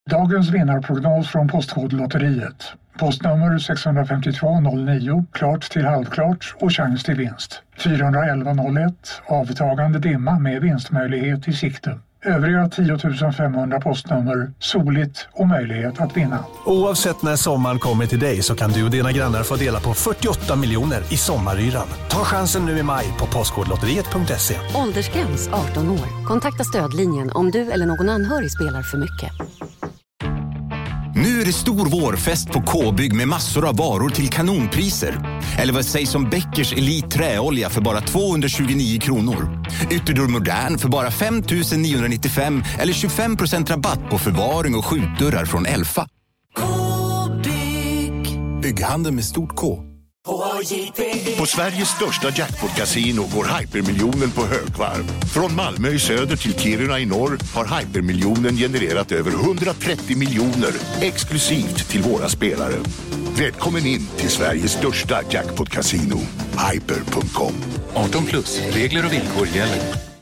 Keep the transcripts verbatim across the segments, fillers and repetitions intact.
Dagens vinnarprognos från Postkodlotteriet. Postnummer sex fem två noll nio, klart till halvklart och chans till vinst. fyra ett ett noll ett, avtagande dimma med vinstmöjlighet i sikte. Övriga tio tusen femhundra postnummer, soligt och möjlighet att vinna. Oavsett när sommaren kommer till dig så kan du och dina grannar få dela på fyrtioåtta miljoner i sommaryran. Ta chansen nu i maj på postkodlotteriet punkt se. Åldersgräns arton år. Kontakta stödlinjen om du eller någon anhörig spelar för mycket. Nu är det stor vårfest på K-bygg med massor av varor till kanonpriser. Eller vad sägs om Bäckers Elite träolja för bara tvåhundratjugonio kronor. Ytterdörr Modern för bara fem tusen niohundranittiofem eller tjugofem procent rabatt på förvaring och skjutdörrar från Elfa. K-bygg. Bygghandel med stort K. På Sveriges största jackpot-casino går hypermiljonen på högvarv. Från Malmö i söder till Kiruna i norr har hypermiljonen genererat över hundratrettio miljoner exklusivt till våra spelare. Välkommen in till Sveriges största jackpot-casino, hyper punkt com. arton plus, regler och villkor gäller.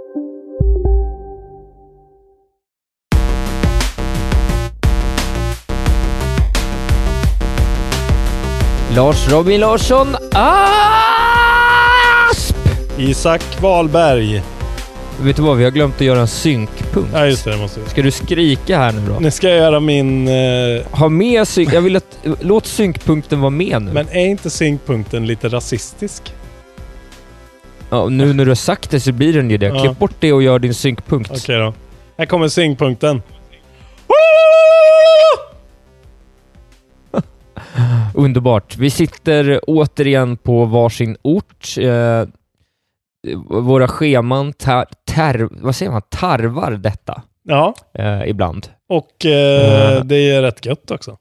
Lars Robin Larsson Asp! Isak Wahlberg. Vet du vad, vi har glömt att göra en synkpunkt. Ja just det, det måste vi. Ska du skrika här nu då? Nu ska jag göra min... Uh... Ha med synk... Jag vill att... Låt synkpunkten vara med nu. Men är inte synkpunkten lite rasistisk? Ja, nu när du har sagt det så blir den ju det. Ja. Klipp bort det och gör din synkpunkt. Okej okay då. Här kommer synkpunkten. Underbart. Vi sitter återigen på varsin ort. Eh, våra scheman tar, tar, vad säger man? tarvar detta. Ja. Eh, ibland. Och eh, det är rätt gött också.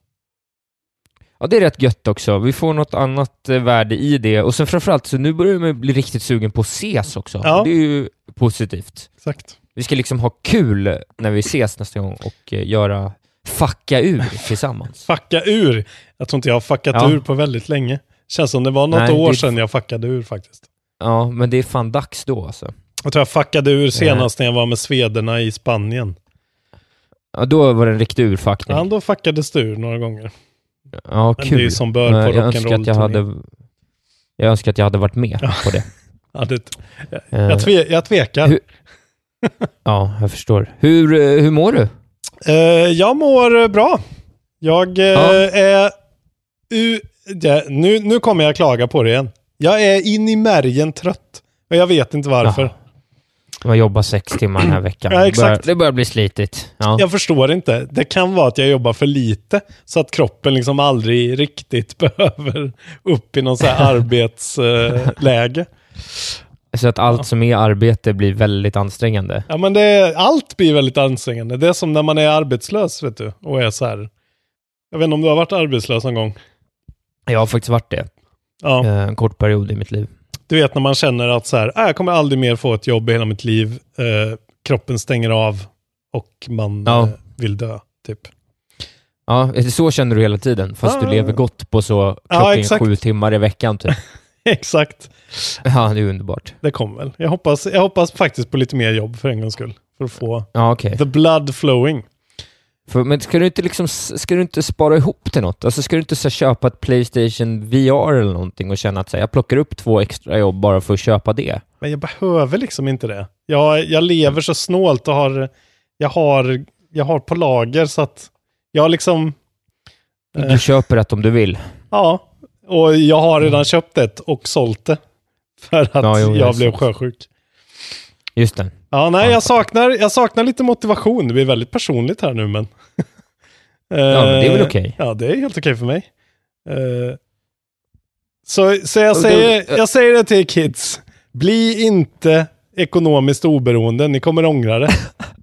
Ja, det är rätt gött också. Vi får något annat eh, värde i det. Och sen framförallt så nu börjar man bli riktigt sugen på att ses också. Ja. Det är ju positivt. Exakt. Vi ska liksom ha kul när vi ses nästa gång och eh, göra fucka ur tillsammans. Fucka ur? Jag tror inte jag har fuckat ja. ur på väldigt länge. Känns som det var något Nej, år det... sedan jag fuckade ur faktiskt. Ja, men det är fan dags då alltså. Jag tror jag fuckade ur senast när jag var med svederna i Spanien. Ja, då var det en riktig urfuckning. Ja, då fuckades det ur några gånger. Ja, men kul. det är som bör på jag önskar att jag hade Jag önskar att jag hade varit med på det. Ja, det jag, jag, tve, jag tvekar. Hur... Ja, jag förstår. Hur, hur mår du? Uh, jag mår bra. Jag uh, ja. är... Uh, ja, nu, nu kommer jag klaga på det igen. Jag är in i märgen trött. Och jag vet inte varför. Ja. Jag jobbar sex timmar den här veckan. Ja, exakt. Det, börjar, det börjar bli slitigt. Ja. Jag förstår inte. Det kan vara att jag jobbar för lite. Så att kroppen liksom aldrig riktigt behöver upp i någon så här arbetsläge. Uh, Så att allt ja. som är arbete blir väldigt ansträngande. Ja, men det, allt blir väldigt ansträngande. Det är som när man är arbetslös, vet du. Och är så här. Jag vet inte om du har varit arbetslös någon gång. Jag har faktiskt varit det. Ja. En kort period i mitt liv. Du vet när man känner att så här, jag kommer aldrig mer få ett jobb i hela mitt liv. Eh, kroppen stänger av och man ja. eh, vill dö, typ. Ja, så känner du hela tiden. Fast ah. du lever gott på så ja, sju timmar i veckan, typ. Exakt. Ja, det är underbart. Det kommer väl. Jag hoppas, jag hoppas faktiskt på lite mer jobb för en gångs skull. För att få ja, okay. the blood flowing. För, men ska du inte liksom ska du inte spara ihop till något? Alltså ska du inte så köpa ett PlayStation V R eller någonting och känna att så, jag plockar upp två extra jobb bara för att köpa det? Men jag behöver liksom inte det. Jag, jag lever så snålt och har jag har jag har på lager så att jag liksom du eh, köper det om du vill. Ja, och jag har redan mm. köpt det och sålt det för att ja, jo, jag blev sjösjuk. Just det. Ja, nej, jag saknar, jag saknar lite motivation. Det blir väldigt personligt här nu, men... ja, men det är väl okej. Okay. Ja, det är helt okej okay för mig. Uh, så så jag, säger, jag säger det till kids. Bli inte ekonomiskt oberoende. Ni kommer ångra det.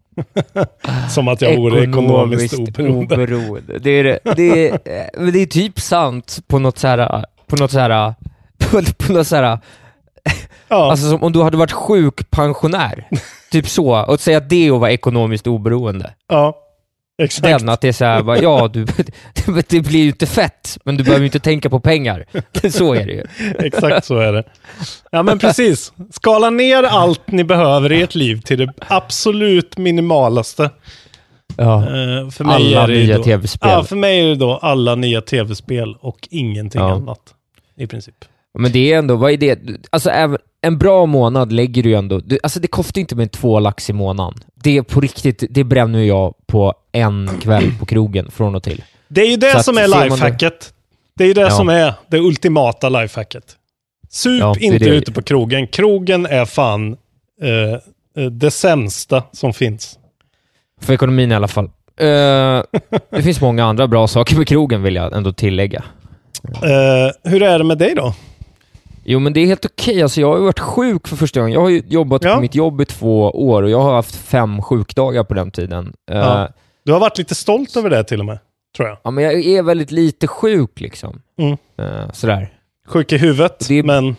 Som att jag vore ekonomiskt oberoende. oberoende. Det, är, det, är, det är typ sant på något så här... På något så här... På, på något så här... Ja. Alltså som om du hade varit sjuk pensionär. Typ så. Och säga att det är att vara ekonomiskt oberoende. Ja, exakt. Den att det är så här, bara, ja, du, det, det blir ju inte fett, men du behöver ju inte tänka på pengar. Så är det ju. Exakt så är det. Ja, men precis. Skala ner allt ni behöver i ert liv till det absolut minimalaste. Ja. Uh, för mig alla är det nya då, tv-spel. Ja, för mig är det då alla nya tv-spel och ingenting ja. annat. I princip. Men det är ändå, vad är det? Alltså även, en bra månad lägger du ju ändå, du, alltså det kostar inte med två lax i månaden. Det är på riktigt, det bränner jag på en kväll på krogen från och till. Det är ju det Så som att, är lifehacket. Det är ju det ja. som är det ultimata lifehacket. Sup ja, inte det. ute på krogen. Krogen är fan eh, det sämsta som finns. För ekonomin i alla fall. Uh, det finns många andra bra saker på krogen, vill jag ändå tillägga. Uh, hur är det med dig då? Jo, men det är helt okej. Okay. Alltså, jag har ju varit sjuk för första gången. Jag har ju jobbat ja. på mitt jobb i två år och jag har haft fem sjukdagar på den tiden. Ja. Uh, du har varit lite stolt över det till och med, tror jag. Ja, men jag är väldigt lite sjuk liksom. Mm. Uh, sådär. Sjuk i huvudet, det... men...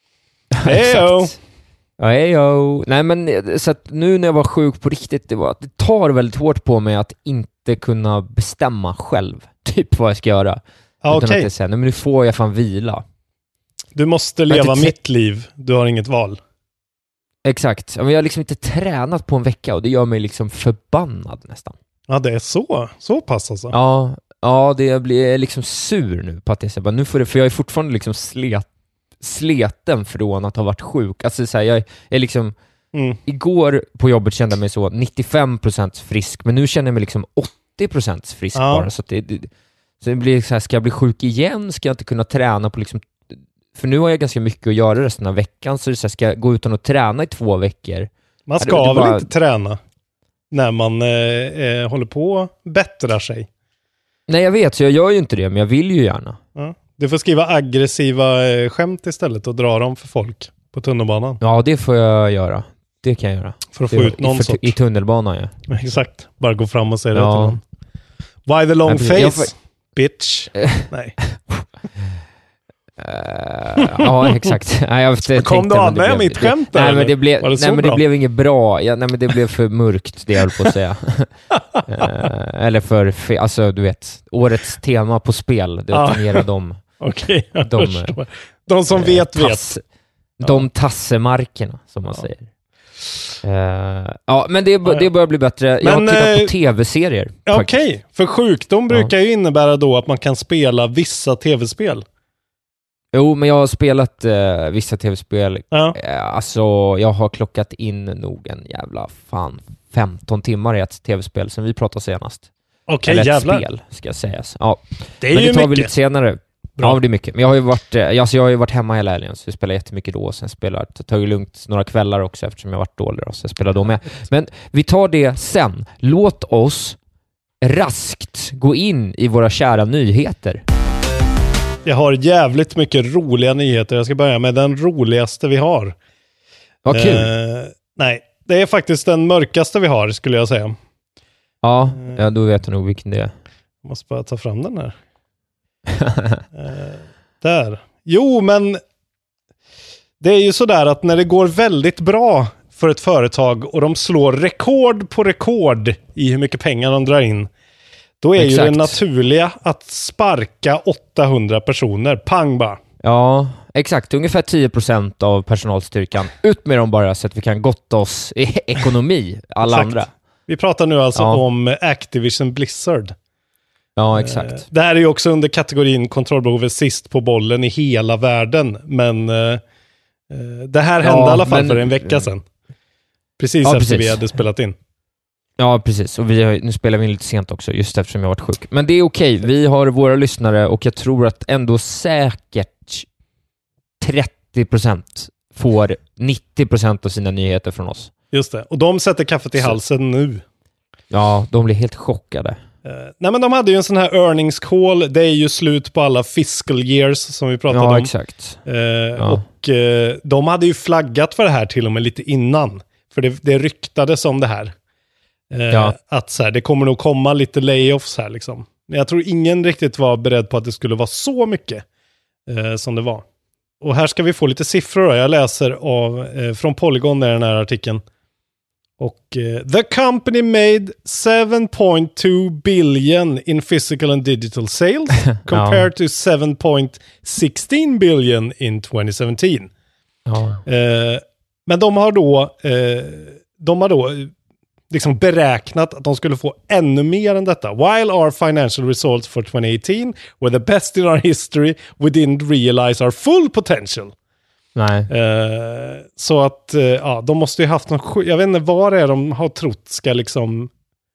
Hejo! Ja, hejo! Nej, men så att nu när jag var sjuk på riktigt, det var att det tar väldigt hårt på mig att inte kunna bestämma själv typ vad jag ska göra. Ah, utan okay. att jag säger, nej men nu får jag fan vila. Du måste leva mitt t- liv, du har inget val. Exakt, men jag har liksom inte tränat på en vecka och det gör mig liksom förbannad nästan. Ja, det är så, så pass alltså. Ja, ja det jag blir liksom sur nu på att jag säger bara, nu får det, för jag är fortfarande liksom slet, sleten från att ha varit sjuk. Alltså så här, jag är liksom mm. igår på jobbet kände jag mig så nittiofem procent frisk, men nu känner jag mig liksom åttio procent frisk ja. bara, så att det, det så det blir så här, ska jag bli sjuk igen? Ska jag inte kunna träna på liksom, för nu har jag ganska mycket att göra resten av veckan, så det är så här, ska jag gå utan att träna i två veckor? Man ska det, det väl bara... inte träna när man eh, eh, håller på och bättrar sig. Nej, jag vet, så jag gör ju inte det, men jag vill ju gärna. Ja. Du får skriva aggressiva eh, skämt istället och dra dem för folk på tunnelbanan. Ja, det får jag göra. Det kan jag göra. För att få det, ut någon för, sorts. I tunnelbanan, ja. Exakt. Bara gå fram och säga ja. det till någon. Why the long Nej, face? Får... Bitch. Nej. Uh, ja, exakt. Nej, jag tänkte, kom du av med mitt skämt där? Nej, men det blev, det nej, men det blev inget bra. Ja, nej, men det blev för mörkt, det jag höll på att säga. uh, eller för, för, alltså du vet, årets tema på spel. Det är mera de... Okej, okay, de, de som uh, vet, tass, vet. De tassemarkerna, som man ja. säger. Uh, ja, men det, det börjar bli bättre. Men, jag har tittat på tv-serier. Okej, okay. För sjukdom brukar ja. ju innebära då att man kan spela vissa tv-spel. Jo, men jag har spelat uh, vissa tv-spel. Ja. Uh, alltså, jag har klockat in nog en jävla fan femton timmar i ett tv-spel sen vi pratade senast. Okej, okay, jävlar. Ett spel, ska sägas. Ja. Det är men ju det tar mycket. vi lite senare. Bra. Ja, det är mycket. Men jag har ju varit, alltså jag har ju varit hemma hela helgen, så jag spelar jättemycket då. Sen spelar jag tar ju lugnt några kvällar också eftersom jag har varit dålig då, så jag spelar då med. Men vi tar det sen. Låt oss raskt gå in i våra kära nyheter. Jag har jävligt mycket roliga nyheter. Jag ska börja med den roligaste vi har. Vad kul. Eh, nej, det är faktiskt den mörkaste vi har, skulle jag säga. Ja, ja då vet jag nog vilken det är. Jag måste bara ta fram den här. eh, där. Jo, men det är ju sådär att när det går väldigt bra för ett företag och de slår rekord på rekord i hur mycket pengar de drar in, då är Exakt. ju det naturliga att sparka åttahundra personer. Pang bara. Ja, exakt. Ungefär tio procent av personalstyrkan. Ut med dem bara så att vi kan gotta oss i ekonomi, alla exakt. andra. Vi pratar nu alltså ja. om Activision Blizzard. Ja, exakt. Eh, det här är ju också under kategorin kontrollbehovet sist på bollen i hela världen. Men eh, det här hände ja, i alla fall men... för en vecka sedan. Precis ja, efter precis. vi hade spelat in. Ja, precis. Och vi har, nu spelar vi in lite sent också, just eftersom jag har varit sjuk. Men det är okej. Vi har våra lyssnare och jag tror att ändå säkert trettio procent får nittio procent av sina nyheter från oss. Just det. Och de sätter kaffet i Så. halsen nu. Ja, de blir helt chockade. Uh, nej, men de hade ju en sån här earnings call. Det är ju slut på alla fiscal years som vi pratade ja, om. Exakt. Uh, ja, Och uh, de hade ju flaggat för det här till och med lite innan. För det, det ryktades om det här. Uh, ja. Att så här, det kommer nog komma lite layoffs här liksom. Men jag tror ingen riktigt var beredd på att det skulle vara så mycket uh, som det var. Och här ska vi få lite siffror då. Jag läser av, uh, från Polygon i den här artikeln. Och uh, the company made seven point two billion in physical and digital sales compared ja. to seven point one six billion in twenty seventeen. Ja. Uh, men de har då uh, de har då liksom beräknat att de skulle få ännu mer än detta. While our financial results for twenty eighteen were the best in our history, we didn't realize our full potential. Nej. Uh, så att, uh, ja, de måste ju haft någon, jag vet inte vad det är de har trott ska liksom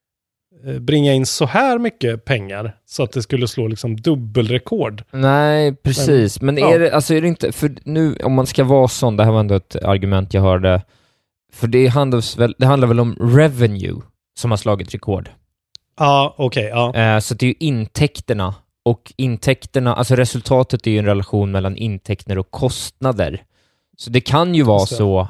uh, bringa in så här mycket pengar så att det skulle slå liksom dubbelrekord. Nej, precis. Men, men är, ja. det, alltså är det inte, för nu om man ska vara sån, det här var ändå ett argument jag hörde, för det handlar väl, det handlar väl om revenue som har slagit rekord. Ja, okej. Okay, ja. Uh, så det är ju intäkterna. Och intäkterna, alltså resultatet är ju en relation mellan intäkter och kostnader. Så det kan ju vara så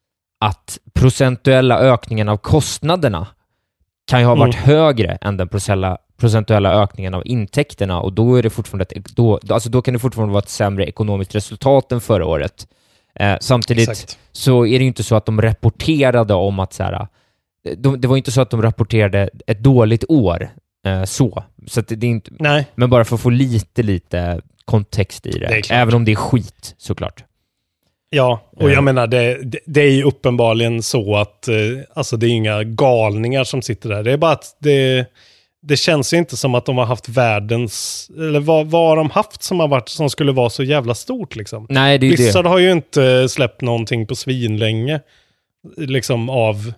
att procentuella ökningen av kostnaderna kan ju ha varit mm. högre än den procentuella ökningen av intäkterna, och då är det fortfarande ett, då, alltså då kan det fortfarande vara ett sämre ekonomiskt resultat än förra året. Eh, samtidigt Exakt. Så är det ju inte så att de rapporterade om att så här, de, det var inte så att de rapporterade ett dåligt år. Så, så att det är inte, Nej. Men bara för att få lite lite kontext i det, det även om det är skit såklart. Ja, och jag menar det, det, det är ju uppenbarligen så att alltså det är inga galningar som sitter där. Det är bara att det, det känns ju inte som att de har haft världens, eller vad, vad har de haft som har varit, som skulle vara så jävla stort liksom. Nej, det är Blizzard det. har ju inte släppt någonting på svinlänge liksom av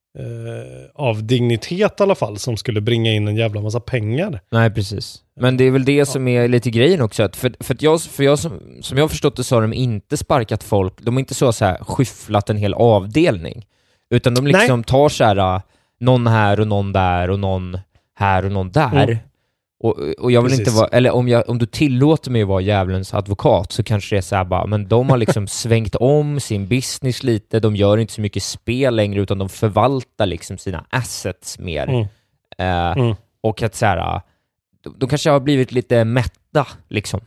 Uh, av dignitet i alla fall, som skulle bringa in en jävla massa pengar. Nej, precis. Men det är väl det ja. som är lite grejen också. Att för, för att jag, för jag som, som jag har förstått det, så har de inte sparkat folk. De har inte så, så här skyfflat en hel avdelning. Utan de liksom Nej. tar så här någon här och någon där och någon här och någon där. Mm. Och, och jag vill Precis. inte vara, eller om, jag, om du tillåter mig att vara djävulens advokat, så kanske det är så här bara, men de har liksom svängt om sin business lite, de gör inte så mycket spel längre, utan de förvaltar liksom sina assets mer. Mm. Uh, mm. Och att så här, de, de kanske har blivit lite mätta liksom.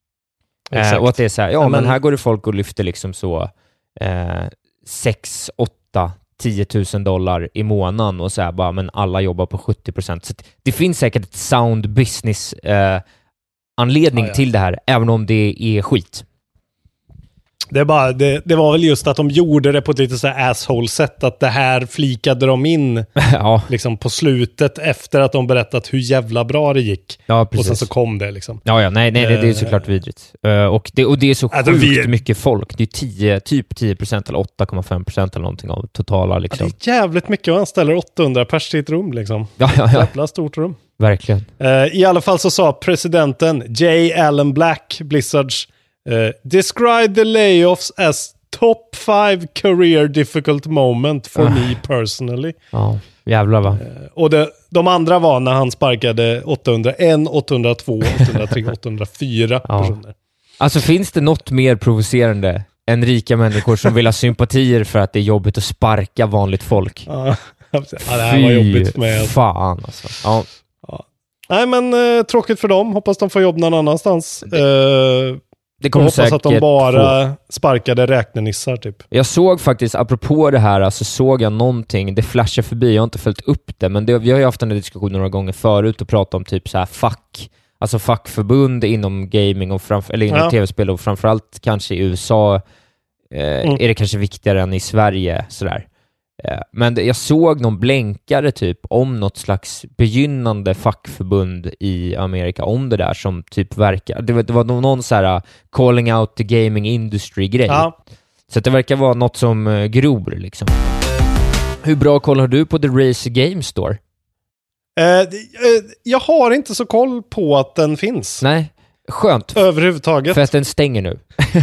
Uh, och att det är så här, ja, ja men, men här går det folk och lyfter liksom så uh, sex, åtta tio tusen dollar i månaden och så här bara, men alla jobbar på sjuttio procent. Så det finns säkert ett sound business eh, anledning ja, ja. till det här, även om det är skit. Det, är bara, det, det var väl just att de gjorde det på ett lite så här asshole-sätt, att det här flikade de in ja. liksom på slutet efter att de berättat hur jävla bra det gick. Ja, och sen så kom det liksom. Ja, ja, nej, nej, nej det är såklart vidrigt. Uh, och, det, och det är så sjukt vi... mycket folk. Det är tio, typ tio procent eller åtta komma fem procent eller någonting av totala liksom. Ja, det är jävligt mycket, och han ställer åttahundra pers i ett rum liksom. Ja, ja, ja. Jävla stort rum. Verkligen. Uh, I alla fall så sa presidenten J. Allen Black, Blizzards Uh, describe the layoffs as top five career difficult moment for uh. me personally. Ja, jävlar va. Uh, och det, de andra var när han sparkade åttahundraett, åttahundratvå, åttahundratre, åttahundrafyra ja. personer. Alltså finns det något mer provocerande än rika människor som vill ha sympatier för att det är jobbigt att sparka vanligt folk? Ja, ja det här var jobbigt med. Fan alltså. Ja. Ja. Nej men uh, tråkigt för dem. Hoppas de får jobb någon annanstans. Det... Uh, Det kommer hoppas att de bara få... sparkade räknenissar typ. Jag såg faktiskt, apropå det här, alltså såg jag någonting, det flashar förbi, jag har inte följt upp det, men det, vi har ju haft en diskussion några gånger förut och pratat om typ så här fack, alltså fackförbund inom gaming och framför, eller inom ja. tv-spel, och framförallt kanske i U S A eh, mm. är det kanske viktigare än i Sverige sådär. Men jag såg någon blänkare typ om något slags begynnande fackförbund i Amerika om det där som typ verkar, det var, det var någon så här calling out the gaming industry grej. Ja. Så att det verkar vara något som gror liksom. Hur bra koll har du på The Razer Game Store? Uh, jag har inte så koll på att den finns. Nej, skönt. Överhuvudtaget. För att den stänger nu.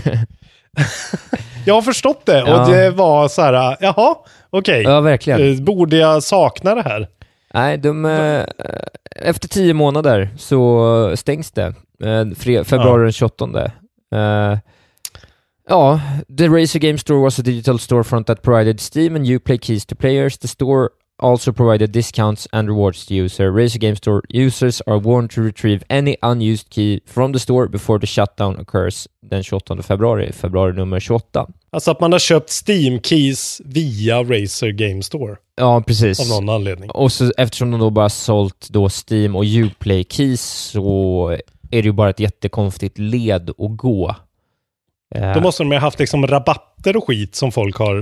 Jag har förstått det, ja. Och det var så här, jaha, okej. Okay. Ja, verkligen. Borde jag sakna det här? Nej, de, äh, efter tio månader så stängs det. Äh, fre- februari ja. den tjugoåttonde. Äh, ja, the Razer Game Store was a digital storefront that provided Steam and Uplay keys to players. The store also provided discounts and rewards to user. Razer Game Store users are warned to retrieve any unused key from the store before the shutdown occurs den tjugoåttonde februari, februari nummer tjugoåtta. Alltså att man har köpt Steam keys via Razer Game Store. Ja, precis. Av någon anledning. Och så eftersom de då bara sålt då Steam och Uplay keys, så är det ju bara ett jättekonstigt led att gå. Då måste de ha haft liksom rabatter och skit som folk har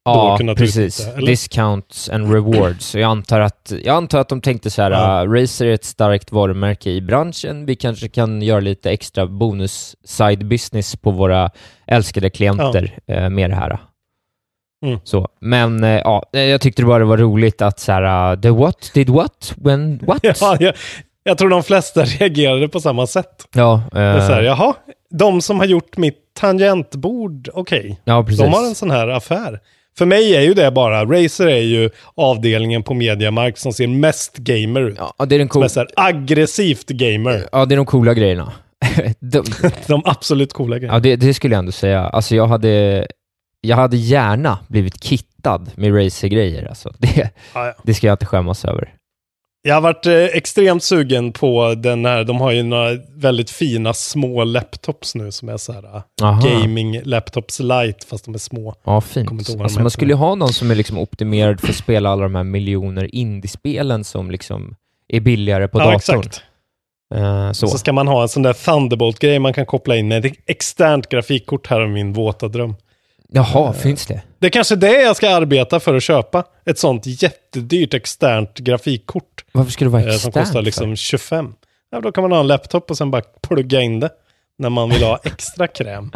ja, då kunnat precis. utnyttja, eller? Discounts and rewards. Så jag antar att, jag antar att de tänkte så här, ja. uh, Razer är ett starkt varumärke i branschen. Vi kanske kan göra lite extra bonus side business på våra älskade klienter ja. uh, med det här. Mm. Så. Men uh, ja, jag tyckte det bara var roligt att så här, uh, the what did what when what? ja, jag, jag tror de flesta reagerade på samma sätt. Ja, uh, det är så här, jaha, de som har gjort mitt tangentbord, okej. Okay. Ja, precis. De har en sån här affär. För mig är ju det bara, Razer är ju avdelningen på Mediamarkt som ser mest gamer ut. Ja, det är den cool... Som är så här aggressivt gamer. Ja, det är de coola grejerna. de... de absolut coola grejerna. Ja, det, det skulle jag ändå säga. Alltså jag hade, jag hade gärna blivit kittad med Razer-grejer. Alltså. Det, ja, ja. det ska jag inte skämmas över. Jag har varit eh, extremt sugen på den här, de har ju några väldigt fina små laptops nu som är så här Aha. gaming laptops light fast de är små. Ja, fint. Alltså man skulle ju ha någon som är liksom optimerad för att spela alla de här miljoner indiespelen som liksom är billigare på ja, datorn. Exakt. Uh, så. så ska man ha en sån där Thunderbolt-grej man kan koppla in ett externt grafikkort, här är min våta dröm. Jaha, uh, finns det? Det är kanske det jag ska arbeta för att köpa. Ett sånt jättedyrt externt grafikkort. Varför skulle det vara externt? Som kostar liksom tjugofem. Ja, då kan man ha en laptop och sen bara plugga in det när man vill ha extra kräm.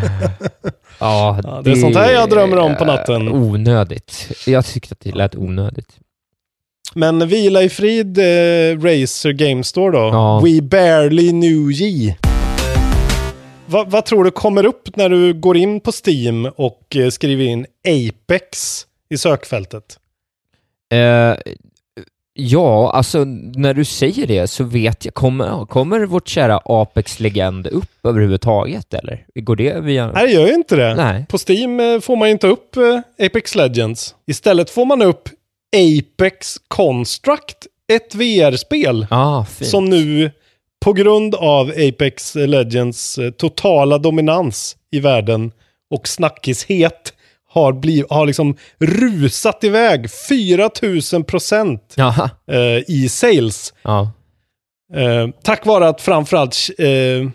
ja, ja, det är sånt här jag drömmer om på natten. Onödigt. Jag tyckte att det lät onödigt. Men vila i frid, eh, Razer Game Store då. Ja. We barely knew ye. Va, vad tror du kommer upp när du går in på Steam och eh, skriver in Apex i sökfältet? Eh, ja, alltså när du säger det så vet jag, kommer, kommer vårt kära Apex-legend upp överhuvudtaget eller? Går det via... Nej, det gör ju inte det. Nej. På Steam eh, får man inte upp eh, Apex Legends. Istället får man upp Apex Construct, ett V R-spel ah, som nu på grund av Apex Legends totala dominans i världen och snackishet har, bliv, har liksom rusat iväg fyra tusen procent eh, i sales. Ja. Eh, tack vare att framförallt eh,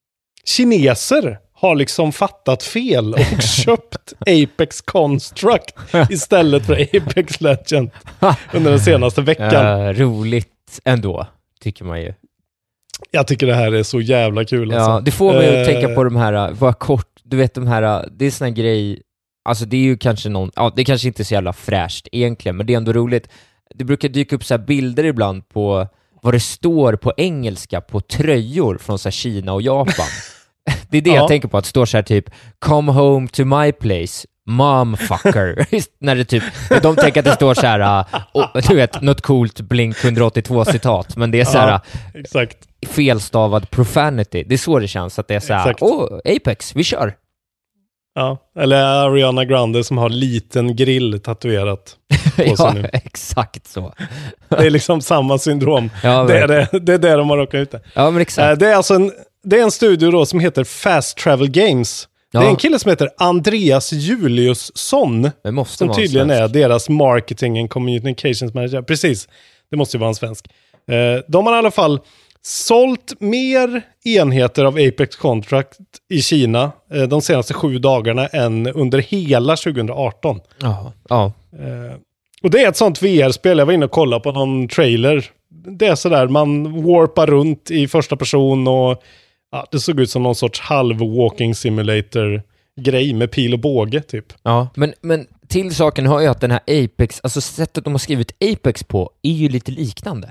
kineser har liksom fattat fel och köpt Apex Construct istället för Apex Legend under den senaste veckan. Uh, roligt ändå, tycker man ju. Jag tycker det här är så jävla kul. Ja, alltså. det får mig uh, att tänka på de här, vad kort, du vet de här, det är sån här grej, alltså det är ju kanske någon, ja det kanske inte är så jävla fräscht egentligen, men det är ändå roligt. Det brukar dyka upp så här bilder ibland på vad det står på engelska på tröjor från så här Kina och Japan. Det är det ja. jag tänker på, att det står så här typ come home to my place, momfucker. När det typ, de tänker att det står så här uh, oh, du vet, något coolt Blink ett åtta två citat, men det är så här ja, exakt. felstavad profanity. Det är så det känns, att det är så här, åh, oh, Apex, vi kör. Ja, eller Ariana Grande som har liten grill tatuerat på ja, sig nu. Exakt så. Det är liksom samma syndrom. Ja, det, är det, det är det de har råkat ut. Ja, men exakt. Det är alltså en, det är en studio då som heter Fast Travel Games. Ja. Det är en kille som heter Andreas Juliusson. Det måste som vara tydligen svensk. är deras marketing and communications manager. Precis, det måste ju vara en svensk. De har i alla fall sålt mer enheter av Apex Contract i Kina de senaste sju dagarna än under hela tjugo arton. Ja, ja. Och det är ett sånt V R-spel. Jag var inne och kollade på någon trailer. Det är sådär, man warpar runt i första person och ja, det såg ut som någon sorts halv-walking simulator-grej med pil och båge typ. Ja, men, men till saken har ju att den här Apex, alltså sättet de har skrivit Apex på är ju lite liknande.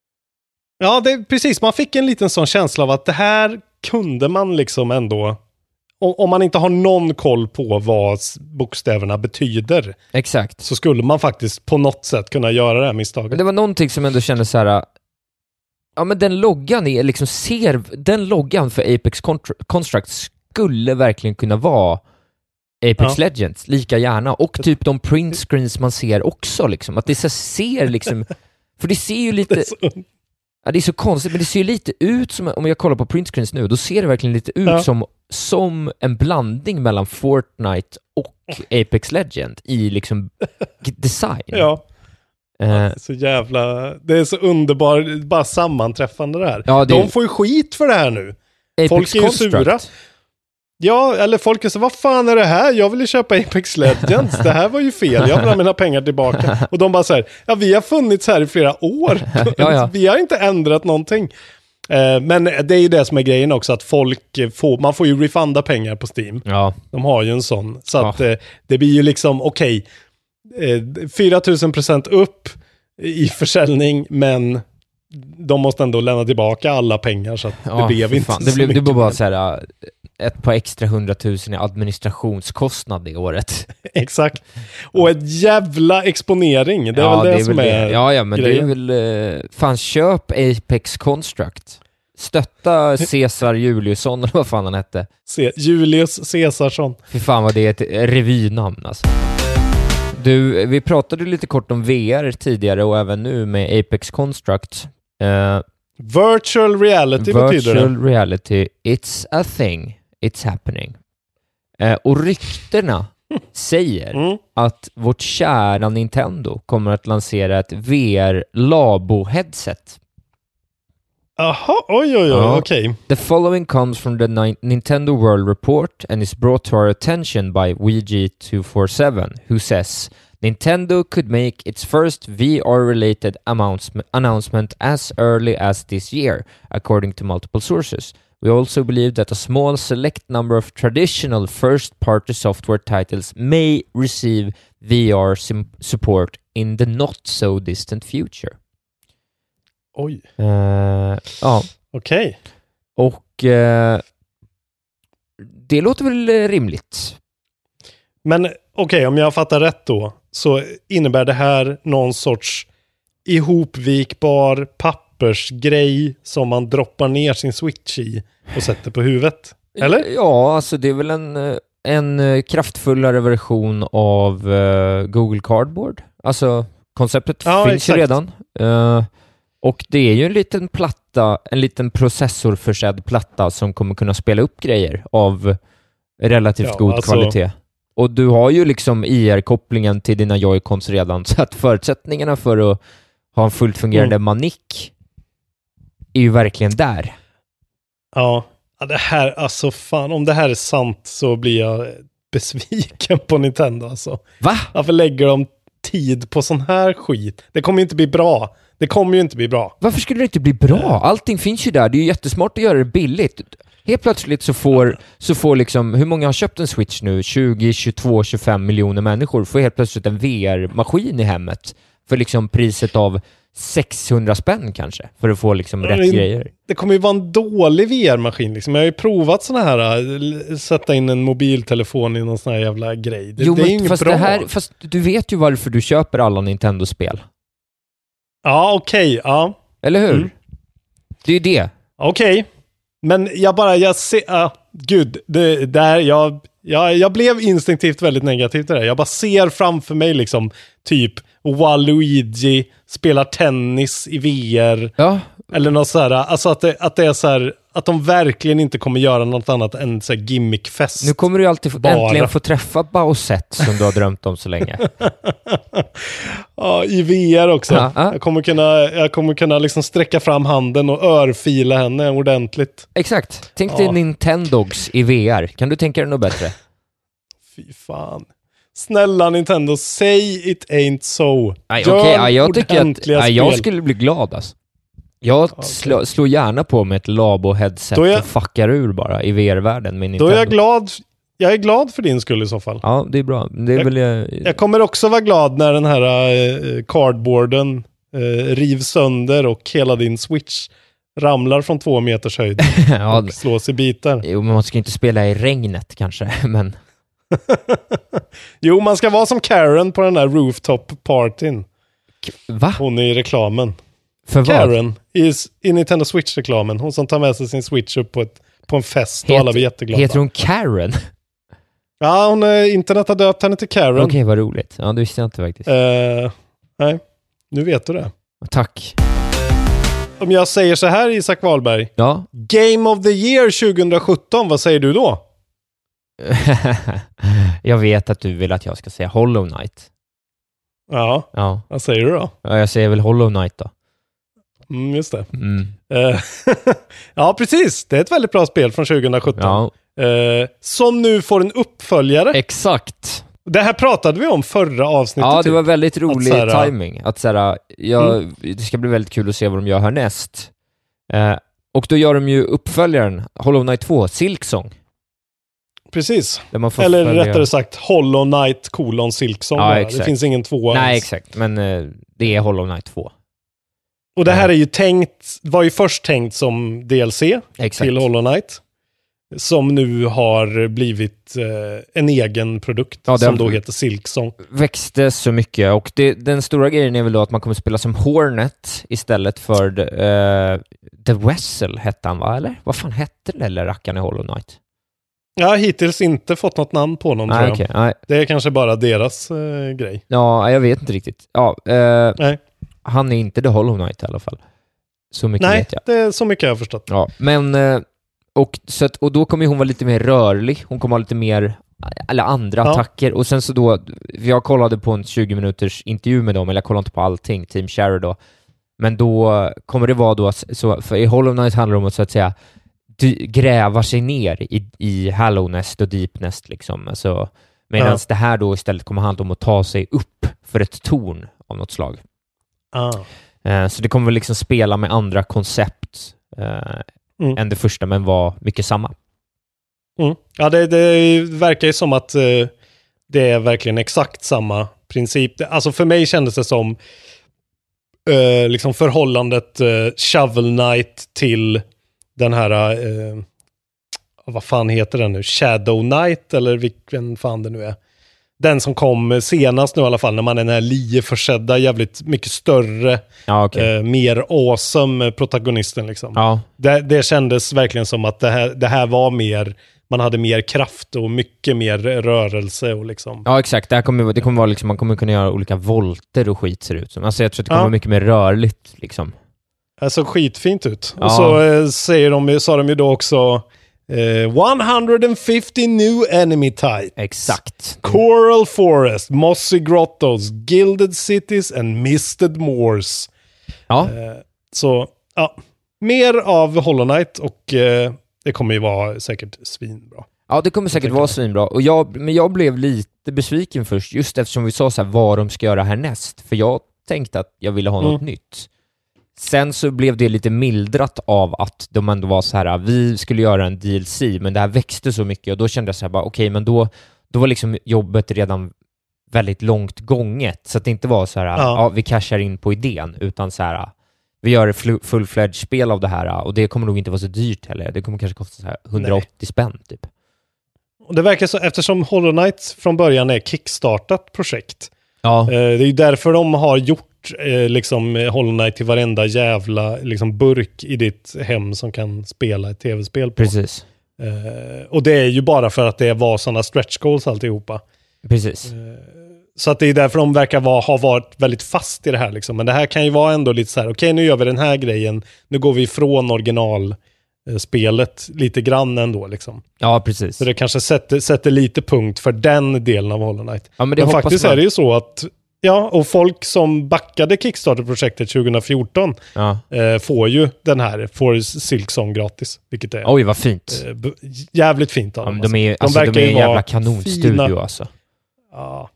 Ja, det, precis. Man fick en liten sån känsla av att det här kunde man liksom ändå, om man inte har någon koll på vad bokstäverna betyder. Exakt. Så skulle man faktiskt på något sätt kunna göra det här misstaget. Men det var någonting som ändå kändes så här. Ja, men den loggan är liksom, ser, den loggan för Apex Contra- Construct skulle verkligen kunna vara Apex ja. Legends, lika gärna. Och typ de print screens man ser också liksom. Att det så ser liksom, för det ser ju lite... Ja, det är så konstigt, men det ser ju lite ut som, om jag kollar på printscreens nu, då ser det verkligen lite ut ja. som, som en blandning mellan Fortnite och Apex Legend i liksom design. Ja. Uh, ja, så jävla, det är så underbar, bara sammanträffande det här. Ja, det De får ju skit för det här nu. Apex Folk är ju Construct. sura. Ja, eller folk är så, vad fan är det här? Jag vill ju köpa Apex Legends. Det här var ju fel. Jag vill ha mina pengar tillbaka. Och de bara så här, ja vi har funnits här i flera år. ja, ja. Vi har inte ändrat någonting. Eh, men det är ju det som är grejen också, att folk får, man får ju refunda pengar på Steam. Ja. De har ju en sån. Så ja. att eh, det blir ju liksom, okej, okay, eh, fyra tusen procent upp i försäljning, men de måste ändå lämna tillbaka alla pengar, så att ja, det blev inte fan. Det så blev mycket. Det var bara så här, ett par extra hundratusen i administrationskostnad i året. Exakt. Och ett jävla exponering. Det är ja, väl det, det är som väl är det. Ja, ja, men grejen. det är väl... Fan, köp Apex Construct. Stötta Cesar Juliusson, eller vad fan han hette. C- Julius Caesarsson. Fy fan vad det är ett revynamn, alltså. Du, vi pratade lite kort om V R tidigare och även nu med Apex Construct. Uh, virtual reality virtual betyder det. Virtual reality, it's a thing. It's happening. Uh, och ryktena säger mm. att vårt kära Nintendo kommer att lansera ett V R-labo-headset. Aha, oj, oj, oj, ja. okej. Okay. The following comes from the Ni- Nintendo World Report and is brought to our attention by W G two forty-seven, who says Nintendo could make its first V R-related announcement, announcement as early as this year, according to multiple sources. We also believe that a small select number of traditional first-party software titles may receive V R sim- support in the not-so-distant future. Oj. Uh, ja. Okej. Okay. Och uh, det låter väl rimligt. Men okej, okay, om jag fattar rätt då, så innebär det här någon sorts ihopvikbar pappersgrej som man droppar ner sin Switch i och sätter på huvudet, eller? Ja, alltså det är väl en, en kraftfullare version av uh, Google Cardboard. Alltså konceptet ja, finns exakt. ju redan. Uh, och det är ju en liten platta, en liten processorförsedd platta som kommer kunna spela upp grejer av relativt ja, god alltså... kvalitet. Och du har ju liksom I R-kopplingen till dina Joy-Cons redan, så att förutsättningarna för att ha en fullt fungerande mm. manick är ju verkligen där. Ja. ja, det här, alltså fan, om det här är sant så blir jag besviken på Nintendo alltså. Va? Varför lägger de tid på sån här skit? Det kommer ju inte bli bra. Det kommer ju inte bli bra. Varför skulle det inte bli bra? Allting finns ju där. Det är ju jättesmart att göra det billigt. Helt plötsligt så får, så får liksom, hur många har köpt en Switch nu? tjugo, tjugotvå, tjugofem miljoner människor får helt plötsligt en V R-maskin i hemmet för liksom priset av sexhundra spänn kanske, för att få liksom rätt det, grejer. Det kommer ju vara en dålig V R-maskin liksom. Jag har ju provat såna här, sätta in en mobiltelefon i någon sån här jävla grej. Det, jo, det är men inget fast bra. Det här, fast du vet ju varför du köper alla Nintendo-spel. Ja, okej, okay, ja. Eller hur? Mm. Det är ju det. Okej. Okay. Men jag bara, jag ser, uh, gud, det där, jag, jag, jag blev instinktivt väldigt negativ till det. Jag bara ser framför mig liksom, typ, Waluigi spelar tennis i V R. Ja. Eller något sådär, alltså att det, att det är så här, att de verkligen inte kommer göra något annat än så här gimmickfest. Nu kommer du alltid få, äntligen få träffa Bowsette som du har drömt om så länge. Ja, i V R också. Ja, ja. Jag kommer kunna, jag kommer kunna liksom sträcka fram handen och örfila henne ordentligt. Exakt. Tänk dig ja. Nintendogs i V R. Kan du tänka dig något bättre? Fy fan. Snälla Nintendo, say it ain't so. Nej, okej, okay, ja, jag tycker att ja, jag skulle bli glad alltså. Jag okay. slår, slår gärna på med ett Labo-headset jag, och fuckar ur bara i V R-världen med Nintendo. Då är jag glad, jag är glad för din skull i så fall. Ja, det är bra. Det är jag, väl jag... jag kommer också vara glad när den här uh, cardboarden uh, rivs sönder och hela din Switch ramlar från två meters höjd ja, och slås i bitar. Jo, men man ska inte spela i regnet kanske, men... Jo, man ska vara som Karen på den där rooftop-partyn. Va? Hon är i reklamen. För Karen i, i Nintendo Switch-reklamen. Hon som tar med sig sin Switch upp på, ett, på en fest och Het, alla blir jätteglada. Heter hon Karen? Ja, hon, eh, internet har döpt henne till Karen. Okej, okay, vad roligt. Ja, det visste jag inte faktiskt. Uh, nej, nu vet du det. Tack. Om jag säger så här, Isak Wahlberg. Ja? Game of the Year tjugo sjutton, vad säger du då? Jag vet att du vill att jag ska säga Hollow Knight. Ja, ja. Vad säger du då? Ja, jag säger väl Hollow Knight då. Mm, just det. Mm. ja, precis. Det är ett väldigt bra spel från tjugo sjutton. Ja. Eh, som nu får en uppföljare. Exakt. Det här pratade vi om förra avsnittet. Ja, det var väldigt rolig att, såhär, timing. Att såhär, jag, mm. det ska bli väldigt kul att se vad de gör härnäst. Eh, och då gör de ju uppföljaren Hollow Knight två, Silksong. Precis. Eller följa... rättare sagt Hollow Knight kolon Silksong. Ja, det finns ingen två. Nej, ens. exakt. Men eh, det är Hollow Knight två. Och det här är ju tänkt, var ju först tänkt som D L C exakt. Till Hollow Knight. Som nu har blivit eh, en egen produkt ja, som då heter Silksong. Växte så mycket och det, den stora grejen är väl då att man kommer spela som Hornet istället för uh, The Vessel hette han va? Eller? Vad fan hette det eller rackaren i Hollow Knight? Jag har hittills inte fått något namn på någon, nej, tror jag. Okay, nej. Det är kanske bara deras uh, grej. Ja, jag vet inte riktigt. Ja, uh, nej. Han är inte The Hollow Knight i alla fall. Så mycket nej, vet jag. Nej, det är så mycket jag har förstått. Ja, men... Uh, Och, så att, och då kommer hon vara lite mer rörlig. Hon kommer ha lite mer eller andra ja. attacker. Och sen så då, jag kollade på en tjugo minuters intervju med dem, eller jag kollade inte på allting, Team Cherry då. Men då kommer det vara då, så, för i Hollow Knight handlar det om att så att säga dy, gräva sig ner i, i Hallownest och Deepnest liksom. Alltså, medan ja. det här då istället kommer handla om att ta sig upp för ett torn av något slag. Ah. Eh, så det kommer väl liksom spela med andra koncept eh, Mm. än det första, men var mycket samma. Mm. Ja, det, det verkar ju som att uh, det är verkligen exakt samma princip. Alltså för mig kändes det som uh, liksom förhållandet uh, Shovel Knight till den här uh, vad fan heter den nu? Shadow Knight eller vilken fan det nu är. Den som kom senast nu i alla fall, när man är den här lieförsedda, jävligt mycket större, ja, okay. eh, mer awesome protagonisten liksom. Ja. Det, det kändes verkligen som att det här, det här var mer, man hade mer kraft och mycket mer rörelse och liksom. Ja, exakt. Det, här kommer, det kommer vara liksom, man kommer kunna göra olika volter och skit ser det ut som. Alltså jag tror att det kommer ja. vara mycket mer rörligt liksom. Det såg skitfint ut. Ja. Och så eh, säger de, sa de ju då också Uh, one hundred fifty new enemy types. Exakt. Coral Forest, Mossy Grottos, Gilded Cities and Misted Moors. Ja. Uh, så, ja. Mer av Hollow Knight och uh, det kommer ju vara säkert svinbra. Ja, det kommer säkert vara svinbra. Och jag, men jag blev lite besviken först, just eftersom vi sa så här vad de ska göra härnäst. För jag tänkte att jag ville ha något mm. nytt. Sen så blev det lite mildrat av att de ändå var så här, vi skulle göra en D L C, men det här växte så mycket och då kände jag så här bara, okej, okay, men då, då var liksom jobbet redan väldigt långt gånget, så att det inte var så här, ja, ja vi cashar in på idén, utan så här, vi gör ett full-fledged spel av det här och det kommer nog inte vara så dyrt heller, det kommer kanske kosta så här hundraåttio Nej. spänn typ. Och det verkar så, eftersom Hollow Knight från början är kickstartat projekt, ja. eh, det är ju därför de har gjort Eh, liksom Hollow Knight till varenda jävla liksom burk i ditt hem som kan spela ett tv-spel på. Precis. Eh, och det är ju bara för att det var sådana stretch goals alltihopa. Precis. Eh, så att det är därför de verkar vara, ha varit väldigt fast i det här liksom. Men det här kan ju vara ändå lite så här, okej okay, nu gör vi den här grejen, nu går vi ifrån originalspelet eh, lite grann ändå liksom. Ja, precis. Så det kanske sätter, sätter lite punkt för den delen av Hollow Knight. Ja, men det men faktiskt man... är det ju så att ja, och folk som backade Kickstarter-projektet tjugo fjorton ja. eh, får ju den här, får Silksong gratis. Vilket är Oj, vad fint. Eh, b- jävligt fint av ja, dem. De är, alltså, de de är en jävla kanonstudio alltså. Ja.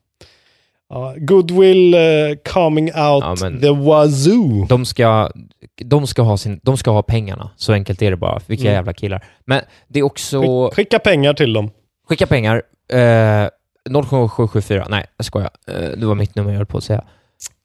ja. Goodwill uh, coming out ja, men, the wazoo. De ska, de, ska ha sin, de ska ha pengarna. Så enkelt är det bara. Vilka mm. jävla killar. Men det är också... Skicka pengar till dem. Skicka pengar. Eh, noll sju sju sju fyra. Nej, jag skojar. Uh, det var mitt nummer jag höll på att säga.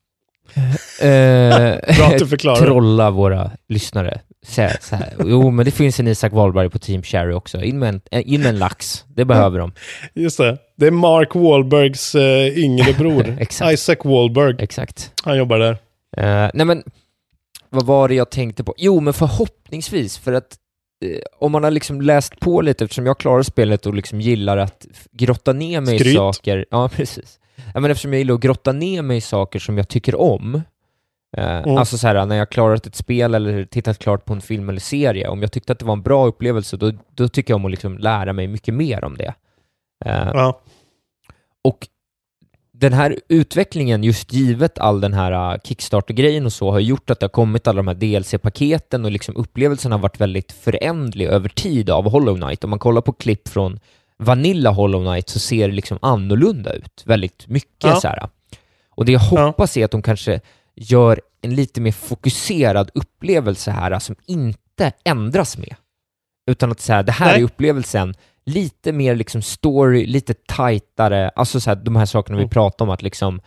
Uh, Bra att du förklarar. Trolla våra lyssnare. Så, så här. Jo, men det finns en Isak Wahlberg på Team Cherry också. In med en, in med en lax. Det behöver de. Just det. Det är Mark Wahlbergs uh, yngre bror. Isaac Wahlberg. Exakt. Han jobbar där. Uh, nej, men vad var det jag tänkte på? Jo, men förhoppningsvis. För att om man har liksom läst på lite, eftersom jag klarar spelet och liksom gillar att grotta ner mig Skryt. i saker. Ja, precis. Ja, men eftersom jag gillar att grotta ner mig i saker som jag tycker om. Eh, mm. Alltså så här, när jag klarat ett spel eller tittat klart på en film eller serie, om jag tyckte att det var en bra upplevelse, då, då tycker jag om att liksom lära mig mycket mer om det. Eh, ja. Och den här utvecklingen, just givet all den här uh, Kickstarter-grejen och så, har gjort att det har kommit alla de här D L C-paketen och liksom upplevelsen har varit väldigt förändlig över tid av Hollow Knight. Om man kollar på klipp från Vanilla Hollow Knight så ser det liksom annorlunda ut. Väldigt mycket ja. så här. Och det jag hoppas ja. är att de kanske gör en lite mer fokuserad upplevelse här som inte ändras med. Utan att så här, det här Nej. är upplevelsen, lite mer liksom story, lite tajtare, alltså så här, de här sakerna mm. vi pratar om, att liksom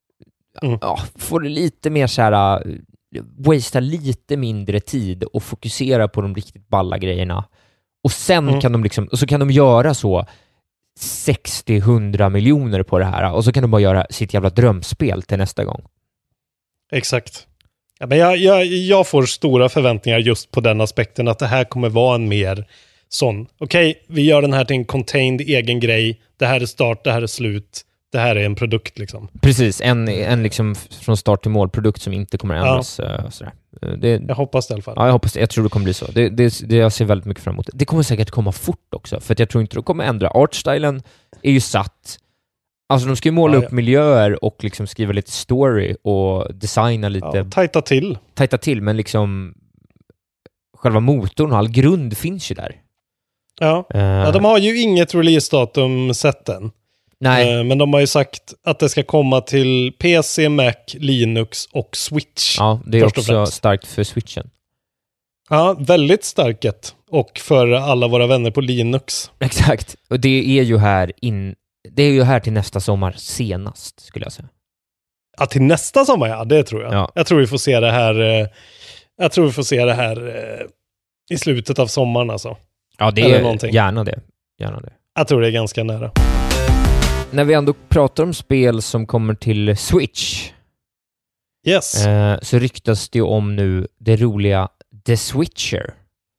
mm. ja, få det lite mer så här, wastea lite mindre tid och fokusera på de riktigt balla grejerna. Och sen mm. kan de liksom, och så kan de göra så sextio till hundra miljoner på det här, och så kan de bara göra sitt jävla drömspel till nästa gång. Exakt. Ja, men jag, jag, jag får stora förväntningar just på den aspekten, att det här kommer vara en mer sån, okej, okay, vi gör den här till en contained egen grej, det här är start, det här är slut, det här är en produkt liksom. Precis, en, en liksom från start till mål-produkt som inte kommer att ändras. Ja. Sådär. Det, jag hoppas det i alla fall. Ja, jag hoppas det. Jag tror det kommer bli så. Det, det, det jag ser väldigt mycket fram emot. Det kommer säkert komma fort också, för att jag tror inte de kommer ändra. Artstylen är ju satt. Alltså de ska ju måla ja, upp ja. miljöer och liksom skriva lite story och designa lite. Ja, tajta till. Tajta till, men liksom själva motorn och all grund finns ju där. Ja, uh, ja de har ju inget release-datum sett än. Nej. Uh, men de har ju sagt att det ska komma till P C, Mac, Linux och Switch. Ja, det är också starkt för Switchen. Ja, väldigt starkt. Och för alla våra vänner på Linux. Exakt. Och det är ju här in det är ju här till nästa sommar senast, skulle jag säga. Ja, till nästa sommar, ja, det tror jag. Ja. Jag tror vi får se det här uh, jag tror vi får se det här uh, i slutet av sommaren alltså. Ja, det är någonting. Gärna det. Gärna det. Jag tror det är ganska nära. När vi ändå pratar om spel som kommer till Switch, yes. eh, så ryktas det om nu det roliga The Switcher.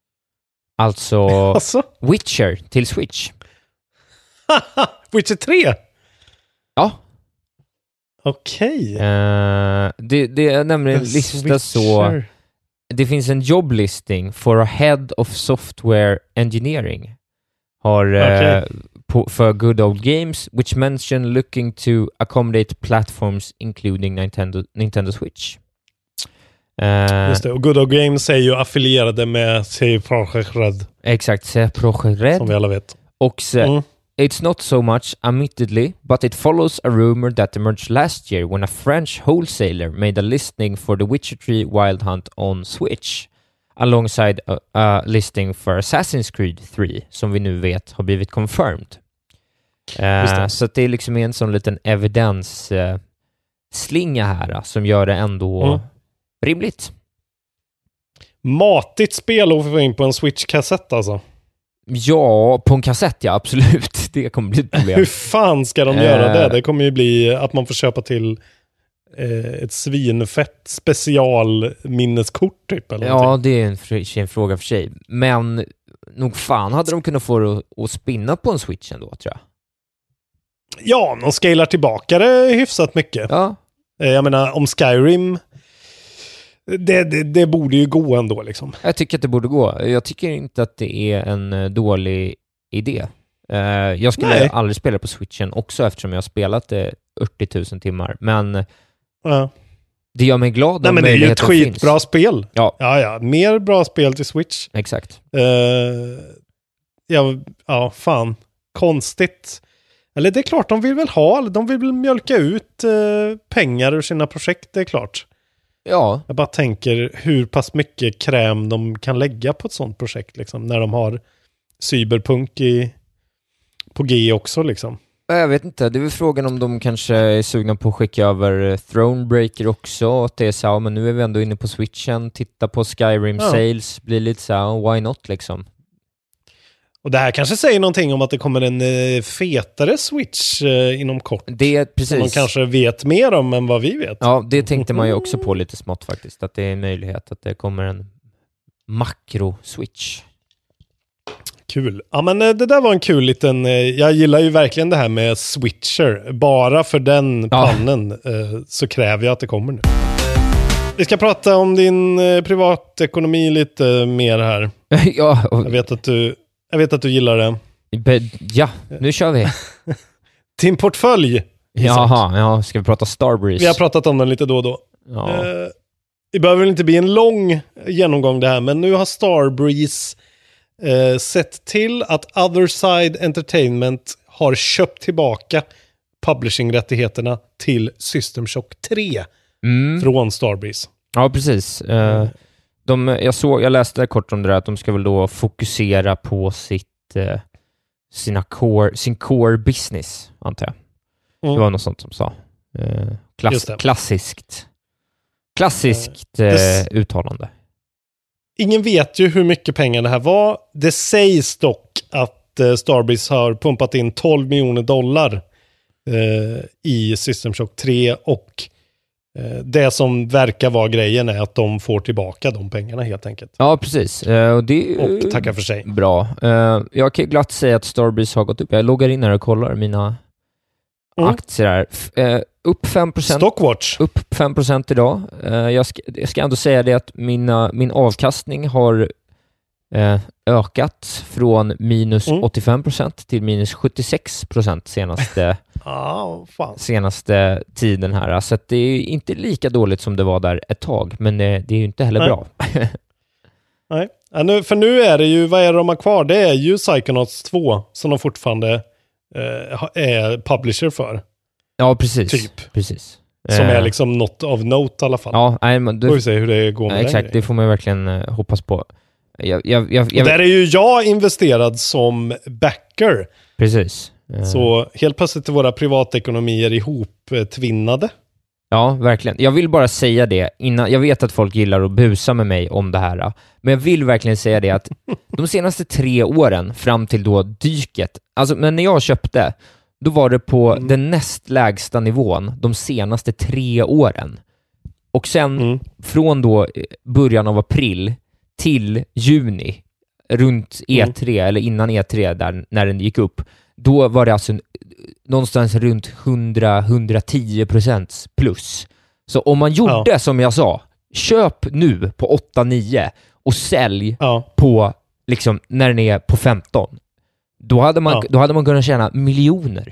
Alltså, alltså? Witcher till Switch. Witcher tre? Ja. Okej. Okay. Eh, det, det är nämligen listat så. Det finns en jobblisting for a head of software engineering har okay. uh, på, för Good Old Games, which mention looking to accommodate platforms including Nintendo, Nintendo Switch. Uh, Just det, och Good Old Games är ju affilierade med C Projekt Red. Exakt, C Projekt Red. Som vi alla vet. Och så, mm. It's not so much, admittedly, but it follows a rumor that emerged last year when a French wholesaler made a listing for the Witcher three Wild Hunt on Switch, alongside a, a listing for Assassin's Creed three, som vi nu vet har blivit confirmed. Uh, så det är liksom en sån liten evidens uh, slinga här uh, som gör det ändå mm. rimligt. Matigt spel att få in på en Switch-kassett alltså. Ja, på en kassett, ja, absolut. Det kommer bli ett problem. Hur fan ska de göra det? Det kommer ju bli att man får köpa till eh, ett svinfett specialminneskort typ. Eller ja, någonting. det är en, för, en fråga för sig. Men nog fan hade de kunnat få det att, att spinna på en Switch ändå, tror jag. Ja, de scalar tillbaka det hyfsat mycket. Ja. Eh, jag menar, om Skyrim... Det, det, det borde ju gå ändå liksom. Jag tycker att det borde gå. Jag tycker inte att det är en dålig idé. Uh, jag skulle Nej. aldrig spela på Switchen också eftersom jag har spelat det fyrtio tusen timmar. Men ja. det gör mig glad. Nej, men det är ju ett skitbra finns. spel. Ja. ja, ja. Mer bra spel till Switch. Exakt. Uh, ja, ja, fan. Konstigt. Eller det är klart, de vill väl ha, de vill väl mjölka ut uh, pengar ur sina projekt, det är klart. Ja. Jag bara tänker hur pass mycket kräm de kan lägga på ett sånt projekt liksom, när de har Cyberpunk i, på G också liksom. Jag vet inte, det är väl frågan om de kanske är sugna på att skicka över Thronebreaker också, att det är så, men nu är vi ändå inne på Switchen, titta på Skyrim ja. Sales, blir lite så, why not liksom. Och det här kanske säger någonting om att det kommer en eh, fetare Switch eh, inom kort. Det precis. Som man kanske vet mer om än vad vi vet. Ja, det tänkte man ju också på lite smått faktiskt. Att det är en möjlighet att det kommer en makro-Switch. Kul. Ja, men eh, det där var en kul liten... Eh, jag gillar ju verkligen det här med Switcher. Bara för den ja. pannen eh, så kräver jag att det kommer nu. Vi ska prata om din eh, privatekonomi lite mer här. ja. Och... Jag vet att du... Jag vet att du gillar det. Ja, nu kör vi. Din portfölj Jaha, ja, ska vi prata Starbreeze? Vi har pratat om den lite då och då. Ja. Eh, det behöver väl inte bli en lång genomgång det här, men nu har Starbreeze eh, sett till att Otherside Entertainment har köpt tillbaka publishing-rättigheterna till System Shock tre mm. från Starbreeze. Ja, precis. Uh, de, jag, såg, jag läste kort om det där, att de ska väl då fokusera på sitt, uh, sina core, sin core business, antar jag. Mm. Det var något sånt som sa. Uh, klass, klassiskt. Klassiskt uh, uh, uttalande. Ingen vet ju hur mycket pengar det här var. Det sägs dock att uh, Starbreeze har pumpat in tolv miljoner dollar uh, i System Shock tre, och uh, det som verkar vara grejen är att de får tillbaka de pengarna helt enkelt. Ja, precis. Uh, och, det, och tackar för sig. Bra. Uh, jag kan glatt säga att Starbreeze har gått upp. Jag loggar in här och kollar mina mm. aktier här. F- uh, upp fem procent. Stockwatch. Upp fem procent idag. Uh, jag, ska, jag ska ändå säga det att mina, min avkastning har uh, ökat från minus mm. åttiofem procent till minus sjuttiosex procent senaste, oh, fan. senaste tiden här. Så att det är inte lika dåligt som det var där ett tag, men det, det är ju inte heller Nej. bra. Nej, ja, nu, för nu är det ju, vad är det de har kvar? Det är ju Psychonauts två som de fortfarande uh, är publisher för. Ja, precis. Typ. precis. Som uh, är liksom något av note i alla fall. Ja, nej, men du får vi se hur det går med ja, exakt, det får man ju verkligen uh, hoppas på. Jag, jag, jag, jag, och där är ju jag investerad som backer. Precis. Uh, Så helt plötsligt är våra privatekonomier ihop eh, tvinnade. Ja, verkligen. Jag vill bara säga det innan. Jag vet att folk gillar att busa med mig om det här. Men jag vill verkligen säga det att de senaste tre åren fram till då dyket, alltså men när jag köpte, då var det på mm. den näst lägsta nivån de senaste tre åren. Och sen mm. från då början av april till juni runt E tre mm. eller innan E tre där när den gick upp, då var det alltså någonstans runt hundra till hundratio procent plus. Så om man gjorde ja. som jag sa, köp nu på åtta nio och sälj ja. på liksom när den är på femton. Då hade man, ja. då hade man kunnat tjäna miljoner.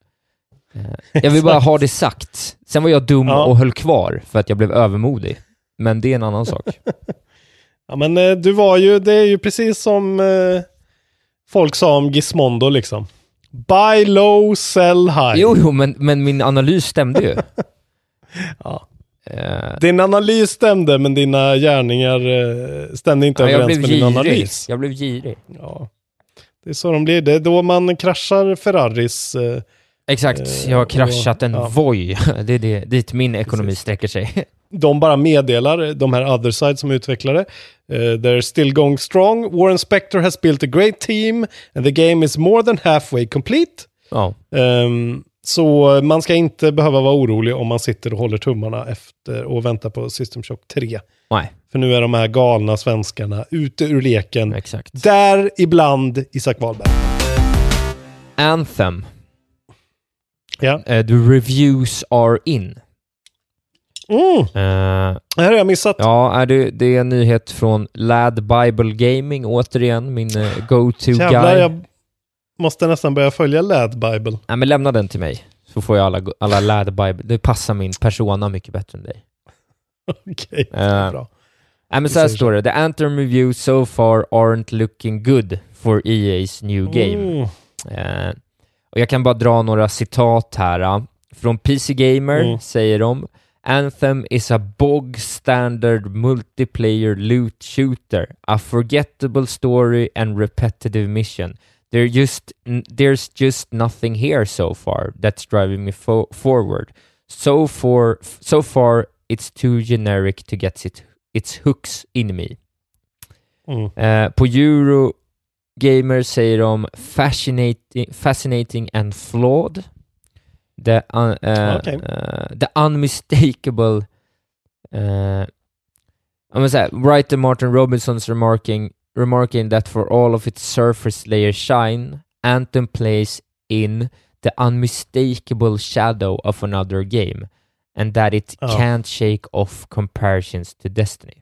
Jag vill bara ha det sagt. Sen var jag dum ja. och höll kvar för att jag blev övermodig. Men det är en annan sak. Ja, men du var ju, det är ju precis som eh, folk sa om Gizmondo liksom. Buy low, sell high. Jo, jo men, men min analys stämde ju. Ja. Uh, din analys stämde, men dina gärningar uh, stämde inte ja, överens med din analys. Jag blev girig. Ja. Det är så de blir. Det är då man kraschar Ferraris. Uh, Exakt, uh, jag har kraschat och, en ja. Voi. Det är det, dit min ekonomi Precis. sträcker sig. De bara meddelar, de här Otherside som utvecklare, uh, they're still going strong. Warren Spector has built a great team and the game is more than halfway complete. Ja. Um, Så man ska inte behöva vara orolig om man sitter och håller tummarna efter och väntar på System Shock tre. Nej. För nu är de här galna svenskarna ute ur leken. Exakt. Där ibland Isak Wahlberg. Anthem. Ja. Uh, the reviews are in. Mm. Uh, det här har jag missat. Ja, är det, det är en nyhet från Lad Bible Gaming återigen, min uh, go-to Jävlar, guy. Jag måste nästan börja följa Lad Bible. Nej, men lämna den till mig. Så får jag alla, alla Lad Bible. Det passar min persona mycket bättre än dig. Okej, okay, uh, bra. Nej, men så här står det. The Anthem reviews so far aren't looking good for E A's new game. Mm. Uh, och jag kan bara dra några citat här. Uh. Från P C Gamer mm. säger de: Anthem is a bog standard multiplayer loot shooter. A forgettable story and repetitive mission. There just there's just nothing here so far that's driving me fo- forward. So for so far it's too generic to get it its hooks in me. Mm. Uh, på Eurogamer säger de fascinating, fascinating and flawed. The un, uh, okay. uh, the unmistakable. Uh, I'm gonna say writer Martin Robinson's remarking. remarking that for all of its surface layer shine, Anthem plays in the unmistakable shadow of another game, and that it oh. can't shake off comparisons to Destiny.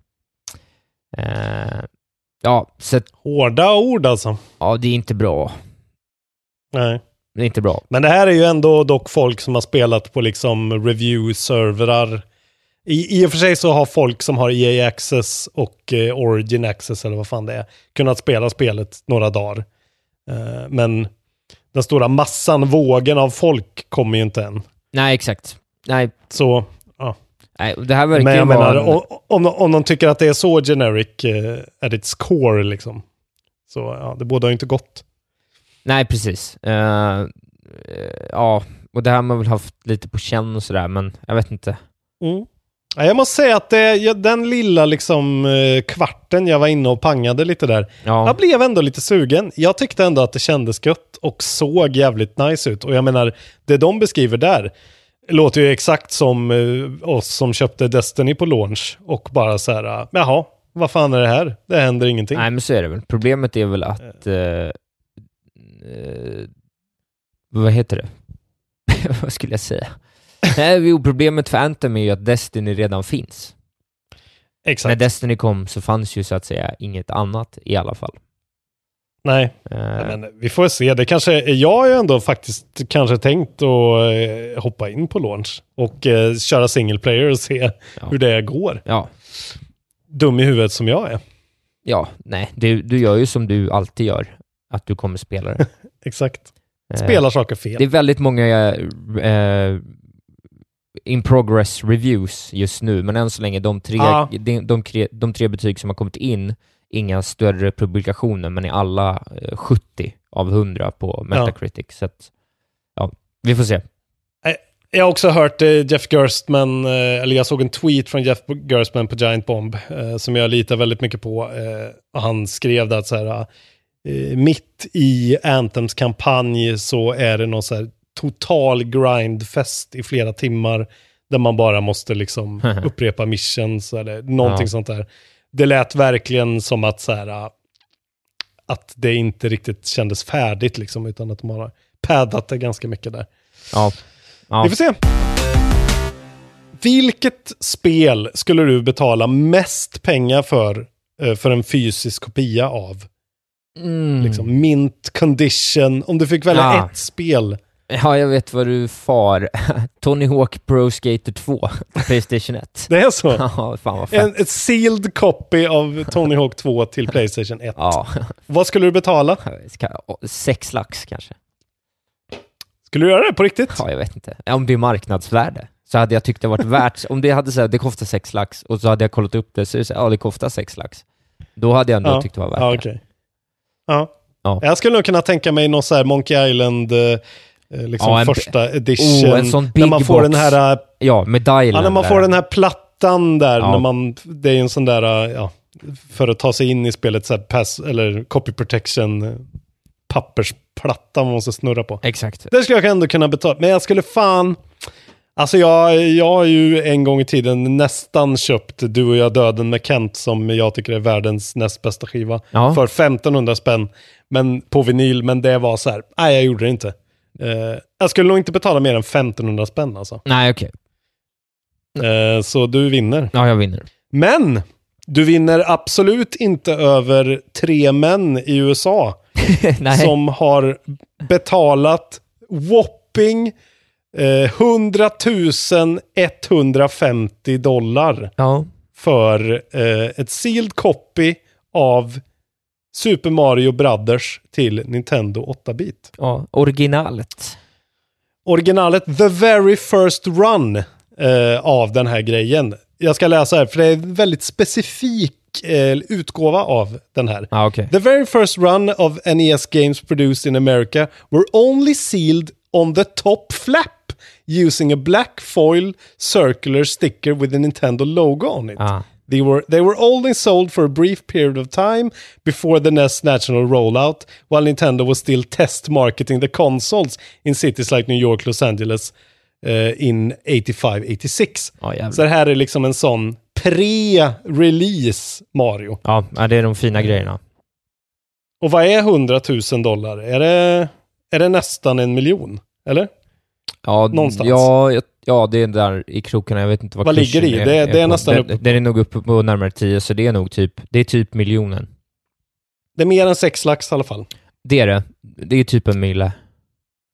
Uh, ja, så... Hårda ord alltså. Ja, det är inte bra. Nej. Det är inte bra. Men det här är ju ändå dock folk som har spelat på liksom review-servrar. I, I och för sig så har folk som har E A Access och eh, Origin Access eller vad fan det är kunnat spela spelet några dagar. Eh, men den stora massan, vågen av folk kommer ju inte än. Nej, exakt. Nej. Så, ja. Nej, det här verkar men jag ju vara... menar, en... om, om de tycker att det är så generic eh, at its core liksom. Så ja, det borde ha inte gått. Nej, precis. Uh, uh, ja, och det här har man väl haft lite på känn och sådär, men jag vet inte. Mm. Ja, jag måste säga att det, den lilla liksom eh, kvarten jag var inne och pangade lite där. Ja. Jag blev ändå lite sugen. Jag tyckte ändå att det kändes gött och såg jävligt nice ut. Och jag menar, det de beskriver där låter ju exakt som eh, oss som köpte Destiny på launch och bara så här, jaha, vad fan är det här? Det händer ingenting. Nej, men så är det väl. Problemet är väl att eh, eh, vad heter det? Vad skulle jag säga? Nej, problemet för Anthem är ju att Destiny redan finns. Exakt. När Destiny kom så fanns ju så att säga inget annat i alla fall. Nej, uh, men vi får se. Det kanske, jag har ju ändå faktiskt kanske tänkt att eh, hoppa in på launch och eh, köra single player och se ja. hur det går. Ja. Dum i huvudet som jag är. Ja, nej. Du, du gör ju som du alltid gör. Att du kommer spela det. Exakt. Spelar uh, saker fel. Det är väldigt många... Uh, in progress reviews just nu, men än så länge de tre, ah. de, de, de, de tre betyg som har kommit in, inga större publikationer, men är alla eh, sjuttio av hundra på Metacritic. Ja. Så att, ja, vi får se. Jag har också hört eh, Jeff Gerstmann, eh, eller jag såg en tweet från Jeff Gerstmann på Giant Bomb eh, som jag litar väldigt mycket på. Eh, och han skrev att så här, eh, mitt i Anthems kampanj så är det någon så här total grindfest i flera timmar där man bara måste liksom upprepa missions eller någonting ja. sånt där. Det lät verkligen som att så här, att det inte riktigt kändes färdigt liksom, utan att de har paddat det ganska mycket där. Ja. Ja. Vi får se. Vilket spel skulle du betala mest pengar för för en fysisk kopia av? Mm. Liksom mint condition. Om du fick välja ja. ett spel. Ja, jag vet vad du far. Tony Hawk Pro Skater två PlayStation ett. Det är så? Ja, fan vad fett. En ett sealed copy av Tony Hawk två till PlayStation ett. Ja. Vad skulle du betala? Sex lax kanske. Skulle du göra det på riktigt? Ja, jag vet inte. Om det är marknadsvärde så hade jag tyckt det varit värt. Om det hade sagt det kostar sex lax och så hade jag kollat upp det så är det så, ja, det kostar sex lax. Då hade jag ändå ja. tyckt det var värt ja, det. okay. Ja. Ja. Jag skulle nog kunna tänka mig någon så här Monkey Island eh, liksom ja, en, första edition. Oh, en sån big när man får box. den här ja, medaljen. Ja, när man där. får den här plattan där ja. när man det är en sån där ja, för att ta sig in i spelet så här pass eller copy protection pappersplatta man måste snurra på. Exakt. Det skulle jag ändå kunna betala. Men jag skulle fan alltså jag, jag har ju en gång i tiden nästan köpt Du och jag döden med Kent som jag tycker är världens näst bästa skiva ja. för femtonhundra spänn men på vinyl, men det var så här, nej jag gjorde det inte. Uh, jag skulle nog inte betala mer än femtonhundra spänn alltså. Nej, okej. Okay. Uh, så du vinner. Ja, jag vinner. Men du vinner absolut inte över tre män i U S A som har betalat whopping eh, hundratusen etthundrafemtio dollar ja. för eh, ett sealed copy av Super Mario Brothers till Nintendo åtta-bit. Ja, originalet. Originalet, the very first run eh, av den här grejen. Jag ska läsa här, för det är en väldigt specifik eh, utgåva av den här. Ah, okay. The very first run of N E S games produced in America were only sealed on the top flap using a black foil circular sticker with a Nintendo logo on it. Ah. They were they were only sold for a brief period of time before the N E S national rollout, while Nintendo was still test marketing the consoles in cities like New York, Los Angeles uh, in eighty-five eighty-six. Oh, så det här är liksom en sån pre-release Mario. Ja, det är de fina grejerna. Och vad är hundratusen dollar? Är det, är det nästan en miljon? Eller? Ja, någonstans. Ja, ja, det är där i krokarna. Jag vet inte vad, vad ligger det i? Är, det, är, det är på, nästan det, det är nog uppe på närmare tio, så det är nog typ, det är typ miljonen. Det är mer än sex lax i alla fall. Det är det. Det är typ en mille.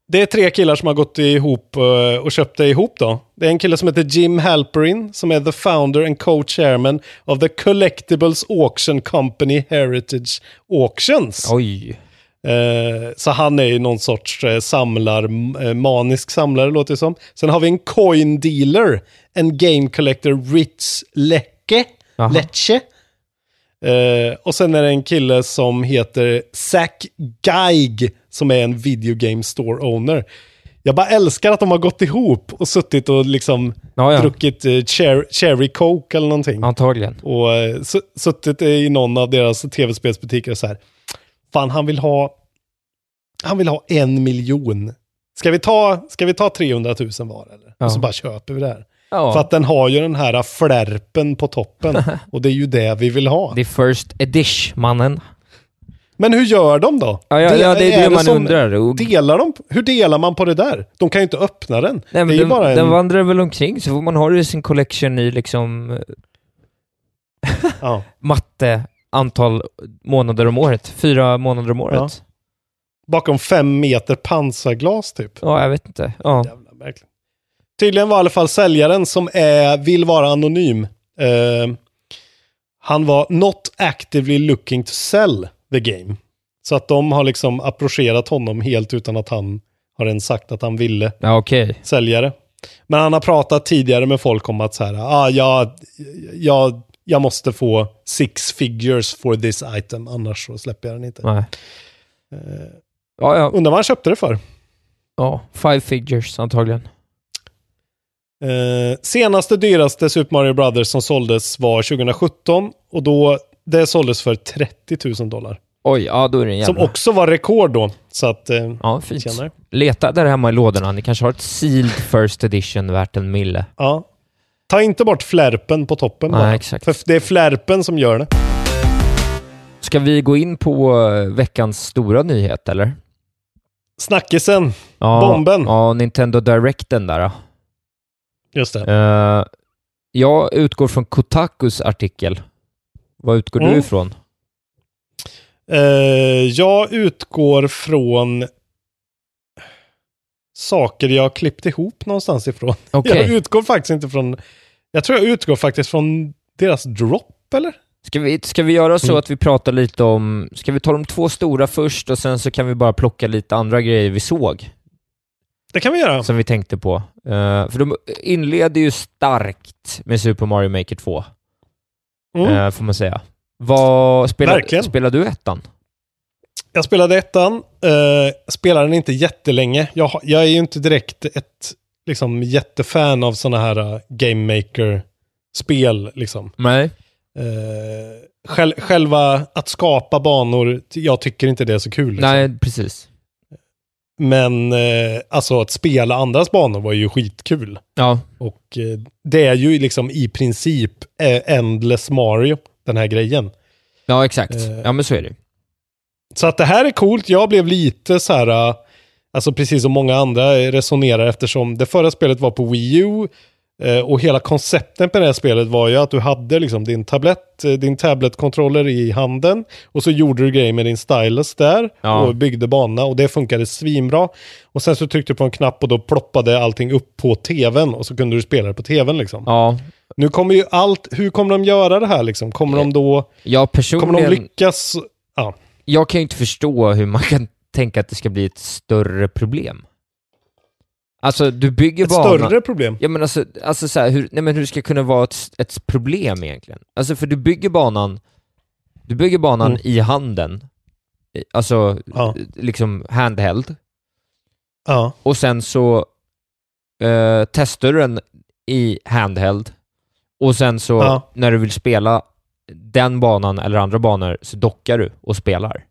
Det är tre killar som har gått ihop och köpt det ihop då. Det är en kille som heter Jim Halperin som är the founder and co-chairman of the Collectibles Auction Company Heritage Auctions. Oj. Eh, så han är ju någon sorts eh, samlar, eh, manisk samlare låter det som. Sen har vi en coin dealer, en game collector, Ritz Lecce. Lecce. Uh, och sen är det en kille som heter Zach Geig som är en video game store owner. Jag bara älskar att de har gått ihop och suttit och liksom ja, ja. druckit uh, cher- cherry coke eller någonting. Antagligen. Och uh, s- suttit i någon av deras tv-spelsbutiker och så här. Fan, han vill ha han vill ha en miljon. Ska vi ta, ska vi ta trehundratusen var eller? Ja. Och så bara köper vi det här. Ja. För att den har ju den här flärpen på toppen. Och det är ju det vi vill ha. The first edition, mannen. Men hur gör de då? Ja, ja, det, ja, det är det, det man som, undrar. Delar de, hur delar man på det där? De kan ju inte öppna den. Nej, men det är den, ju bara en... den vandrar väl omkring, så får man ha det i sin collection i liksom ja. matte antal månader om året. Fyra månader om året. Ja. Bakom fem meter pansarglas typ. Ja, jag vet inte. Ja. Jävla verkligen. Tydligen var i alla fall säljaren som är, vill vara anonym. Uh, han var not actively looking to sell the game. Så att de har liksom approcherat honom helt utan att han har ens sagt att han ville ja, okay. sälja det. Men han har pratat tidigare med folk om att så här, ah, jag, jag, jag måste få six figures for this item, annars så släpper jag den inte. Nej. Uh, ja, ja. Undrar vad han köpte det för? Ja, five figures antagligen. Uh, senaste dyraste Super Mario Brothers som såldes var tjugo sjutton och då det såldes för trettio tusen dollar. Oj, ja då är det en jävla. Som också var rekord då. Så att, uh, ja, fint. Känner. Leta där hemma i lådorna. Ni kanske har ett sealed first edition värt en mille. Ja. Ta inte bort flärpen på toppen. Nej, exakt. För det är flärpen som gör det. Ska vi gå in på veckans stora nyhet, eller? Snackisen. Ja, Bomben. Ja, Nintendo Directen där då. Just det. Uh, jag utgår från Kotakus artikel. Vad utgår mm. du ifrån? Uh, jag utgår från saker jag har klippt ihop någonstans ifrån. Okay. Jag utgår faktiskt inte från... Jag tror jag utgår faktiskt från deras drop, eller? Ska vi, ska vi göra så mm. att vi pratar lite om... Ska vi ta de två stora först och sen så kan vi bara plocka lite andra grejer vi såg? Det kan vi göra. Som vi tänkte på. Uh, för de inleder ju starkt med Super Mario Maker två. Mm. Uh, får man säga. Vad spelar, spelar du ettan? Jag spelade ettan. Uh, spelar den inte jättelänge. Jag, jag är ju inte direkt ett liksom, jättefan av såna här uh, Game Maker-spel. Liksom. Nej. Uh, själv, själva att skapa banor, jag tycker inte det är så kul. Liksom. Nej, precis. Men eh, alltså att spela andras banor var ju skitkul. Ja. Och eh, det är ju liksom i princip eh, Endless Mario, den här grejen. Ja, exakt. Eh, ja, men så är det. Så att det här är coolt. Jag blev lite så här, alltså precis som många andra resonerar eftersom det förra spelet var på Wii U. Och hela koncepten på det här spelet var ju att du hade liksom din tablett, din tablet-controller i handen och så gjorde du grejer med din stylus där ja. och byggde bana och det funkade svinbra. Och sen så tryckte du på en knapp och då ploppade allting upp på tvn och så kunde du spela det på tvn liksom. Ja. Nu kommer ju allt, hur kommer de göra det här liksom? Kommer de då, ja, personligen, kommer de lyckas? Ja. Jag kan ju inte förstå hur man kan tänka att det ska bli ett större problem. Alltså, du bygger ett banan... större problem? Ja, men alltså, alltså så här, hur, nej, men hur ska det kunna vara ett, ett problem egentligen? Alltså, för du bygger banan du bygger banan mm. i handen. Alltså, ja. liksom handheld. Ja. Och sen så eh, testar du den i handheld. Och sen så, ja. när du vill spela den banan eller andra banor så dockar du och spelar.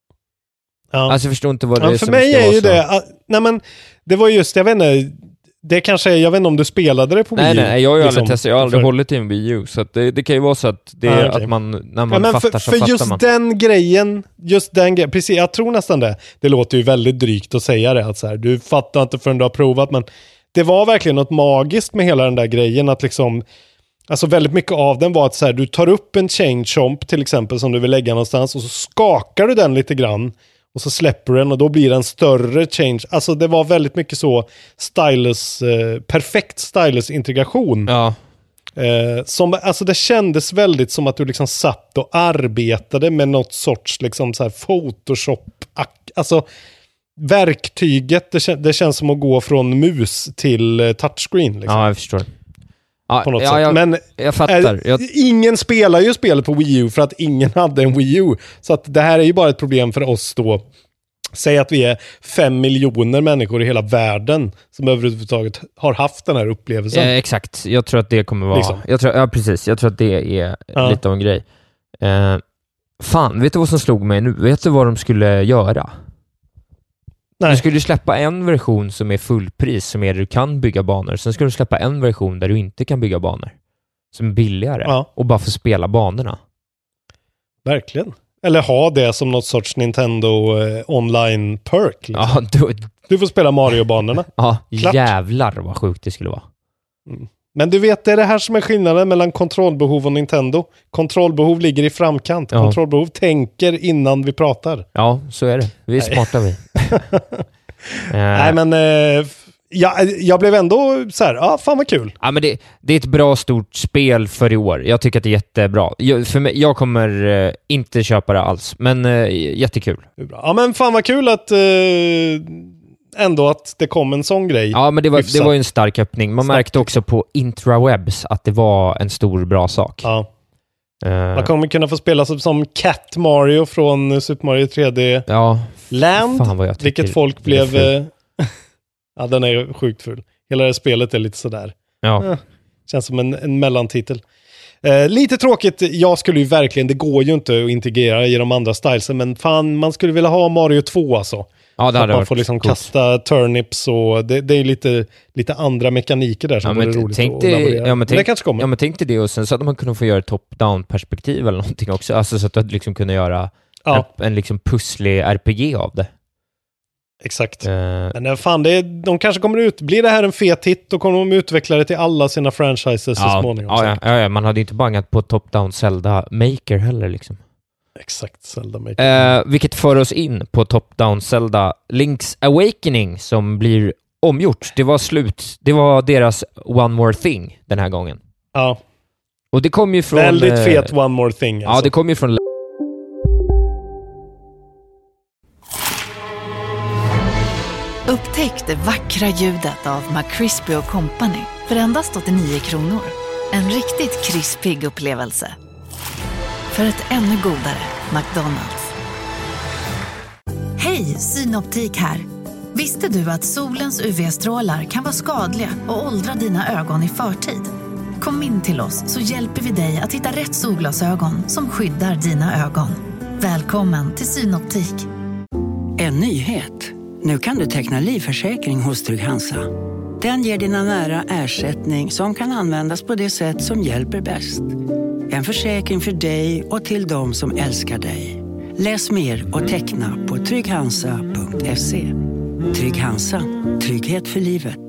Ja. Alltså jag förstår inte vad det ja, är för som mig ska är vara ju så. det, uh, nej men det var just, jag vet inte, det kanske är, jag vet inte om du spelade det på Wii U. Nej, nej, jag har ju liksom, aldrig testat, jag har aldrig för... hållit i en Wii U, så att det, det kan ju vara så att det är ah, okay. att man, när man ja, fattar för, så för fattar just man. den grejen, just den grejen, precis, jag tror nästan det. Det låter ju väldigt drygt att säga det, att så här, du fattar inte förrän du har provat, men det var verkligen något magiskt med hela den där grejen, att liksom, alltså väldigt mycket av den var att så här, du tar upp en chain chomp till exempel som du vill lägga någonstans och så skakar du den lite grann. och så släpper du den och då blir det en större change. Alltså det var väldigt mycket så stylus, eh, perfekt stylus-integration. Ja. Eh, som, alltså det kändes väldigt som att du liksom satt och arbetade med något sorts liksom så här Photoshop. Alltså verktyget, det, det känns som att gå från mus till eh, touchscreen. Liksom. Ja, jag förstår. Ja, på något ja, sätt. jag, Men jag fattar. Jag... ingen spelar ju spelet på Wii U för att ingen hade en Wii U. Så att det här är ju bara ett problem för oss då. Säg att vi är fem miljoner människor i hela världen som överhuvudtaget har haft den här upplevelsen. Eh, exakt, jag tror att det kommer vara... Liksom. Jag tror, ja, precis. Jag tror att det är ja. lite av en grej. Eh, fan, vet du vad som slog mig nu? Vet du vad de skulle göra? Nej. Du skulle släppa en version som är fullpris, som är där du kan bygga banor. Sen ska du släppa en version där du inte kan bygga banor. Som är billigare. Ja. Och bara få spela banorna. Verkligen. Eller ha det som något sorts Nintendo eh, online perk. Liksom. Ja, du, du får spela Mario-banorna. Ja, Klart. Jävlar vad sjukt det skulle vara. Mm. Men du vet, det är det här som är skillnaden mellan kontrollbehov och Nintendo. Kontrollbehov ligger i framkant. Ja. Kontrollbehov tänker innan vi pratar. Ja, så är det. Vi är Nej. smarta vi. Nej, men eh, jag, jag blev ändå så här, ja, fan vad kul. Ja, men det, det är ett bra stort spel för i år. Jag tycker att det är jättebra. Jag, för mig, jag kommer eh, inte köpa det alls, men eh, jättekul. Ja, men fan vad kul att eh, ändå att det kom en sån grej. Ja, men det var, Hyfsat. det var ju en stark öppning. Man Snabbt. märkte också på intrawebs att det var en stor bra sak. Ja. Uh, Man kommer kunna få spela som, som Cat Mario från Super Mario tre D ja, Land, fan vad jag tycker vilket folk det är blev... eh, ja, den är sjukt full. Hela det spelet är lite sådär. Ja. Eh, känns som en, en mellantitel. Eh, lite tråkigt, jag skulle ju verkligen, det går ju inte att integrera i de andra stylesen, men fan, man skulle vilja ha Mario två alltså. Ja, det så hade man varit får liksom coolt. kasta turnips och det, det är lite, lite andra mekaniker där som Ja, vore men roligt tänk att dig, laborera. ja, men Men tänk, det kanske kommer. ja, men tänk dig det, och sen så att man kunde få göra ett top-down perspektiv eller någonting också. Alltså så att du liksom kunde göra Ja. en, en liksom pusslig R P G av det. Exakt. Uh, Men eh, fan, det är, de kanske kommer ut. Blir det här en fet hit, då kommer de utveckla det till alla sina franchises så ja, småningom. ja, ja, ja, man hade inte bangat på top-down Zelda Maker heller liksom. Exakt, Zelda Maker. Uh, vilket för oss in på top-down Zelda Link's Awakening som blir omgjort. Det var slut. Det var deras One More Thing den här gången. Ja. Och det kom ju från... Väldigt uh, fet One More Thing. Alltså. Ja, det kom ju från... Upptäck det vackra ljudet av McCrispy och Company för endast åttionio kronor. En riktigt krispig upplevelse. För ett ännu godare McDonald's. Hej, Synoptik här. Visste du att solens U V-strålar kan vara skadliga och åldra dina ögon i förtid? Kom in till oss så hjälper vi dig att hitta rätt solglasögon som skyddar dina ögon. Välkommen till Synoptik. En nyhet. Nu kan du teckna livförsäkring hos Trygg-Hansa. Den ger dina nära ersättning som kan användas på det sätt som hjälper bäst. En försäkring för dig och till de som älskar dig. Läs mer och teckna på trygghansa punkt se. Trygg-Hansa. Trygghet för livet.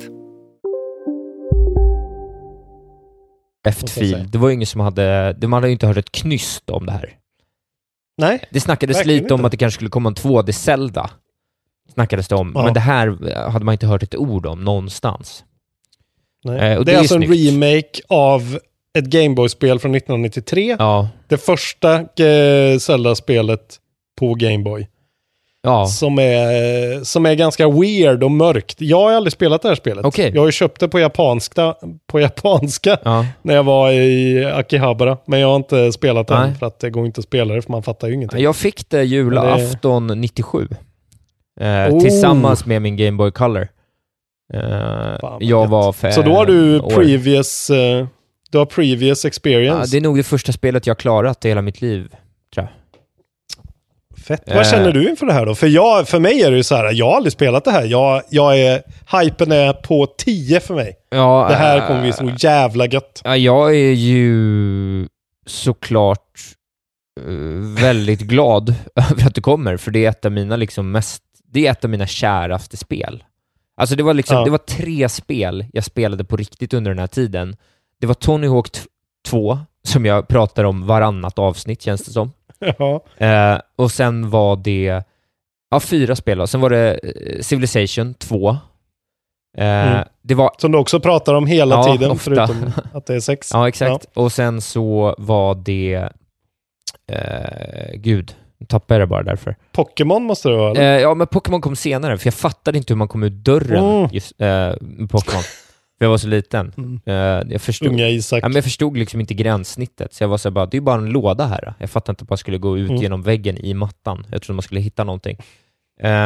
F-fil. Det var ju ingen som hade... De hade ju inte hört ett knyst om det här. Nej. Det snackades verkligen lite om inte. att det kanske skulle komma en två D Zelda. Snackades det om. Ja. Men det här hade man inte hört ett ord om någonstans. Nej. Eh, och det, det är är alltså en snyggt. remake av ett Gameboy-spel från nittonhundranittiotre. Ja. Det första eh, Zelda-spelet på Gameboy. Ja. Som är, som är ganska weird och mörkt. Jag har aldrig spelat det här spelet. Okej. Jag har ju köpt det på japanska, på japanska Ja. när jag var i Akihabara. Men jag har inte spelat det Nej. än för att det går inte att spela det för man fattar ju ingenting. Jag fick det julafton nittiosju. Eh, Oh. Tillsammans med min Game Boy Color. Eh, vad jag gött. var fem Så då har du år. previous, eh, du har previous Ja, experience. det är nog det första spelet jag klarat i hela mitt liv, tror jag. Fett. Eh. Vad känner du inför det här då? För, jag, för mig är det ju så här, jag har aldrig spelat det här. Jag, jag är, hypen är på tio för mig. Ja, Det här eh, kommer bli så jävla gött. Ja, jag är ju såklart eh, väldigt glad över att det kommer, för det är ett av mina liksom mest, det är ett av mina käraste spel. Alltså det var liksom, Ja. det var tre spel jag spelade på riktigt under den här tiden. Det var Tony Hawk två, som jag pratar om varannat avsnitt, känns det som. Ja. Eh, och sen var det Ja, fyra spel. Och sen var det Civilization två. Eh, mm. det var... Som du också pratar om hela ja, tiden, ofta. förutom att det är sex. Ja, exakt. Ja. Och sen så var det... Eh, gud, tappade jag det bara därför. Pokémon måste det vara, eh, Ja, men Pokémon kom senare, för jag fattade inte hur man kom ut dörren mm. just, eh, med Pokémon. För jag var så liten. Mm. Eh, jag, förstod, Unga Isak. ja, men jag förstod liksom inte gränssnittet. Så jag var så bara, det är bara en låda här. Jag fattade inte att man skulle gå ut mm. genom väggen i mattan. Jag trodde man skulle hitta någonting. Eh,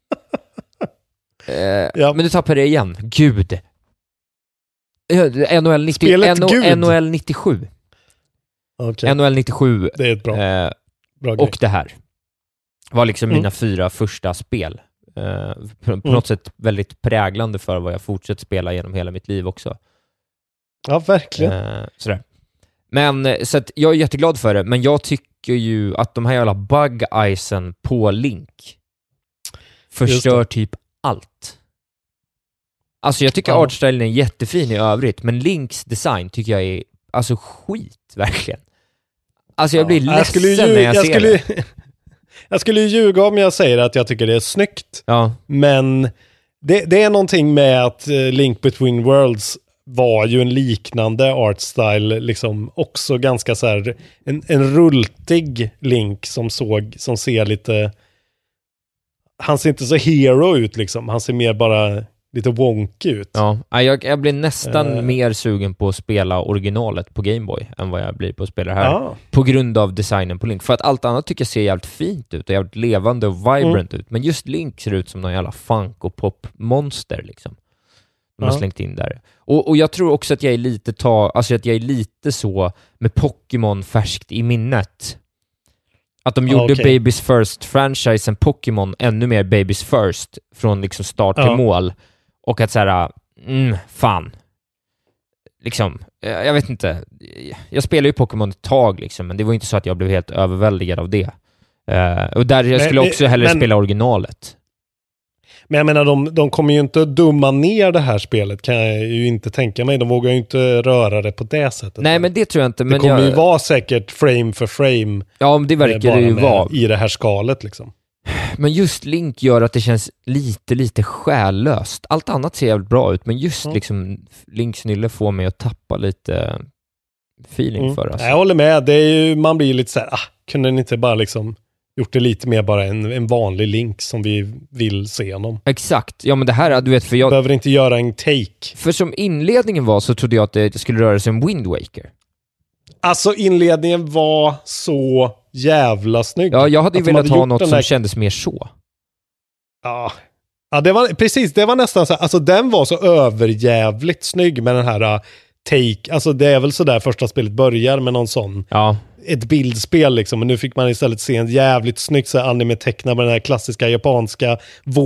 eh, ja. Men du tappade det igen. Gud. N H L nittio, N H L, N H L nittiosju. Okay. N H L nittiosju. Det är ett bra, eh, bra och grej. det här var liksom mm. mina fyra första spel. Eh, på, på mm. något sätt väldigt präglande för vad jag fortsätter spela genom hela mitt liv också. Ja, verkligen. Eh, sådär. Men så att jag är jätteglad för det, men jag tycker ju att de här jävla bug-icen på Link förstör typ allt. Alltså jag tycker ja. artstylen är jättefin i övrigt, men Links design tycker jag är alltså skit, verkligen. Alltså jag blir ja. ledsen jag ju, när jag, jag ser skulle, det. Jag skulle ju ljuga om jag säger att jag tycker det är snyggt. Ja. Men det, det är någonting med att Link Between Worlds var ju en liknande artstyle, liksom också ganska så här en, en rultig Link som såg, som ser lite, han ser inte så hero ut liksom, han ser mer bara lite wonky ut. Ja, jag, jag blir nästan uh. mer sugen på att spela originalet på Game Boy än vad jag blir på att spela det här. Ah. På grund av designen på Link. För att allt annat tycker jag ser jävligt fint ut och jävligt levande och vibrant mm. ut. Men just Link ser ut som någon jävla funk och pop-monster liksom. De har uh. slängt in där. Och, och jag tror också att jag är lite ta, alltså att jag är lite så med Pokémon färskt i minnet. Att de gjorde okay. Baby's First-franchisen Pokémon ännu mer Baby's First från liksom start till uh. mål. Och att så här, mm, fan. Liksom, jag vet inte. Jag spelar ju Pokémon ett tag liksom, men det var inte så att jag blev helt överväldigad av det. Uh, och där jag skulle men, också hellre men, spela originalet. Men jag menar, de, de kommer ju inte dumma ner det här spelet, kan jag ju inte tänka mig. De vågar ju inte röra det på det sättet. Nej, men det tror jag inte. Det men kommer jag... ju vara säkert frame för frame. Ja, det verkar det ju vara. I det här skalet liksom. Men just Link gör att det känns lite, lite själlöst. Allt annat ser jävligt bra ut, men just mm. liksom Links nylle får mig att tappa lite feeling mm. för. Alltså. Jag håller med. Det är ju, man blir lite så här, ah, kunde den inte bara liksom gjort det lite mer bara en, en vanlig Link som vi vill se honom. Exakt. Ja, men det här, du vet, för jag... behöver inte göra en take. För som inledningen var så trodde jag att det skulle röra sig om Wind Waker. Alltså inledningen var så jävla snygg. Ja, jag hade ju velat hade ha något som där... kändes mer så. Ja. Ja, det var precis, det var nästan så här, alltså den var så överjävligt snygg med den här uh, take, alltså det är väl så där första spelet börjar med någon sån. Ja. Ett bildspel liksom, men nu fick man istället se en jävligt snyggt så här anime-tecknad med den här klassiska japanska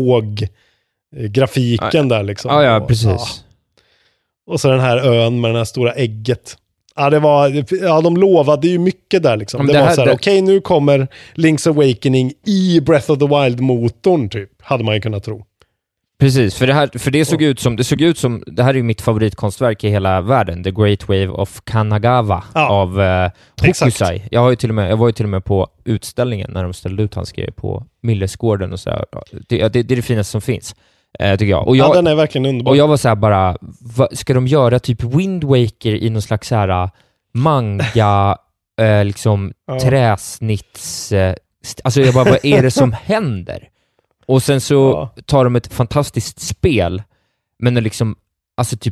våg-grafiken ja. där liksom. Ja, ja, precis. Och, ja. och så den här ön med den här stora ägget. Ja, det var, ja, de lovade ju mycket där liksom. Det, det var så här, det... okej, okay, nu kommer Link's Awakening i Breath of the Wild-motorn typ, hade man ju kunnat tro. Precis, för det här, för det såg ut som, det såg ut som, det här är ju mitt favoritkonstverk i hela världen, The Great Wave of Kanagawa ja, av uh, Hokusai. Jag, har ju till och med, jag var ju till och med på utställningen när de ställde ut hans grejer på Millesgården och så här. Det, det, det är det finaste som finns. Uh, tycker jag. Och jag. Ja, den är verkligen underbar. Och jag var så här bara, va, ska de göra typ Wind Waker i någon slags så här manga, uh, liksom ja. träsnitts... Uh, st- alltså jag bara, vad är det som händer? Och sen så ja. tar de ett fantastiskt spel, men det liksom, alltså typ,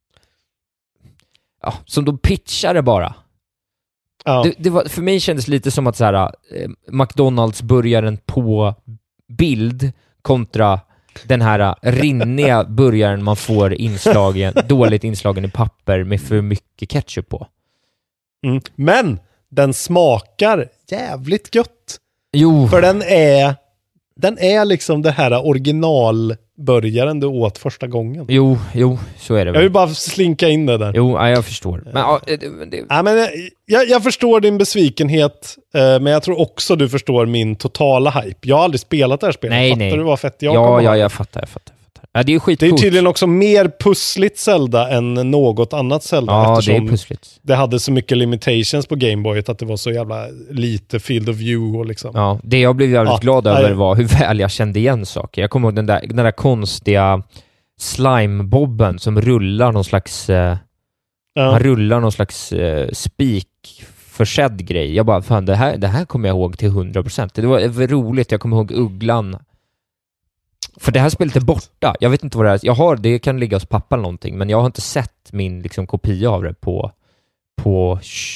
ja, som de pitchade bara. Ja. Det, det var, för mig kändes lite som att så här, eh, McDonalds-burgaren på bild kontra den här rinniga burgaren man får inslagen, dåligt inslagen i papper med för mycket ketchup på. Mm. Men den smakar jävligt gött. Jo. För den är den är liksom det här originalburgaren du åt första gången. Jo, jo, så är det väl. Jag vill bara slinka in det där. Jo, ja, jag förstår. Men, ja, det, det... Ja, men jag, jag förstår din besvikenhet, men jag tror också du förstår min totala hype. Jag har aldrig spelat det här spelet. Nej, fattar nej. du vad fett jag ja, kommer Ja, ha? jag fattar, jag fattar, jag fattar. Ja, det är skitcoolt. Det är tydligen också mer pussligt Zelda än något annat Zelda. Ja, eftersom det är pussligt. Det hade så mycket limitations på Game Boy att det var så jävla lite field of view och liksom. Ja, det jag blev jävligt ja, glad nej. över var hur väl jag kände igen saker. Jag kommer ihåg den där, den där konstiga slime-bobben som rullar någon slags... Eh, ja. Han rullar någon slags eh, spikförsedd grej. Jag bara, fan, det här, det här kommer jag ihåg till hundra procent. Det var, det var roligt, jag kommer ihåg ugglan. För det här spelet är borta. Jag vet inte vad det är. Jag har, det kan ligga hos pappa eller någonting, men jag har inte sett min liksom, kopia av det på, på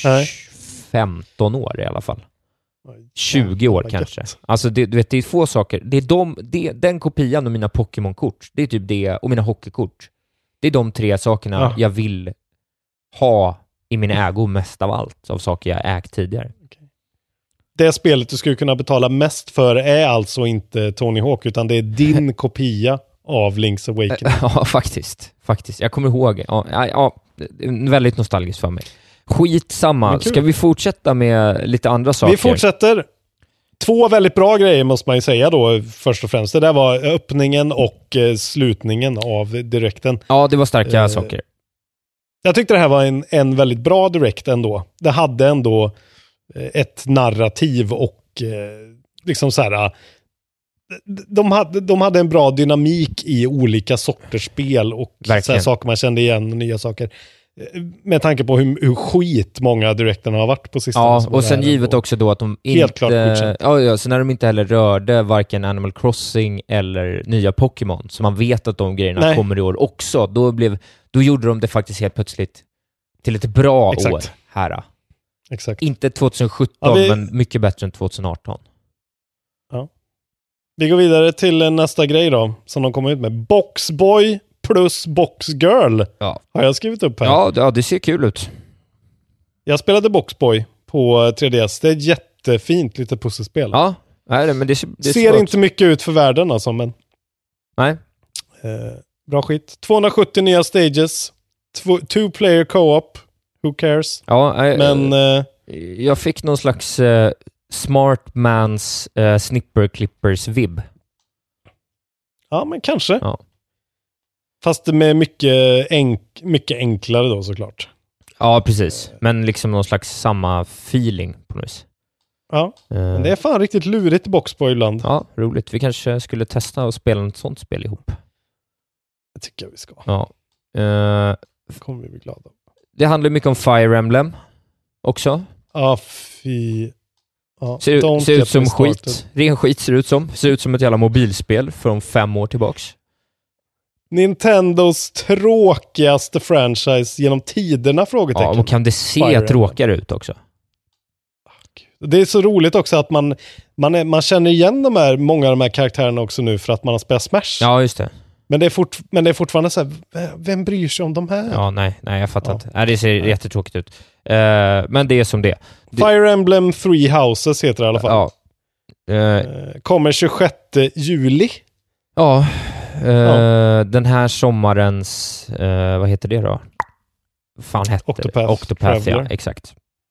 femton år i alla fall. tjugo år ja, kanske. Gött. Alltså det, du vet, det är två saker. Det är de, det, den kopian och mina Pokémon-kort. Det är typ det, och mina hockeykort. Det är de tre sakerna ja. jag vill ha i min ägo mest av allt av saker jag ägt tidigare. Okay. Det spelet du skulle kunna betala mest för är alltså inte Tony Hawk, utan det är din kopia av Link's Awakening. Ja, faktiskt. Faktiskt. Jag kommer ihåg. Ja, ja, väldigt nostalgiskt för mig. Skitsamma. Ska vi fortsätta med lite andra saker? Vi fortsätter. Två väldigt bra grejer måste man ju säga då, först och främst. Det där var öppningen och eh, slutningen av direkten. Ja, det var starka eh, saker. Jag tyckte det här var en, en väldigt bra direkt ändå. Det hade ändå ett narrativ och eh, liksom så här, de hade, de hade en bra dynamik i olika sorters spel och så här saker man kände igen och nya saker. Med tanke på hur, hur skit många direkterna har varit på sistone. Ja, och sen givet och också då att de inte... Helt klart godkänt. Ja, ja, så när de inte heller rörde varken Animal Crossing eller nya Pokémon, så man vet att de grejerna Nej. kommer i år också, då, blev, då gjorde de det faktiskt helt plötsligt till ett bra Exakt. år här. Exakt. Inte tjugosjutton, ja, vi... men mycket bättre än tjugoarton. Ja. Vi går vidare till nästa grej då, som de kommer ut med. Boxboy plus Boxgirl ja. har jag skrivit upp här. Ja, ja, det ser kul ut. Jag spelade Boxboy på tre D S. Det är ett jättefint litet pusselspel. Ja, nej, men det, det ser svårt. Inte mycket ut för världen alltså, men... Nej. Eh, bra skit. tvåhundrasjuttio nya stages. Två, two player co-op. Who cares? Ja, nej, men... Eh, jag fick någon slags eh, smart mans eh, snipper clippers vibb. Ja, men kanske. Ja. Fast med mycket, enk- mycket enklare då såklart. Ja, precis. Men liksom någon slags samma feeling på något vis. Ja, uh, men det är fan riktigt lurigt i Boxboy ibland. Ja, roligt. Vi kanske skulle testa och spela ett sånt spel ihop. Det tycker jag vi ska. Ja. Uh, det kommer vi bli glada. Det handlar mycket om Fire Emblem också. Ja, fy... Ja, ser ser ut som skit. Ren skit ser ut som. Ser ut som ett jävla mobilspel från fem år tillbaks. Nintendos tråkigaste franchise genom tiderna, frågetecken. Ja, och kan det se tråkigare ut också? Det är så roligt också att man, man, är, man känner igen de här, många av de här karaktärerna också nu för att man har spelat Smash. Ja, just det. Men det är, fort, men det är fortfarande så här, vem bryr sig om de här? Ja, nej, nej jag fattar ja. inte. Nej, det ser nej. jättetråkigt ut. Uh, men det är som det. det. Fire Emblem Three Houses heter det i alla fall. Ja. Uh, Kommer tjugosjätte juli. Ja. Uh, ja. Den här sommarens, uh, vad heter det då? Vad fan hette Octopath. det? Octopath, ja, exakt.